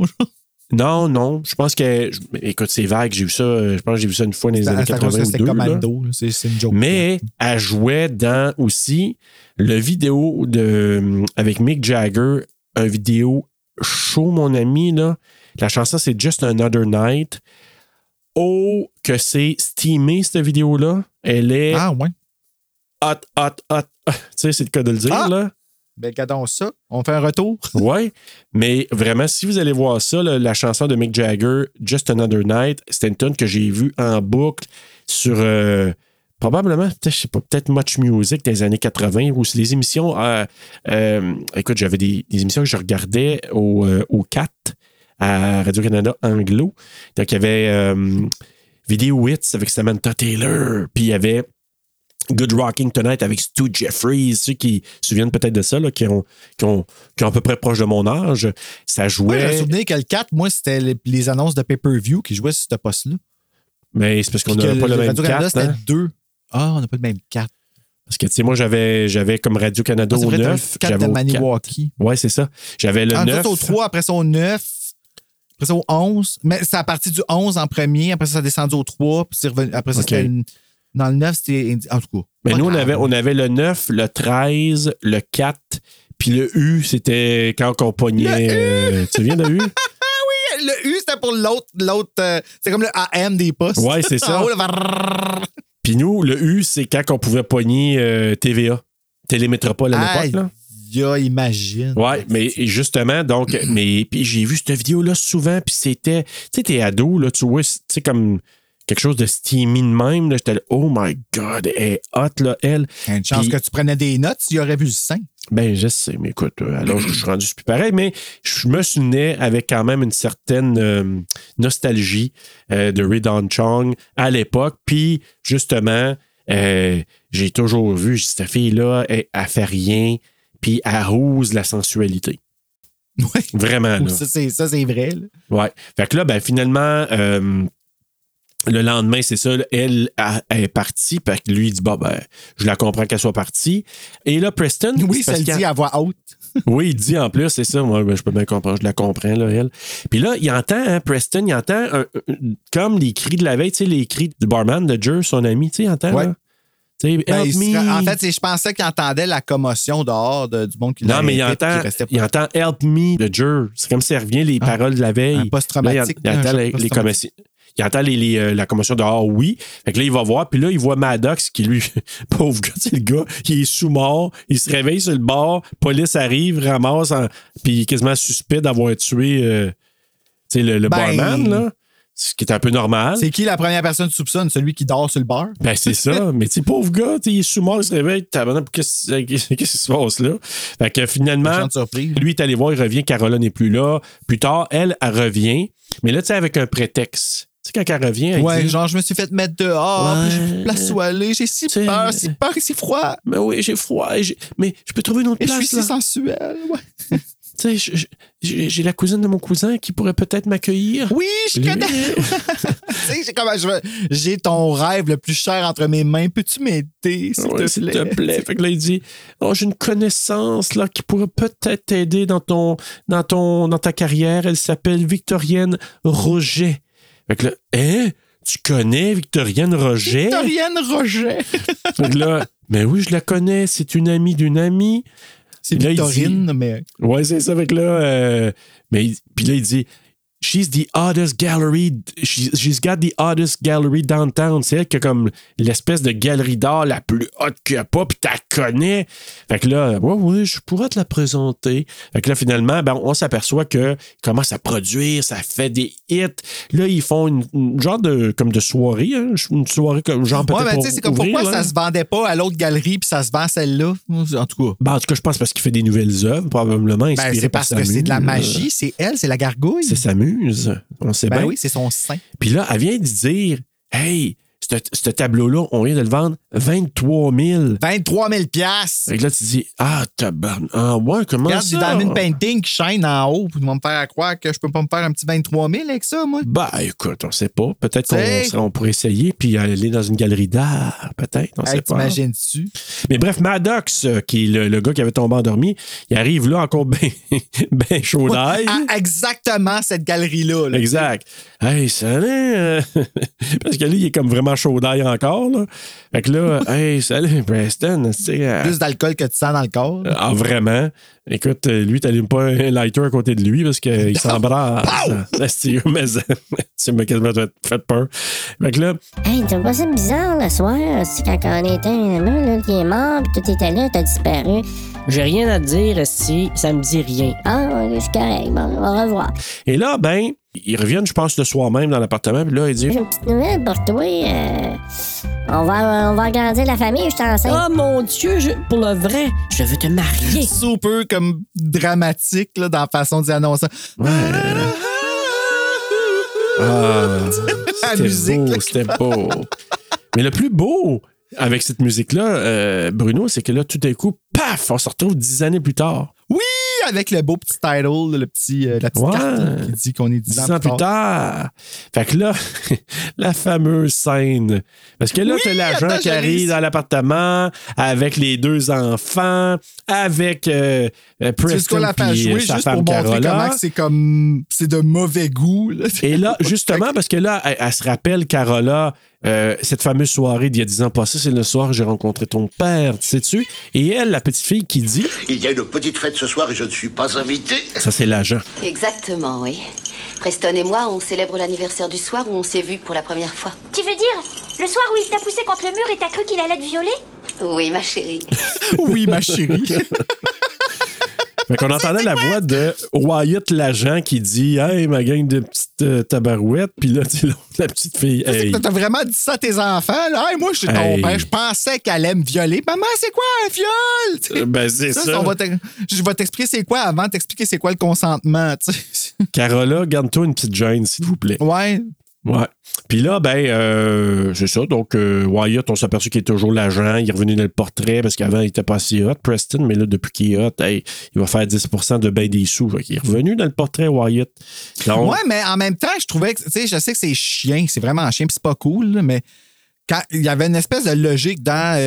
Non. Je pense que... Écoute, c'est vague. J'ai vu ça... Je pense que j'ai vu ça une fois dans les années 80 ou 2. C'est Commando. C'est une joke. Mais elle jouait dans aussi le vidéo avec Mick Jagger, un vidéo chaud, mon ami, là. La chanson, c'est Just Another Night. Oh, que c'est steamé, cette vidéo-là. Elle est hot. Tu sais, c'est le cas de le dire, là. Ben, regardons ça. On fait un retour. Oui, mais vraiment, si vous allez voir ça, là, la chanson de Mick Jagger, Just Another Night, c'était une tune que j'ai vue en boucle sur probablement, je sais pas, peut-être Much Music des années 80 ou c'est des émissions. Écoute, j'avais des émissions que je regardais au 4 à Radio-Canada Anglo. Donc, il y avait Video Hits avec Samantha Taylor, puis il y avait Good Rocking Tonight avec Stu Jeffries, ceux qui se souviennent peut-être de ça, là, qui ont à peu près proche de mon âge. Ça jouait. Ouais, je me souvenais que le 4, moi, c'était les annonces de pay-per-view qui jouaient sur ce poste-là. Mais c'est parce qu'on n'a pas le même 4. C'était 2. Ah, on n'a pas le même 4. Parce que, tu sais, moi, j'avais comme Radio-Canada au 9. 4 de Maniwaki. Oui, c'est ça. J'avais le 9. Au 3, après ça au 9. Après ça au 11. Mais c'est à partir du 11 en premier. Après ça a descendu au 3. Puis c'est revenu. Après ça, c'était dans le 9, c'était... En tout cas. Mais nous, on avait le 9, le 13, le 4, puis le U, c'était quand on pognait... tu te souviens de U? Oui, le U, c'était pour l'autre c'est comme le AM des postes. Oui, c'est ça. Puis nous, le U, c'est quand on pouvait pogner TVA, Télémétropole à l'époque. Là. Imagine. Oui, mais justement, donc... Puis j'ai vu cette vidéo-là souvent, puis c'était... Tu sais, t'es ado, là, tu vois, tu sais, comme... quelque chose de steamy de même. Là, j'étais là, oh my God, elle est hot, là, elle. Il y a une chance que tu prenais des notes, tu y aurais vu le sein. Ben, je sais, mais écoute, alors je suis rendu plus pareil, mais je me souvenais avec quand même une certaine nostalgie de Ray Don Chong à l'époque. Puis, justement, j'ai toujours vu, cette fille-là, elle fait rien, puis elle rose la sensualité. Oui. Vraiment, là. Ça, c'est vrai. Oui. Fait que là, ben, finalement... le lendemain, c'est ça, elle est partie, puis lui, il dit, je la comprends qu'elle soit partie. Et là, Preston... Oui, ça le dit à voix haute. Oui, il dit en plus, c'est ça, moi, je peux bien comprendre, je la comprends, là, elle. Puis là, il entend, Preston, il entend comme les cris de la veille, tu sais, les cris du barman, de Jer, son ami, tu sais, il entend, là. En fait, je pensais qu'il entendait la commotion dehors du monde qui non, mais il entend Help Me de Jer. C'est comme si ça revient les paroles de la veille. Un post-traumatique. Là, il entend les commotions. Il entend la commotion dehors, oui. Fait que là, il va voir, puis là, il voit Maddox qui, lui, pauvre gars, c'est le gars, il est sous-mort, il se réveille sur le bord, police arrive, ramasse, puis il est quasiment suspect d'avoir tué le barman, là. Ce qui est un peu normal. C'est qui la première personne soupçonne? Celui qui dort sur le bar? Ben, c'est ça. Mais tu sais, pauvre gars, il est sous-mort, il se réveille. Qu'est-ce qui se passe là? Fait que finalement, lui est allé voir, il revient, Carola n'est plus là. Plus tard, elle revient. Mais là, tu sais, avec un prétexte. Tu sais, quand elle revient, elle dit, genre, je me suis fait mettre dehors, puis j'ai plus de place où aller, j'ai si peur et si froid. Mais oui, j'ai froid, mais je peux trouver une autre place. Je suis si sensuelle, ouais. Tu sais, j'ai la cousine de mon cousin qui pourrait peut-être m'accueillir. Oui, je connais. Tu sais, j'ai ton rêve le plus cher entre mes mains. Peux-tu m'aider, s'il te plaît? Fait que là, il dit, j'ai une connaissance là qui pourrait peut-être t'aider dans ta carrière. Elle s'appelle Victorienne Roget. Fait que là, tu connais Victorienne Roget? Victorienne Roget. Fait que là, mais oui, je la connais. C'est une amie d'une amie. C'est Victorine, mais... Ouais, c'est ça. Avec là... Puis là, il dit... She's the hottest gallery... She's got the hottest gallery downtown. C'est elle qui a comme l'espèce de galerie d'art la plus haute qu'il n'y a pas, puis t'as connais. Fait que là, oui, je pourrais te la présenter. Fait que là, finalement, on s'aperçoit qu'il commence à produire, ça fait des hits. Là, ils font une genre de soirée, hein? Une soirée comme genre peut-être mais tu sais, c'est comme pourquoi ça se vendait pas à l'autre galerie, puis ça se vend celle-là, en tout cas. En tout cas, je pense parce qu'il fait des nouvelles œuvres, probablement inspirées par sa muse. C'est parce que c'est de la magie, c'est elle, c'est la gargouille. C'est sa muse. On sait bien. Oui, c'est son sein. Puis là, elle vient de dire, hey, ce tableau-là, on vient de le vendre 23 000. 23 000 piastres. Et là, tu dis, tabarnak. Ouais, comment regarde, ça? Regarde, du diamond painting qui shine en haut, puis ils vont me faire croire que je peux pas me faire un petit 23 000 avec ça, moi. Écoute, on sait pas. Peut-être qu'on pourrait essayer, puis aller dans une galerie d'art, peut-être. On sait pas. T'imagines-tu? Mais bref, Maddox, qui est le gars qui avait tombé endormi, il arrive là encore bien chaud d'ail. Exactement cette galerie-là. Là, exact. Hey, ça allait. Parce que lui, il est comme vraiment vraiment chaud d'ail encore. Là. Fait que là, hey, salut, Preston. Plus d'alcool que tu sens dans le corps. Ah, vraiment? Écoute, lui, t'allumes pas un lighter à côté de lui parce qu'il s'embrasse. Mais tu m'as quasiment fait peur. Fait que là... Hey, t'as pas ça bizarre le soir, quand on était un là, qui est mort, pis tout était là, t'as disparu. J'ai rien à te dire, si ça me dit rien. Ah, je suis correct, bon, au revoir. Et là, ben, ils reviennent, je pense, le soir même dans l'appartement, puis là, il dit... J'ai une petite nouvelle pour toi. On va agrandir la famille, je t'enseigne. Oh mon Dieu, pour le vrai, je veux te marier. Super comme dramatique là, dans la façon d'y annoncer. Ouais. C'était beau. Mais le plus beau avec cette musique-là, Bruno, c'est que là, tout d'un coup, paf, on se retrouve 10 années plus tard. Oui, avec le beau petit title, la petite carte qui dit qu'on est 10 ans plus tard. Fait que là, la fameuse scène. Parce que là, t'as l'agent qui arrive dans l'appartement avec les 2 enfants, avec Preston et sa femme Carola. C'est de mauvais goût. Là. Et là, justement, parce que là, elle se rappelle, Carola, cette fameuse soirée d'il y a 10 ans passés, c'est le soir où j'ai rencontré ton père, sais-tu? Et elle, la petite fille qui dit... Il y a une petite fête ce soir et je ne suis pas invité. Ça, c'est l'agent. Exactement, oui. Preston et moi, on célèbre l'anniversaire du soir où on s'est vus pour la première fois. Tu veux dire le soir où il t'a poussé contre le mur et t'as cru qu'il allait te violer? Oui, ma chérie. Oui, ma chérie. Fait qu'on entendait la voix de Wyatt l'agent qui dit « Hey, ma gang de petites tabarouettes. » Puis là, tu sais, la petite fille... Hey. T'as vraiment dit ça à tes enfants? Là? Hey, moi, je suis ton père. Je pensais qu'elle allait me violer. Maman, c'est quoi un viol? Ben, c'est ça. Je vais t'expliquer c'est quoi avant de t'expliquer c'est quoi le consentement. T'sais. Carola, garde-toi une petite gêne, s'il vous plaît. Ouais. Ouais. Puis là, ben, c'est ça. Donc, Wyatt, on s'est aperçu qu'il est toujours l'agent. Il est revenu dans le portrait parce qu'avant, il était pas si hot, Preston. Mais là, depuis qu'il est hot, hey, il va faire 10% de ben des sous. Il est revenu dans le portrait, Wyatt. Donc, ouais, mais en même temps, je trouvais que, tu sais, je sais que c'est chien. C'est vraiment chien, puis c'est pas cool, là, mais quand il y avait une espèce de logique dans,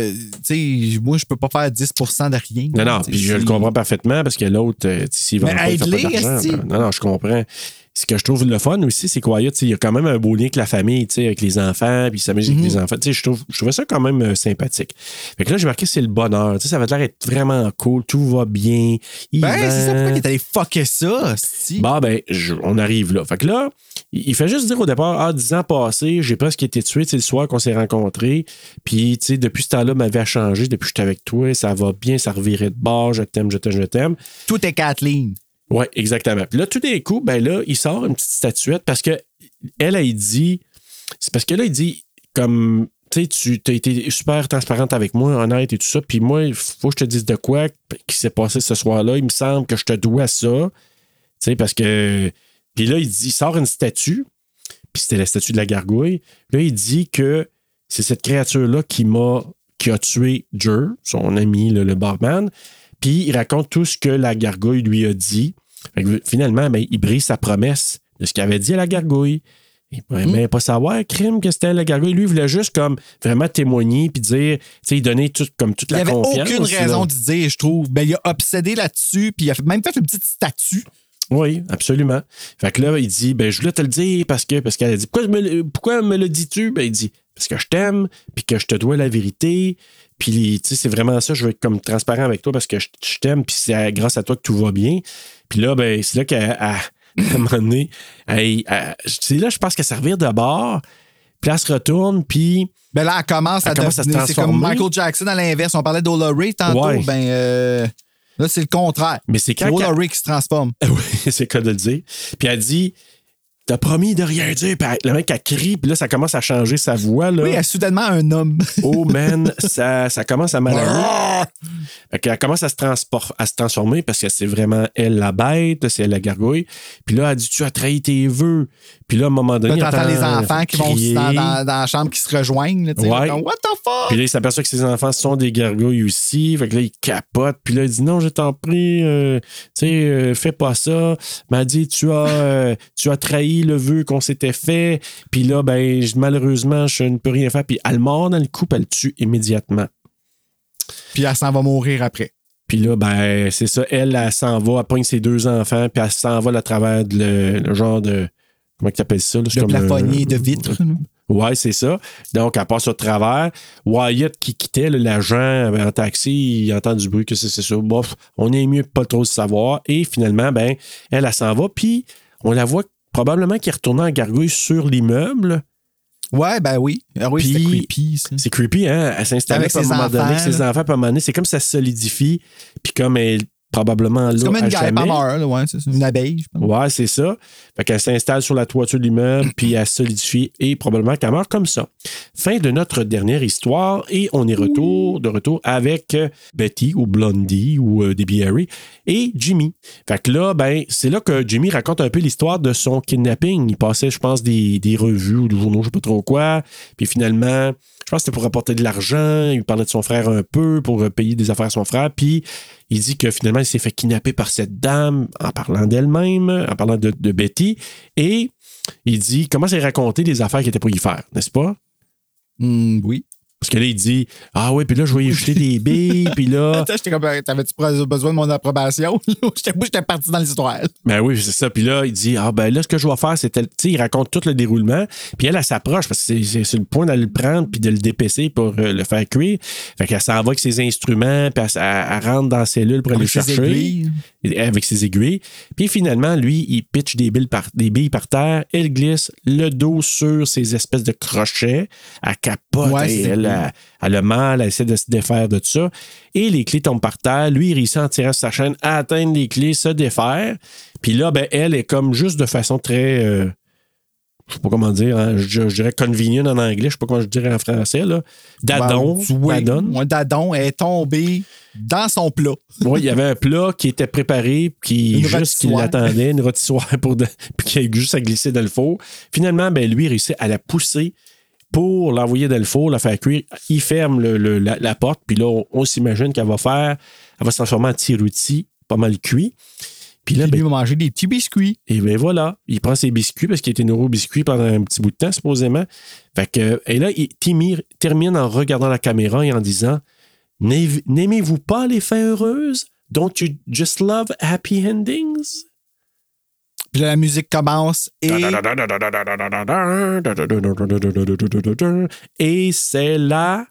tu sais, moi, je peux pas faire 10% de rien. Non, puis je le comprends parfaitement parce que l'autre, s'il va pas, il fait pas d'argent. Non, je comprends. Ce que je trouve le fun aussi, c'est que Wyatt, il y a quand même un beau lien avec la famille, avec les enfants, puis il s'amuse avec les enfants. Je trouvais ça quand même sympathique. Fait que là, j'ai marqué c'est le bonheur. Ça va l'air d'être vraiment cool, tout va bien. C'est ça, pourquoi il est allé fucker ça? Bah, ben, on arrive là. Fait que là, il fait juste dire au départ, 10 ans passés, j'ai presque été tué, le soir qu'on s'est rencontrés. Puis, tu sais, depuis ce temps-là, ma vie a changé. Depuis que j'étais avec toi, ça va bien, ça revirait de bord, je t'aime, je t'aime, je t'aime. Tout est Kathleen. Oui, exactement. Puis là, tout d'un coup, ben là, il sort une petite statuette parce que elle dit... C'est parce que là, il dit, comme, tu sais, tu as été super transparente avec moi, honnête et tout ça, puis moi, il faut que je te dise de quoi qui s'est passé ce soir-là. Il me semble que je te dois ça, tu sais, parce que... Puis là, il sort une statue, puis c'était la statue de la gargouille. Là, il dit que c'est cette créature-là qui a tué Jer, son ami, le barman. Puis il raconte tout ce que la gargouille lui a dit. Fait que, finalement, ben, il brise sa promesse de ce qu'il avait dit à la gargouille. Il ne pouvait même pas savoir, crime, que c'était la gargouille. Lui, il voulait juste comme vraiment témoigner puis dire, tu sais, il donnait toute la confiance. Il n'y avait aucune raison de dire, je trouve. Ben, il a obsédé là-dessus, puis il a même fait une petite statue. Oui, absolument. Fait que là, il dit, ben, je voulais te le dire parce qu'elle a dit, pourquoi me le dis-tu? Ben, il dit, parce que je t'aime, puis que je te dois la vérité. Puis, tu sais, c'est vraiment ça, je veux être comme transparent avec toi parce que je t'aime, puis c'est grâce à toi que tout va bien. Puis là, ben, c'est là qu'à un moment donné, c'est là, je pense qu'elle servir de bord, puis elle se retourne, puis... Ben là, elle commence à se transformer. C'est comme Michael Jackson à l'inverse. On parlait d'Ola Ray tantôt. Ouais. Ben, là, c'est le contraire. Mais c'est quand Ola Ray qui se transforme. Oui, c'est le cas de le dire. Puis elle dit... T'as promis de rien dire. Puis le mec, elle crie, puis là, ça commence à changer sa voix. Là. Oui, elle est soudainement un homme. Oh, man, ça commence à mal aller. Fait qu'elle commence à se transformer parce que c'est vraiment elle la bête, c'est elle la gargouille. Puis là, elle dit, tu as trahi tes vœux. Puis là, à un moment donné, là, t'entends les enfants qui vont dans la chambre qui se rejoignent. Là, ouais. Comme, what the fuck? Puis là, il s'aperçoit que ses enfants sont des gargouilles aussi. Fait que là, il capote. Puis là, il dit, non, je t'en prie, fais pas ça. Mais elle dit, tu as trahi le vœu qu'on s'était fait. Puis là, ben, malheureusement, je ne peux rien faire. Puis elle mord dans le cou, puis elle tue immédiatement. Puis elle s'en va mourir après. Puis là, ben, c'est ça. Elle s'en va, elle pogne ses 2 enfants, puis elle s'en va à travers le genre de... Comment tu appelles ça? Là? Le plafonnier de vitre. Ouais, c'est ça. Donc, elle passe au travers. Wyatt qui quittait, là, l'agent en taxi, il entend du bruit que c'est ça. Bof, on est mieux de pas trop le savoir. Et finalement, ben, elle s'en va. Puis, on la voit probablement qu'elle est retournée en gargouille sur l'immeuble. Ouais, ben oui. Ah oui, c'est creepy, ça. C'est creepy, hein? Elle s'installe à un moment donné avec ses enfants, puis à un moment donné, c'est comme ça se solidifie. Puis comme elle probablement là. C'est comme une guêpe à mort, là, ouais, c'est ça. Une abeille, je pense. Ouais, c'est ça. Fait qu'elle s'installe sur la toiture de l'immeuble, puis elle solidifie et probablement qu'elle meurt comme ça. Fin de notre dernière histoire et on est de retour avec Betty ou Blondie ou Debbie Harry et Jimmy. Fait que là, ben, c'est là que Jimmy raconte un peu l'histoire de son kidnapping. Il passait, je pense, des revues ou des journaux, je sais pas trop quoi. Puis finalement, je pense que c'était pour apporter de l'argent. Il parlait de son frère un peu pour payer des affaires à son frère. Puis il dit que finalement, il s'est fait kidnapper par cette dame en parlant d'elle-même, en parlant de Betty. Et il dit, commence à raconter des affaires qu'il était pour y faire, n'est-ce pas? Oui. Parce que là, il dit, ah oui, puis là, je vais y jeter des billes, puis là... Attends, j'étais comme, t'avais-tu besoin de mon approbation? J'étais parti dans l'histoire. Ben oui, c'est ça. Puis là, il dit, ah ben là, ce que je vais faire, c'est... Tu sais, il raconte tout le déroulement, puis elle s'approche, parce que c'est le point d'aller le prendre, puis de le dépecer pour le faire cuire. Fait qu'elle s'en va avec ses instruments, puis elle rentre dans la cellule pour aller chercher. Avec ses aiguilles. Puis finalement, lui, il pitch des billes par terre, elle glisse le dos sur ces espèces de crochets, elle capote, ouais, elle a mal, elle essaie de se défaire de tout ça. Et les clés tombent par terre. Lui, il réussit en tirant sur sa chaîne à atteindre les clés, se défaire. Puis là, ben, elle est comme juste de façon très... je sais pas comment dire, hein, je dirais convenient en anglais, je sais pas comment je dirais en français, là. Dadon. Dadon est tombé dans son plat. Oui, il y avait un plat qui était préparé, qui l'attendait, une rôtissoire, puis qui a juste à glisser dans le four. Finalement, ben, lui, il réussit à la pousser pour l'envoyer dans le four, la faire cuire. Il ferme la porte, puis là, on s'imagine qu'elle va se transformer en petit rôti, pas mal cuit. Puis là, il va manger des petits biscuits. Et bien voilà, il prend ses biscuits parce qu'il était nourri aux biscuits pendant un petit bout de temps, supposément. Fait que, et là, Timmy termine en regardant la caméra et en disant « N'aimez-vous pas les fins heureuses? Don't you just love happy endings? » Puis là, la musique commence et... Et c'est la...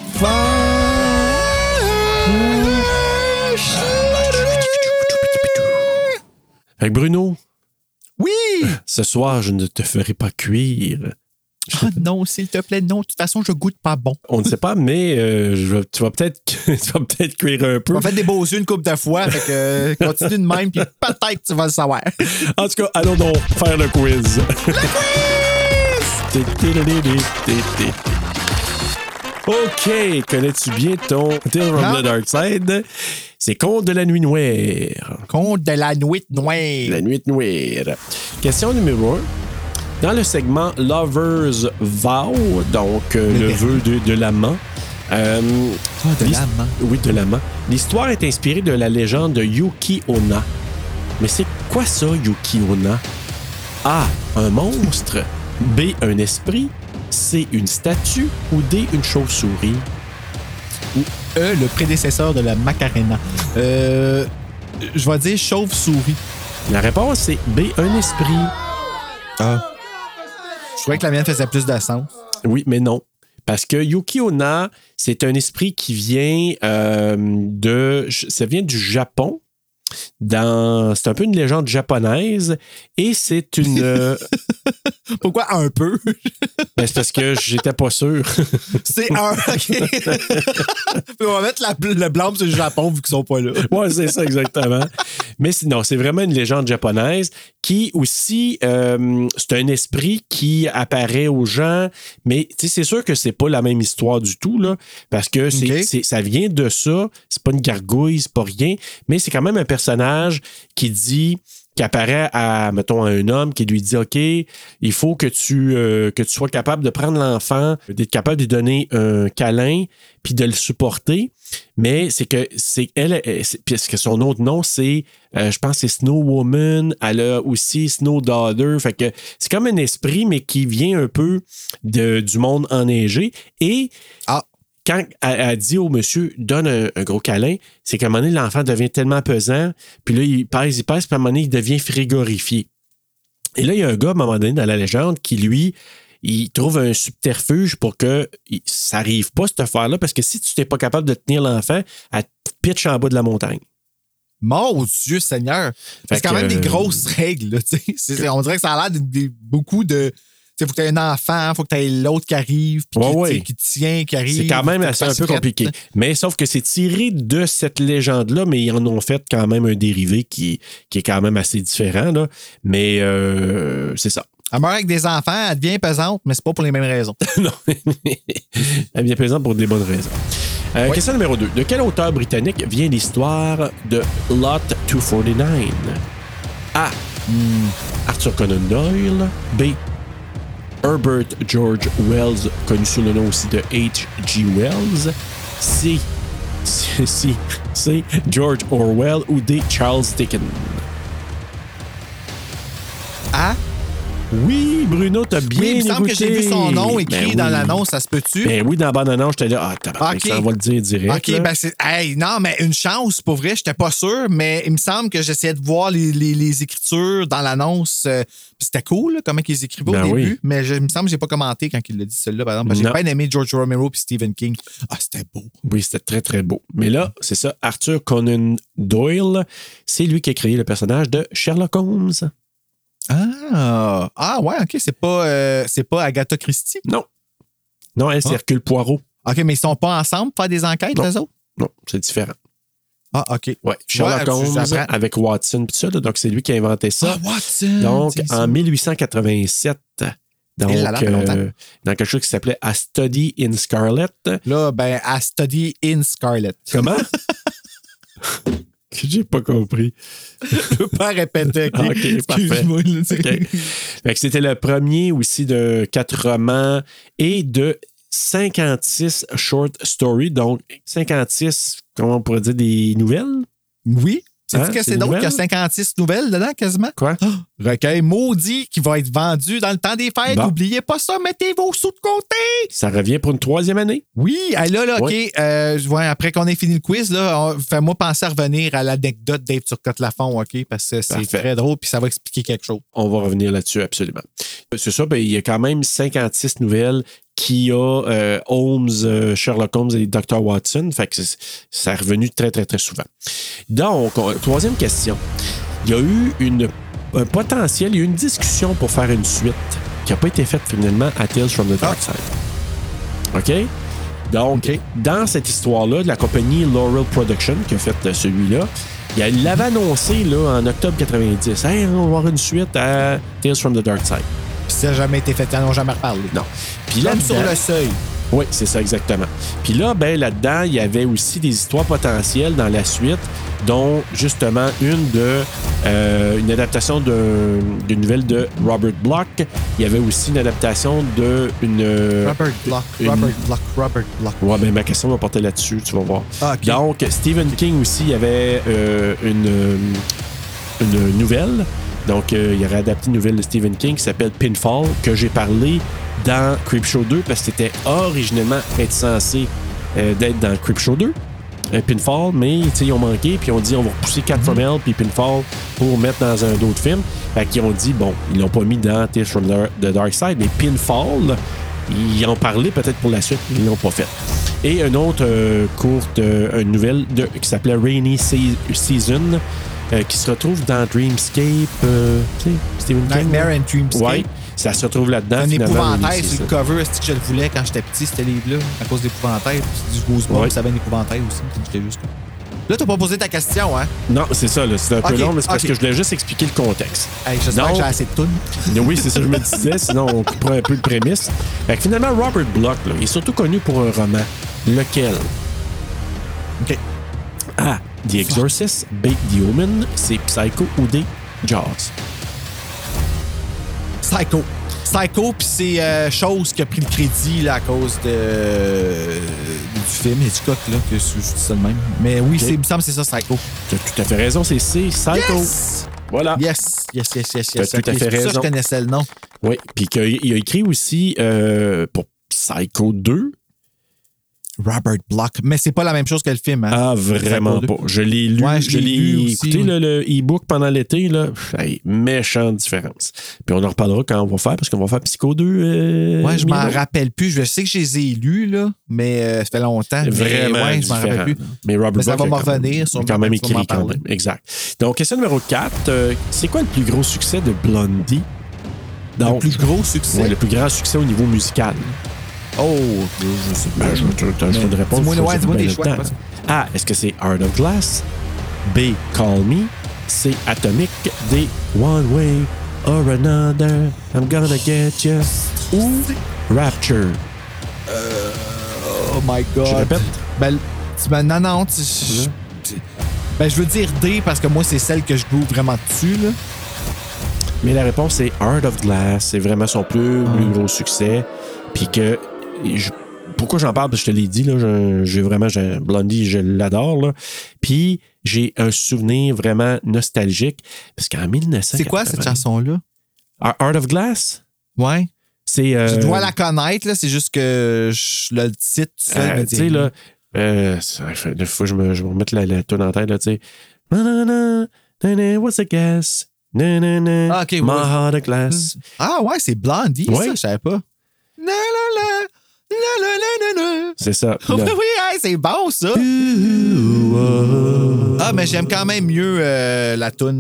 Fait que Bruno. Oui! Ce soir, je ne te ferai pas cuire. Ah non, s'il te plaît, non. De toute façon, je goûte pas bon. On ne sait pas, mais tu vas peut-être cuire un peu. On va faire des beaux yeux une couple de fois. Fait que continue de même, puis peut-être tu vas le savoir. En tout cas, allons donc faire le quiz. Le quiz! OK, connais-tu bien ton Tales from the Dark Side? C'est Conte de la nuit noire. Conte de la nuit noire. La nuit noire. Question numéro 1. Dans le segment Lover's Vow, donc le vœu de l'amant. De l'amant. Oui, de l'amant. L'histoire est inspirée de la légende de Yuki Onna. Mais c'est quoi ça, Yuki Onna? A. Un monstre. B. Un esprit. C. Une statue. Ou D. Une chauve-souris. Ou E. Le prédécesseur de la Macarena. Je vais dire chauve-souris. La réponse, c'est B. Un esprit. Ah. Je trouvais que la mienne faisait plus de sens. Oui, mais non. Parce que Yuki Onna, c'est un esprit qui vient ça vient du Japon. C'est un peu une légende japonaise et c'est une... Pourquoi un peu? Ben, c'est parce que j'étais pas sûr. C'est un... OK. On va mettre le blâme sur le Japon vu qu'ils sont pas là. Ouais, c'est ça, exactement. Mais sinon, c'est vraiment une légende japonaise qui aussi, c'est un esprit qui apparaît aux gens, mais c'est sûr que c'est pas la même histoire du tout, là, parce que ça vient de ça, c'est pas une gargouille, c'est pas rien, mais c'est quand même un personnage qui apparaît à un homme qui lui dit « OK, il faut que tu sois capable de prendre l'enfant, d'être capable de lui donner un câlin, puis de le supporter. » Mais parce que son autre nom, c'est, je pense, c'est Snow Woman. Elle a aussi Snow Daughter. Fait que c'est comme un esprit, mais qui vient un peu du monde enneigé. Et quand elle dit au monsieur, donne un gros câlin, c'est qu'à un moment donné, l'enfant devient tellement pesant, puis là, il pèse, puis à un moment donné, il devient frigorifié. Et là, il y a un gars, à un moment donné, dans la légende, qui, lui, il trouve un subterfuge pour que ça n'arrive pas, cette affaire-là, parce que si tu n'es pas capable de tenir l'enfant, elle te pitch en bas de la montagne. Mon Dieu Seigneur! C'est quand même des grosses règles. Là, on dirait que ça a l'air de beaucoup de... Il faut que tu aies un enfant, il faut que tu aies l'autre qui arrive, puis qui tient, qui arrive. C'est quand même assez un peu compliqué. Mais sauf que c'est tiré de cette légende-là, mais ils en ont fait quand même un dérivé qui est quand même assez différent. Là. Mais c'est ça. Elle meurt avec des enfants, elle devient pesante, mais c'est pas pour les mêmes raisons. Non. Elle devient pesante pour des bonnes raisons. Question numéro 2. De quel auteur britannique vient l'histoire de Lot 249? A. Arthur Conan Doyle. B. Herbert George Wells, connu sous le nom aussi de H.G. Wells. C. George Orwell ou D. Charles Dickens. A. Oui, Bruno, t'as bien écouté. Il me semble que j'ai vu son nom écrit dans l'annonce, ça se peut-tu? Ben oui, dans la bande-annonce, j'étais là, ça va le dire direct. OK, ben c'est... Hey, non, mais une chance, pour vrai, j'étais pas sûr, mais il me semble que j'essayais de voir les écritures dans l'annonce. C'était cool, là, comment ils écrivaient au début, mais il me semble que j'ai pas commenté quand il l'a dit, celui-là, par exemple. J'ai pas aimé George Romero puis Stephen King. Ah, c'était beau. Oui, c'était très, très beau. Mais là, c'est ça, Arthur Conan Doyle, c'est lui qui a créé le personnage de Sherlock Holmes. Ah ouais, OK, c'est pas Agatha Christie? Non, elle, c'est Hercule Poirot. OK, mais ils sont pas ensemble pour faire des enquêtes, les autres? Non, c'est différent. Ah, OK. Ouais, Sherlock Holmes avec Watson, pis ça, là, donc c'est lui qui a inventé ça. Ah, Watson! Donc, en 1887, donc, dans quelque chose qui s'appelait A Study in Scarlet. Là, ben, A Study in Scarlet. Comment? J'ai pas compris. Je peux pas répéter. OK, parfait. Okay. Fait que c'était le premier aussi de 4 romans et de 56 short stories. Donc, 56, comment on pourrait dire, des nouvelles? Oui. C'est-tu que c'est donc qu'il y a 56 nouvelles dedans, quasiment? Quoi? Recueil maudit qui va être vendu dans le temps des fêtes. N'oubliez pas ça, mettez vos sous de côté. Ça revient pour une 3e année? Oui. Là, OK. Après qu'on ait fini le quiz, là, fais-moi penser à revenir à l'anecdote Dave Turcotte-Lafont, OK? Parce que c'est très drôle puis ça va expliquer quelque chose. On va revenir là-dessus, absolument. C'est ça, il y a quand même 56 nouvelles qui a Holmes, Sherlock Holmes et Dr. Watson. Fait que ça est revenu très, très, très souvent. Donc, 3e question. Il y a eu un potentiel, il y a eu une discussion pour faire une suite qui n'a pas été faite finalement à Tales from the Dark Side. OK? Donc, dans cette histoire-là, de la compagnie Laurel Production qui a fait celui-là, il l'avait annoncé là, en octobre 90. Hey, on va avoir une suite à Tales from the Dark Side. Puis ça n'a jamais été fait, ils n'en ont jamais reparlé. Non. Puis là, sur le seuil. Oui, c'est ça, exactement. Puis là, là-dedans, il y avait aussi des histoires potentielles dans la suite, dont justement une adaptation d'une nouvelle de Robert Bloch. Il y avait aussi une adaptation Robert Bloch. Ouais, ben ma question va porter là-dessus, tu vas voir. Ah, okay. Donc, Stephen King aussi, il y avait une nouvelle. Donc, il aurait adapté une nouvelle de Stephen King qui s'appelle Pinfall, que j'ai parlé dans Creepshow 2 parce que c'était originellement être censé d'être dans Creepshow 2, Pinfall, mais ils ont manqué, puis ils ont dit on va repousser Catfromel puis Pinfall pour mettre dans un d'autres film. Fait qu'ils ont dit bon, ils l'ont pas mis dans Tales from the Dark Side, mais Pinfall, ils en parlaient peut-être pour la suite, mais ils l'ont pas fait. Et une autre une nouvelle qui s'appelait Rainy Season, qui se retrouve dans Dreamscape, Stephen King. Nightmare and Dreamscape. Ouais, ça se retrouve là-dedans. Un épouvantail sur le cover, c'est que je le voulais quand j'étais petit, ce livre-là, à cause d'épouvantail. Puis du Goosebumps, ça avait un épouvantail aussi. J'étais juste comme... Là, t'as pas posé ta question, hein? Non, c'est ça, là. C'est un peu long, mais c'est parce que je voulais juste expliquer le contexte. Hey, j'espère que j'ai assez de tunes. Oui, c'est ça que je me disais, sinon on coupera un peu le prémisse. Fait que finalement, Robert Bloch, là, il est surtout connu pour un roman. Lequel? OK. A. The Exorcist, B. The Omen, C. Psycho ou D. Jaws. Psycho, puis c'est chose qui a pris le crédit là, à cause du film Hitchcock, là, que je dis ça de même. Mais oui, il me semble que c'est ça, Psycho. Tu as tout à fait raison, c'est C. Psycho. Yes! Voilà. Yes. Tu as tout à fait raison. Ça, je connaissais le nom. Oui, puis il a écrit aussi pour Psycho 2. Robert Bloch. Mais c'est pas la même chose que le film. Hein? Ah, vraiment pas. Je l'ai lu. Ouais, je l'ai écouté, le e-book pendant l'été. Là. Hey, méchante différence. Puis on en reparlera quand on va faire, parce qu'on va faire Psycho 2. Ouais, je m'en rappelle plus. Je sais que je les ai lus, là, mais ça fait longtemps. Vraiment ouais, différent. Je m'en rappelle plus. Mais Robert Bloch, ça va me revenir. Sur quand même écrit quand même. Exact. Donc, question numéro 4. C'est quoi le plus gros succès de Blondie? Donc, le plus gros succès? Oui, le plus grand succès au niveau musical. Oh, je sais pas. Je vais te répondre. Dis-moi des choix. A, est-ce que c'est Heart of Glass? B, Call Me? C, Atomic? D, One Way or Another? I'm gonna get you? Ou Rapture? Oh my God. Je répète? Non. Je veux dire D parce que moi, c'est celle que je joue vraiment dessus, là. Mais la réponse, c'est Heart of Glass. C'est vraiment son plus gros succès. Puis que... pourquoi j'en parle? Parce que je te l'ai dit, là, Blondie, je l'adore. Là. Puis j'ai un souvenir vraiment nostalgique. Parce qu'en 1980... C'est quoi cette chanson-là? Heart of Glass? Ouais. C'est... Je dois la connaître, là. C'est juste que le titre... tu sais, là... Des fois, je me remette la tune en tête, là, tu sais. What's the guess? Ah, OK. My heart of glass. Ah, ouais, c'est Blondie, ça, je savais pas. C'est ça. Oui, c'est bon, ça. Ah, mais j'aime quand même mieux la toune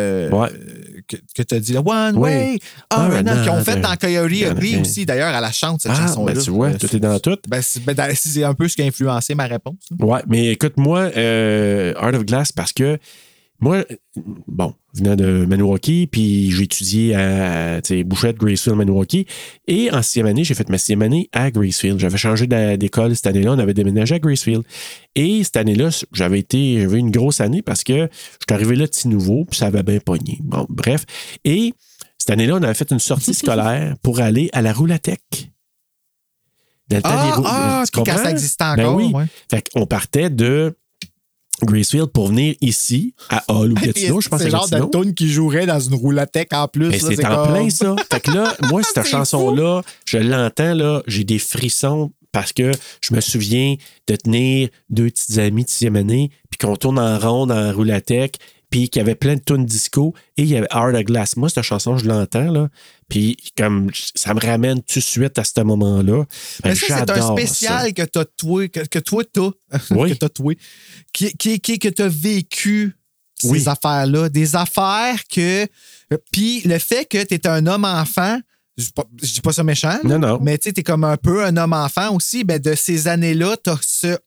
que tu as dit, là. One Way. Qui ont fait dans Coyote Ugly aussi. D'ailleurs, elle la chante, cette chanson-là. Ben, tu vois, tout est dans tout. C'est un peu ce qui a influencé ma réponse. Ouais, mais écoute, moi, Heart of Glass, parce que moi, venant de Maniwaki, puis j'ai étudié à Bouchette, Gracefield, Maniwaki. Et en 6e année, j'ai fait ma 6e année à Gracefield. J'avais changé d'école cette année-là. On avait déménagé à Gracefield. Et cette année-là, j'avais une grosse année parce que je suis arrivé là petit nouveau, puis ça avait bien pogné. Bon, bref. Et cette année-là, on avait fait une sortie scolaire pour aller à la Roulatech. Dans le temps des roues. Quand ça existait encore. Ben oui. Ouais. Fait qu'on partait de Gracefield pour venir ici, à Hall ou Gatineau, je pense. C'est le genre de tune qui jouerait dans une roulatech en plus. Mais c'est en plein ça. Fait que là, moi, cette chanson-là, je l'entends, là, j'ai des frissons parce que je me souviens de tenir 2 petites amies de 6e année, puis qu'on tourne en rond dans la roulatech, puis qu'il y avait plein de tunes disco, et il y avait Heart of Glass. Moi, cette chanson, je l'entends, là, puis comme ça me ramène tout de suite à ce moment-là. Mais ça, c'est un spécial que toi, oui. que t'as toué, que t'as vécu ces affaires-là. Des affaires que... Puis le fait que t'es un homme-enfant, je dis pas ça méchant, là, non. Mais tu sais, t'es comme un peu un homme-enfant aussi, ben de ces années-là, t'as ce...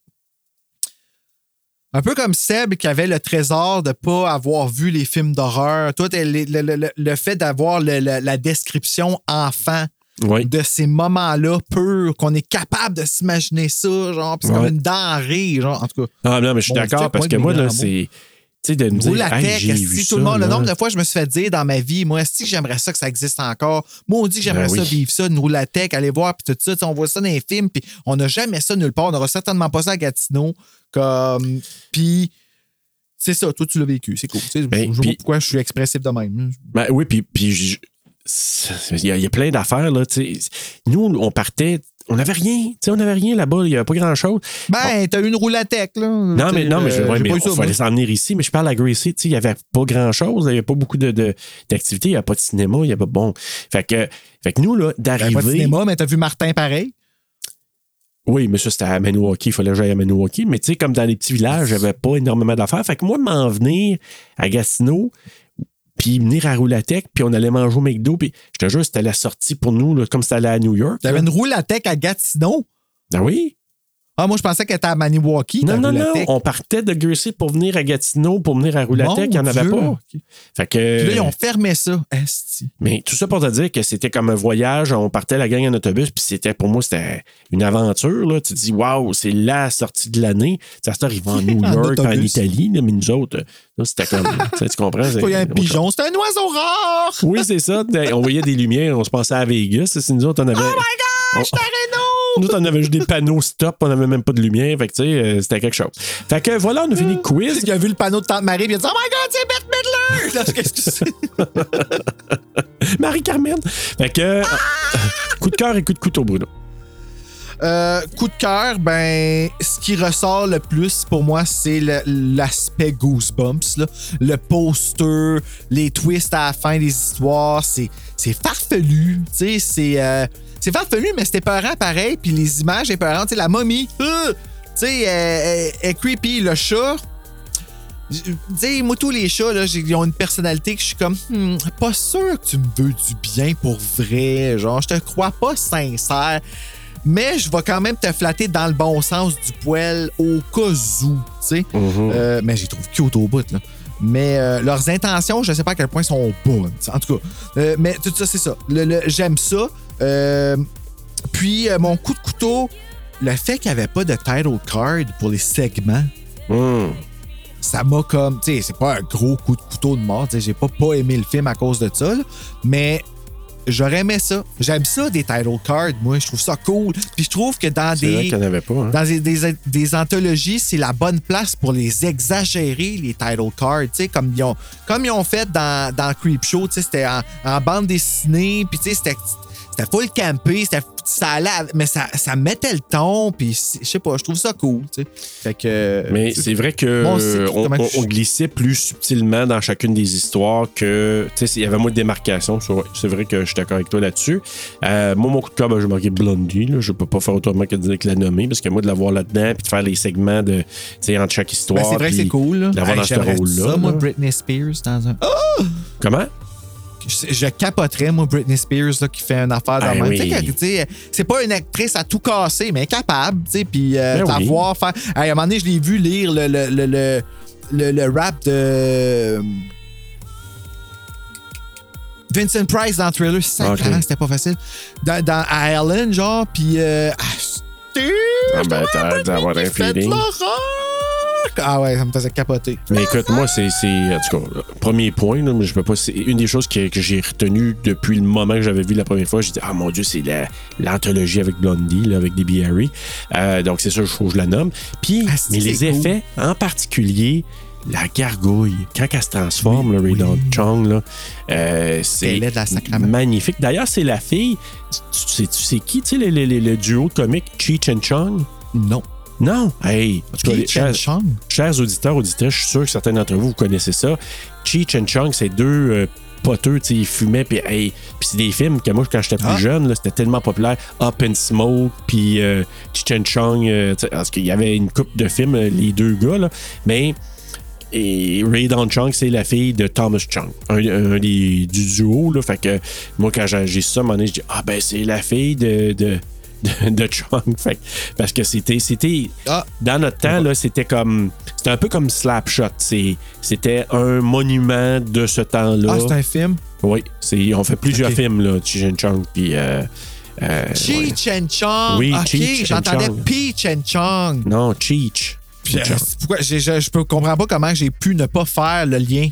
Un peu comme Seb qui avait le trésor de ne pas avoir vu les films d'horreur. Toi, le fait d'avoir la description enfant de ces moments-là purs, qu'on est capable de s'imaginer ça, genre, puis c'est comme une denrée, genre, en tout cas. Ah non, mais je suis d'accord, parce que moi, là, c'est... Tu sais, de me dire, j'ai vu tout ça, le monde, là. le nombre de fois je me suis fait dire dans ma vie, moi, est-ce que j'aimerais ça que ça existe encore? Moi, on dit que j'aimerais ça vivre ça, une roulatech, aller voir, puis tout ça. On voit ça dans les films, puis on n'a jamais ça nulle part. On n'aura certainement pas ça à Gatineau. Puis... C'est ça, toi, tu l'as vécu, c'est cool. Je vois pourquoi je suis expressif de même. Ben oui, puis il y a plein d'affaires, là. Nous, on partait, on n'avait rien. On n'avait rien là-bas, il n'y avait pas grand-chose. T'as eu une roulatech, là. Non, mais il fallait s'en venir ici. Mais je parle à Gracie, il n'y avait pas grand-chose, il n'y avait pas beaucoup d'activités, il n'y avait pas de cinéma, il n'y avait pas... Bon. Fait que nous, là, d'arriver... Il n'y avait pas de cinéma, mais t'as vu Martin pareil? Oui, mais ça, c'était à Maniwaki. Il fallait que j'aille à Maniwaki. Mais tu sais, comme dans les petits villages, j'avais pas énormément d'affaires. Fait que moi, m'en venir à Gatineau, puis venir à Roulatech, puis on allait manger au McDo, puis je te jure, c'était la sortie pour nous, là, comme c'était allé à New York. T'avais une Roulatech à Gatineau? Ah oui? Ah, moi, je pensais qu'elle était à Maniwaki. Non. On partait de Gracie pour venir à Gatineau, pour venir à Roulatech. Il n'y en avait pas. Okay. Fait que... Puis là, ils ont fermé ça. Esti. Mais tout ça pour te dire que c'était comme un voyage. On partait la gang en autobus, puis pour moi, c'était une aventure. Là. Tu te dis, waouh, c'est la sortie de l'année. Ça se arrive en New York, en Italie, là, mais nous autres, là, c'était comme... tu comprends? Il y a un pigeon, c'était un oiseau rare! Oui, c'est ça. On voyait des lumières, on se passait à Vegas. C'est nous autres, on avait... Oh my gosh, t'as Renault! Nous, on avait juste des panneaux stop, on n'avait même pas de lumière. Fait que, tu sais, c'était quelque chose. Fait que, voilà, on a fini le quiz. Il a vu le panneau de Tante Marie, puis il a dit, oh my God, c'est Bette Midler! Qu'est-ce que c'est? Marie-Carmen. Fait que, coup de cœur et coup de couteau, Bruno. Coup de cœur, ce qui ressort le plus pour moi, c'est l'aspect Goosebumps. Là. Le poster, les twists à la fin des histoires, c'est farfelu. Tu sais, c'est farfelu, mais c'était épeurant pareil. Puis les images épeurantes, tu sais, la momie, tu sais, elle est creepy. Le chat, tu sais, moi, tous les chats, là, ils ont une personnalité que je suis comme, pas sûr que tu me veux du bien pour vrai. Genre, je te crois pas sincère. Mais je vais quand même te flatter dans le bon sens du poil au cas où, tu sais. Mais j'y trouve cute au bout, là. Mais leurs intentions, je ne sais pas à quel point sont bonnes. En tout cas, mais tout ça, c'est ça. J'aime ça. Puis, mon coup de couteau, le fait qu'il n'y avait pas de title card pour les segments, ça m'a comme... Tu sais, c'est pas un gros coup de couteau de mort. Tu sais, j'ai pas aimé le film à cause de ça, là, mais... J'aurais aimé ça. J'aime ça, des title cards, moi. Je trouve ça cool. Puis je trouve que dans dans des anthologies, c'est la bonne place pour les exagérer, les title cards. Tu sais, comme ils ont fait dans Creepshow. Tu sais, c'était en bande dessinée. Puis tu sais, c'était full campé. Ça allait, mais ça mettait le ton. Puis je sais pas, je trouve ça cool. Tu sais. Fait que, mais c'est vrai que on glissait plus subtilement dans chacune des histoires que, tu sais, il y avait moins de démarcation. C'est vrai que je suis d'accord avec toi là-dessus. Moi, mon coup de cœur, j'ai marqué Blondie. Là. Je peux pas faire autrement que de la nommer, parce que moi, de l'avoir là-dedans, puis de faire les segments de, tu sais, entre chaque histoire. C'est vrai que c'est cool. Là. D'avoir dans ce rôle-là. Ça, moi, Britney Spears dans un. Oh! Comment? Je capoterais, moi, Britney Spears, là, qui fait une affaire dans oui. Tu sais, c'est pas une actrice à tout casser, mais elle est capable, tu sais, puis la voir faire... À un moment donné, je l'ai vu lire le rap de... Vincent Price dans Thriller. C'était pas facile. Dans Ireland, genre, puis... t'as d'avoir un feeling. Ah ouais, ça me faisait capoter. Mais écoute, moi, c'est en tout cas, premier point, là, mais je peux pas. C'est une des choses que j'ai retenues depuis le moment que j'avais vu la première fois. J'ai dit, ah mon Dieu, c'est l'anthologie avec Blondie, là, avec Debbie Harry. Donc, c'est ça, je la nomme. Puis, mais les effets, en particulier, la gargouille, quand elle se transforme, le Ray Chung, là, c'est magnifique. D'ailleurs, c'est la fille. Tu sais qui, tu sais, le duo comique Cheech and Chong? Non. Non. Hey, en tout cas, chers auditeurs, auditrices, je suis sûr que certains d'entre vous connaissez ça. Cheech and Chong, c'est deux poteux, tu sais, ils fumaient, puis c'est des films que moi, quand j'étais plus jeune, là, c'était tellement populaire. Up and Smoke, puis Cheech and Chong, parce qu'il y avait une couple de films, les deux gars, là, mais... Et Ray Chung, c'est la fille de Thomas Chung, un du duo, là, fait que moi, quand j'ai ça, à un moment donné, je dis, ah ben, c'est la fille de Chung. Fait, parce que c'était dans notre temps, là, c'était un peu comme Slapshot. C'était un monument de ce temps-là. Ah, c'est un film? Oui, on fait plusieurs films, là, Cheech and Chong, puis... Cheech and Chong? Oui, OK, Cheech j'entendais and Chong. Peach and Chong. Non, Cheech. Pourquoi je comprends pas comment j'ai pu ne pas faire le lien.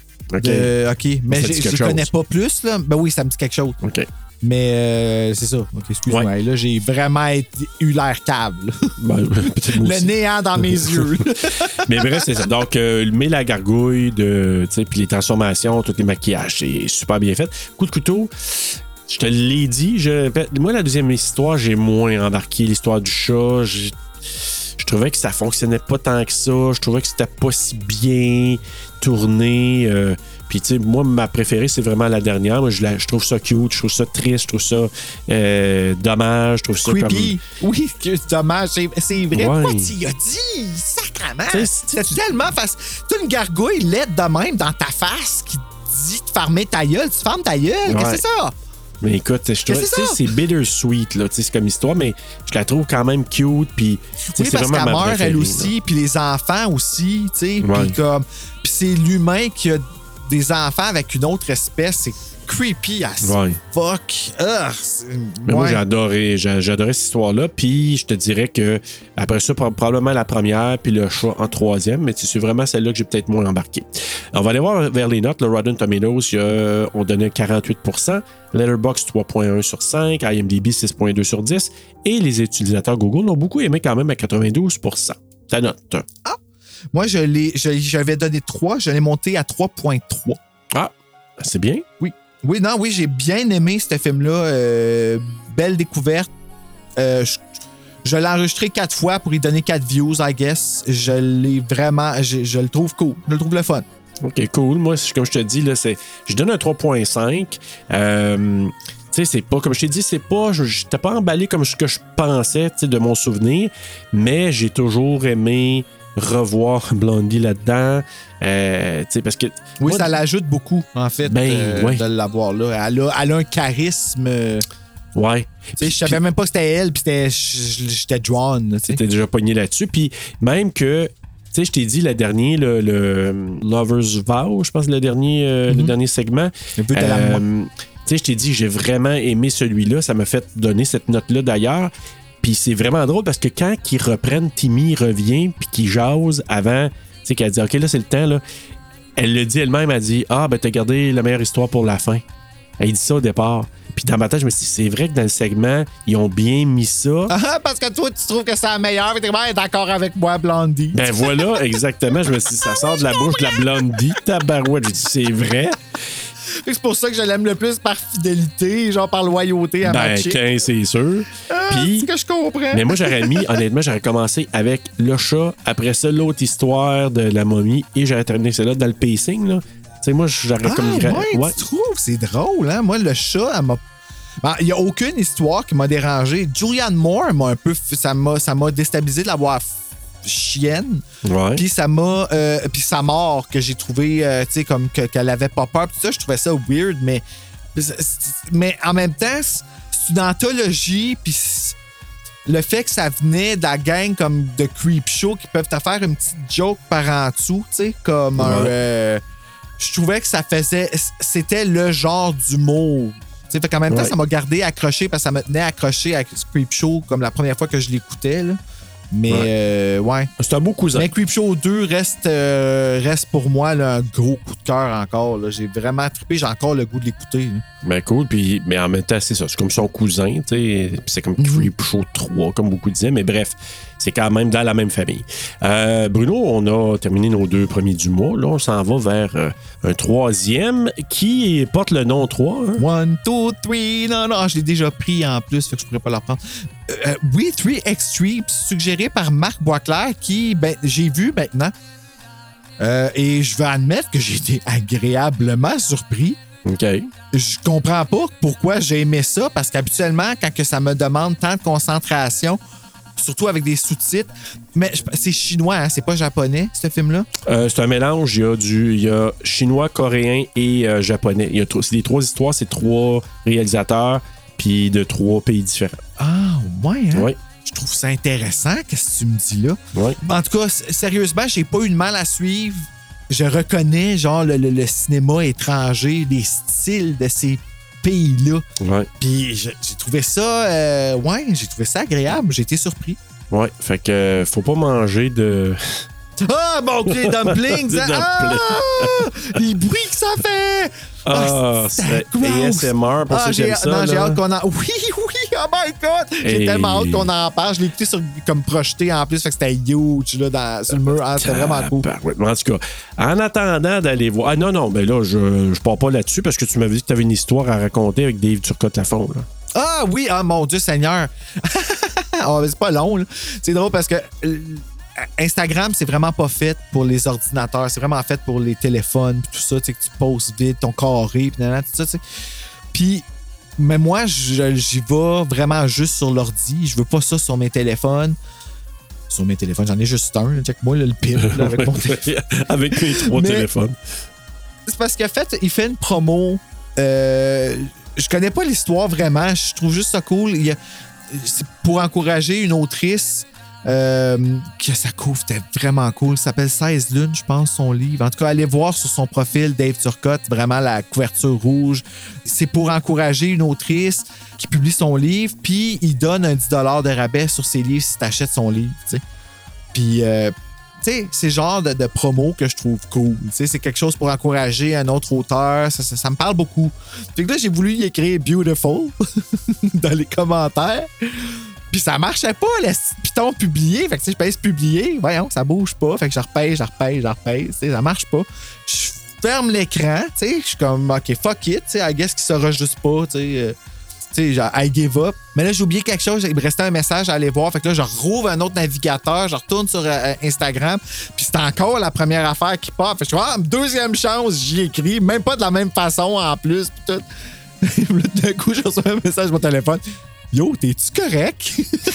OK, mais je connais pas plus, là. Ben oui, ça me dit quelque chose. OK. Mais c'est ça. OK, excuse-moi. Ouais. Là, j'ai vraiment eu l'air câble. Le néant dans mes yeux. Mais bref, c'est ça. Donc, mais la gargouille, puis les transformations, tous les maquillages, c'est super bien fait. Coup de couteau, je te l'ai dit. Moi, la deuxième histoire, j'ai moins embarqué l'histoire du chat. Je trouvais que ça fonctionnait pas tant que ça. Je trouvais que c'était pas si bien tourné. Puis, tu sais, moi, ma préférée, c'est vraiment la dernière. Moi, je trouve ça cute, je trouve ça triste, je trouve ça dommage, je trouve ça creepy. Comme... Oui, dommage. C'est vrai. Ouais. Pourquoi tu y as dit? Sacrement. C'est tellement facile. Tu une gargouille laide de même dans ta face qui te dit de fermer ta gueule. Tu fermes ta gueule. Ouais. Qu'est-ce que c'est ça? Mais écoute, je trouve c'est bittersweet, là, c'est comme histoire, mais je la trouve quand même cute. Puis, oui, parce qu'elle meurt, elle aussi, puis les enfants aussi, tu sais. Puis c'est l'humain qui a des enfants avec une autre espèce. C'est creepy as fuck. Mais moi, j'ai adoré cette histoire-là. Puis je te dirais que après ça, probablement la première, puis le chat en troisième. Mais c'est vraiment celle-là que j'ai peut-être moins embarqué. On va aller voir vers les notes. Le Rotten Tomatoes, on donnait 48%. Letterboxd 3.1 sur 5. IMDb 6.2 sur 10. Et les utilisateurs Google l'ont beaucoup aimé quand même à 92%. Ta note? Ah! Moi, j'avais donné 3. Je l'ai monté à 3.3. Ah! C'est bien? Oui. Oui, j'ai bien aimé ce film-là. Belle découverte. Je Je l'ai enregistré 4 fois pour y donner 4 views, I guess. Je l'ai vraiment... Je le trouve cool. Je le trouve le fun. OK, cool. Moi, comme je te dis, là, je donne un 3.5. Tu sais, c'est pas... Comme je t'ai dit, c'est pas... J'étais pas emballé comme ce que je pensais, tu sais, de mon souvenir. Mais j'ai toujours aimé revoir Blondie là-dedans. Tu sais, parce que... Oui, ça l'ajoute beaucoup, en fait, ouais. de l'avoir là. Elle a un charisme... Ouais. Tu sais, je savais même pas que c'était elle, puis j'étais drawn. T'étais déjà pogné là-dessus. Puis même que, tu sais, je t'ai dit, le dernier, le Lover's Vow, je pense, le dernier segment. Tu sais, je t'ai dit, j'ai vraiment aimé celui-là. Ça m'a fait donner cette note-là d'ailleurs. Puis c'est vraiment drôle parce que quand ils reprennent, Timmy revient, puis qu'ils jasent avant, tu sais, qu'elle dit, OK, là, c'est le temps, là. Elle le dit elle-même, elle dit, ah, ben, t'as gardé la meilleure histoire pour la fin. Elle dit ça au départ. Puis dans ma tête, je me suis dit, c'est vrai que dans le segment, ils ont bien mis ça. Ah, parce que toi, tu trouves que c'est la meilleure, mais t'es d'accord avec moi, Blondie. Ben voilà, exactement. Je me suis dit, ça sort de la bouche de la Blondie, tabarouette. J'ai dit, c'est vrai. C'est pour ça que je l'aime le plus par fidélité, genre par loyauté à ma chick. Ben, c'est sûr. Puis, c'est que je comprends. Mais moi, honnêtement, j'aurais commencé avec le chat, après ça, l'autre histoire de la momie, et j'aurais terminé celle-là dans le pacing, là. Tu sais, moi, j'aurais comme... Ouais, tu trouves? C'est drôle, hein? Moi, le chat, elle m'a... Il n'y a aucune histoire qui m'a dérangé. Julianne Moore m'a un peu... Ça m'a déstabilisé de la voir chienne. Ouais. Puis ça m'a... puis sa mort, que j'ai trouvé, tu sais, comme qu'elle avait pas peur. Puis ça, je trouvais ça weird, mais en même temps, c'est une anthologie, puis le fait que ça venait de la gang comme de Creepshow qui peuvent te faire une petite joke par en dessous, tu sais, comme un... je trouvais que ça faisait... C'était le genre d'humour. Fait qu'en même temps, ça m'a gardé accroché parce que ça me tenait accroché à Creepshow comme la première fois que je l'écoutais. Là. Mais ouais. C'est un beau cousin. Mais Creepshow 2 reste pour moi là, un gros coup de cœur encore. Là. J'ai vraiment trippé, j'ai encore le goût de l'écouter. Là. Ben cool, puis, mais en même temps, c'est ça. C'est comme son cousin, tu sais. Puis c'est comme Creepshow 3, comme beaucoup disaient. Mais bref, c'est quand même dans la même famille. Bruno, on a terminé nos 2 premiers du mois. Là, on s'en va vers un 3e qui porte le nom 3. Hein? 1, 2, 3. Non, je l'ai déjà pris en plus, fait que je pourrais pas le reprendre. We 3 Extreme, suggéré par Marc Boisclair, qui, j'ai vu maintenant. Et je vais admettre que j'ai été agréablement surpris. OK. Je comprends pas pourquoi j'ai aimé ça, parce qu'habituellement, quand que ça me demande tant de concentration, surtout avec des sous-titres, mais c'est chinois, hein, c'est pas japonais, ce film-là? C'est un mélange, il y a chinois, coréen et japonais. C'est les 3 histoires, c'est 3 réalisateurs, puis de 3 pays différents. Ah, ouais, hein? Oui. Je trouve ça intéressant, qu'est-ce que tu me dis là? Oui. En tout cas, sérieusement, j'ai pas eu de mal à suivre. Je reconnais, genre, le cinéma étranger, les styles de ces pays-là. Ouais. Puis j'ai trouvé ça... j'ai trouvé ça agréable. J'ai été surpris. Ouais, fait que faut pas manger de... Ah, mon Dieu, les dumplings! Les bruits que ça fait! C'est ASMR pour ceux qui aiment ça. Non, j'ai hâte qu'on en... Oui, oh my God! J'ai tellement hâte qu'on en parle. Je l'ai écouté comme projeté en plus, fait que c'était huge là, sur le mur. C'était vraiment cool. En tout cas, en attendant d'aller voir... Ah non, mais là, je pars pas là-dessus parce que tu m'avais dit que tu avais une histoire à raconter avec Dave Turcotte-Lafont. Là. Ah oui, mon Dieu Seigneur! C'est pas long, là. C'est drôle parce que... Instagram, c'est vraiment pas fait pour les ordinateurs. C'est vraiment fait pour les téléphones pis tout ça, tu sais, que tu postes vite, ton carré, tout ça, tu sais. Puis, mais moi, j'y vais vraiment juste sur l'ordi. Je veux pas ça sur mes téléphones. Sur mes téléphones, j'en ai juste un. Check-moi le pile là, avec mon téléphone. Avec mes 3 téléphones. C'est parce qu'en fait, il fait une promo. Je connais pas l'histoire vraiment. Je trouve juste ça cool. C'est pour encourager une autrice. Que ça couvre, c'était vraiment cool. Ça s'appelle 16 lunes, je pense, son livre. En tout cas, allez voir sur son profil Dave Turcotte, vraiment la couverture rouge. C'est pour encourager une autrice qui publie son livre, puis il donne un 10$ de rabais sur ses livres si t'achètes son livre, tu sais. Puis, tu sais, c'est le genre de promo que je trouve cool. Tu sais, c'est quelque chose pour encourager un autre auteur. Ça me parle beaucoup. Fait que là, j'ai voulu y écrire Beautiful dans les commentaires. Puis ça marchait pas, le piton publié. Fait que tu sais, je pèse publier. Voyons, ça bouge pas. Fait que je repèse. Tu sais, ça marche pas. Je ferme l'écran. Tu sais, je suis comme, OK, fuck it. Tu sais, I guess qu'il saura juste pas. Tu sais. tu sais, genre, I give up. Mais là, j'ai oublié quelque chose. Il me restait un message à aller voir. Fait que là, je rouvre un autre navigateur, je retourne sur Instagram, puis c'est encore la première affaire qui part. Fait que je suis deuxième chance, j'y écris, même pas de la même façon en plus, puis tout. D'un coup, je reçois un message sur mon téléphone. Yo, t'es-tu correct?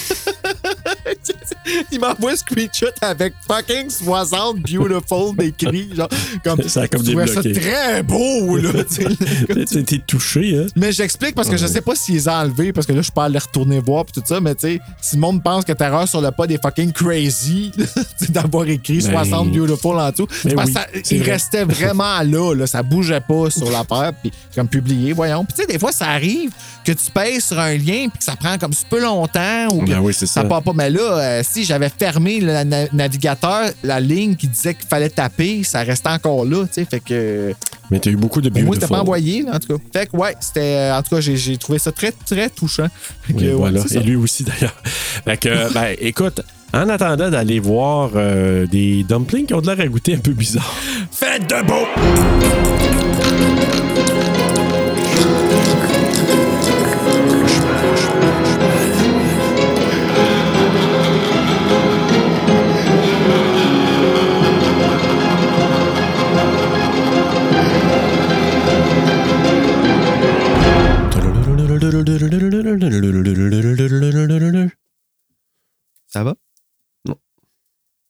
Il m'envoie un screenshot avec fucking 60 beautiful d'écrits. Genre, comme, ça a comme je trouvais débloqué. ça très beau, là. T'es touché, hein? Mais j'explique parce que je sais pas s'ils les ont enlevés, parce que là, je peux aller retourner voir pis tout ça, mais tu sais, si le monde pense que Terreur sur le pod est fucking crazy d'avoir écrit 60 beautiful en dessous, c'est parce que il restait vraiment là, ça bougeait pas sur la paire, puis comme publié, voyons. Puis tu sais, des fois, ça arrive que tu pèses sur un lien puis que ça prend comme un peu longtemps ou que ça part pas. Mais là, si j'avais fermé le navigateur, la ligne qui disait qu'il fallait taper, ça restait encore là, tu sais, fait que... Mais t'as eu beaucoup de beautiful. Moi, c'était pas envoyé, là, en tout cas. Fait que, ouais, c'était... En tout cas, j'ai trouvé ça très, très touchant. Fait que, oui, voilà. ouais, et lui aussi, d'ailleurs. Fait que, ben, écoute, en attendant d'aller voir des dumplings qui ont de l'air à goûter un peu bizarre. Faites de beau!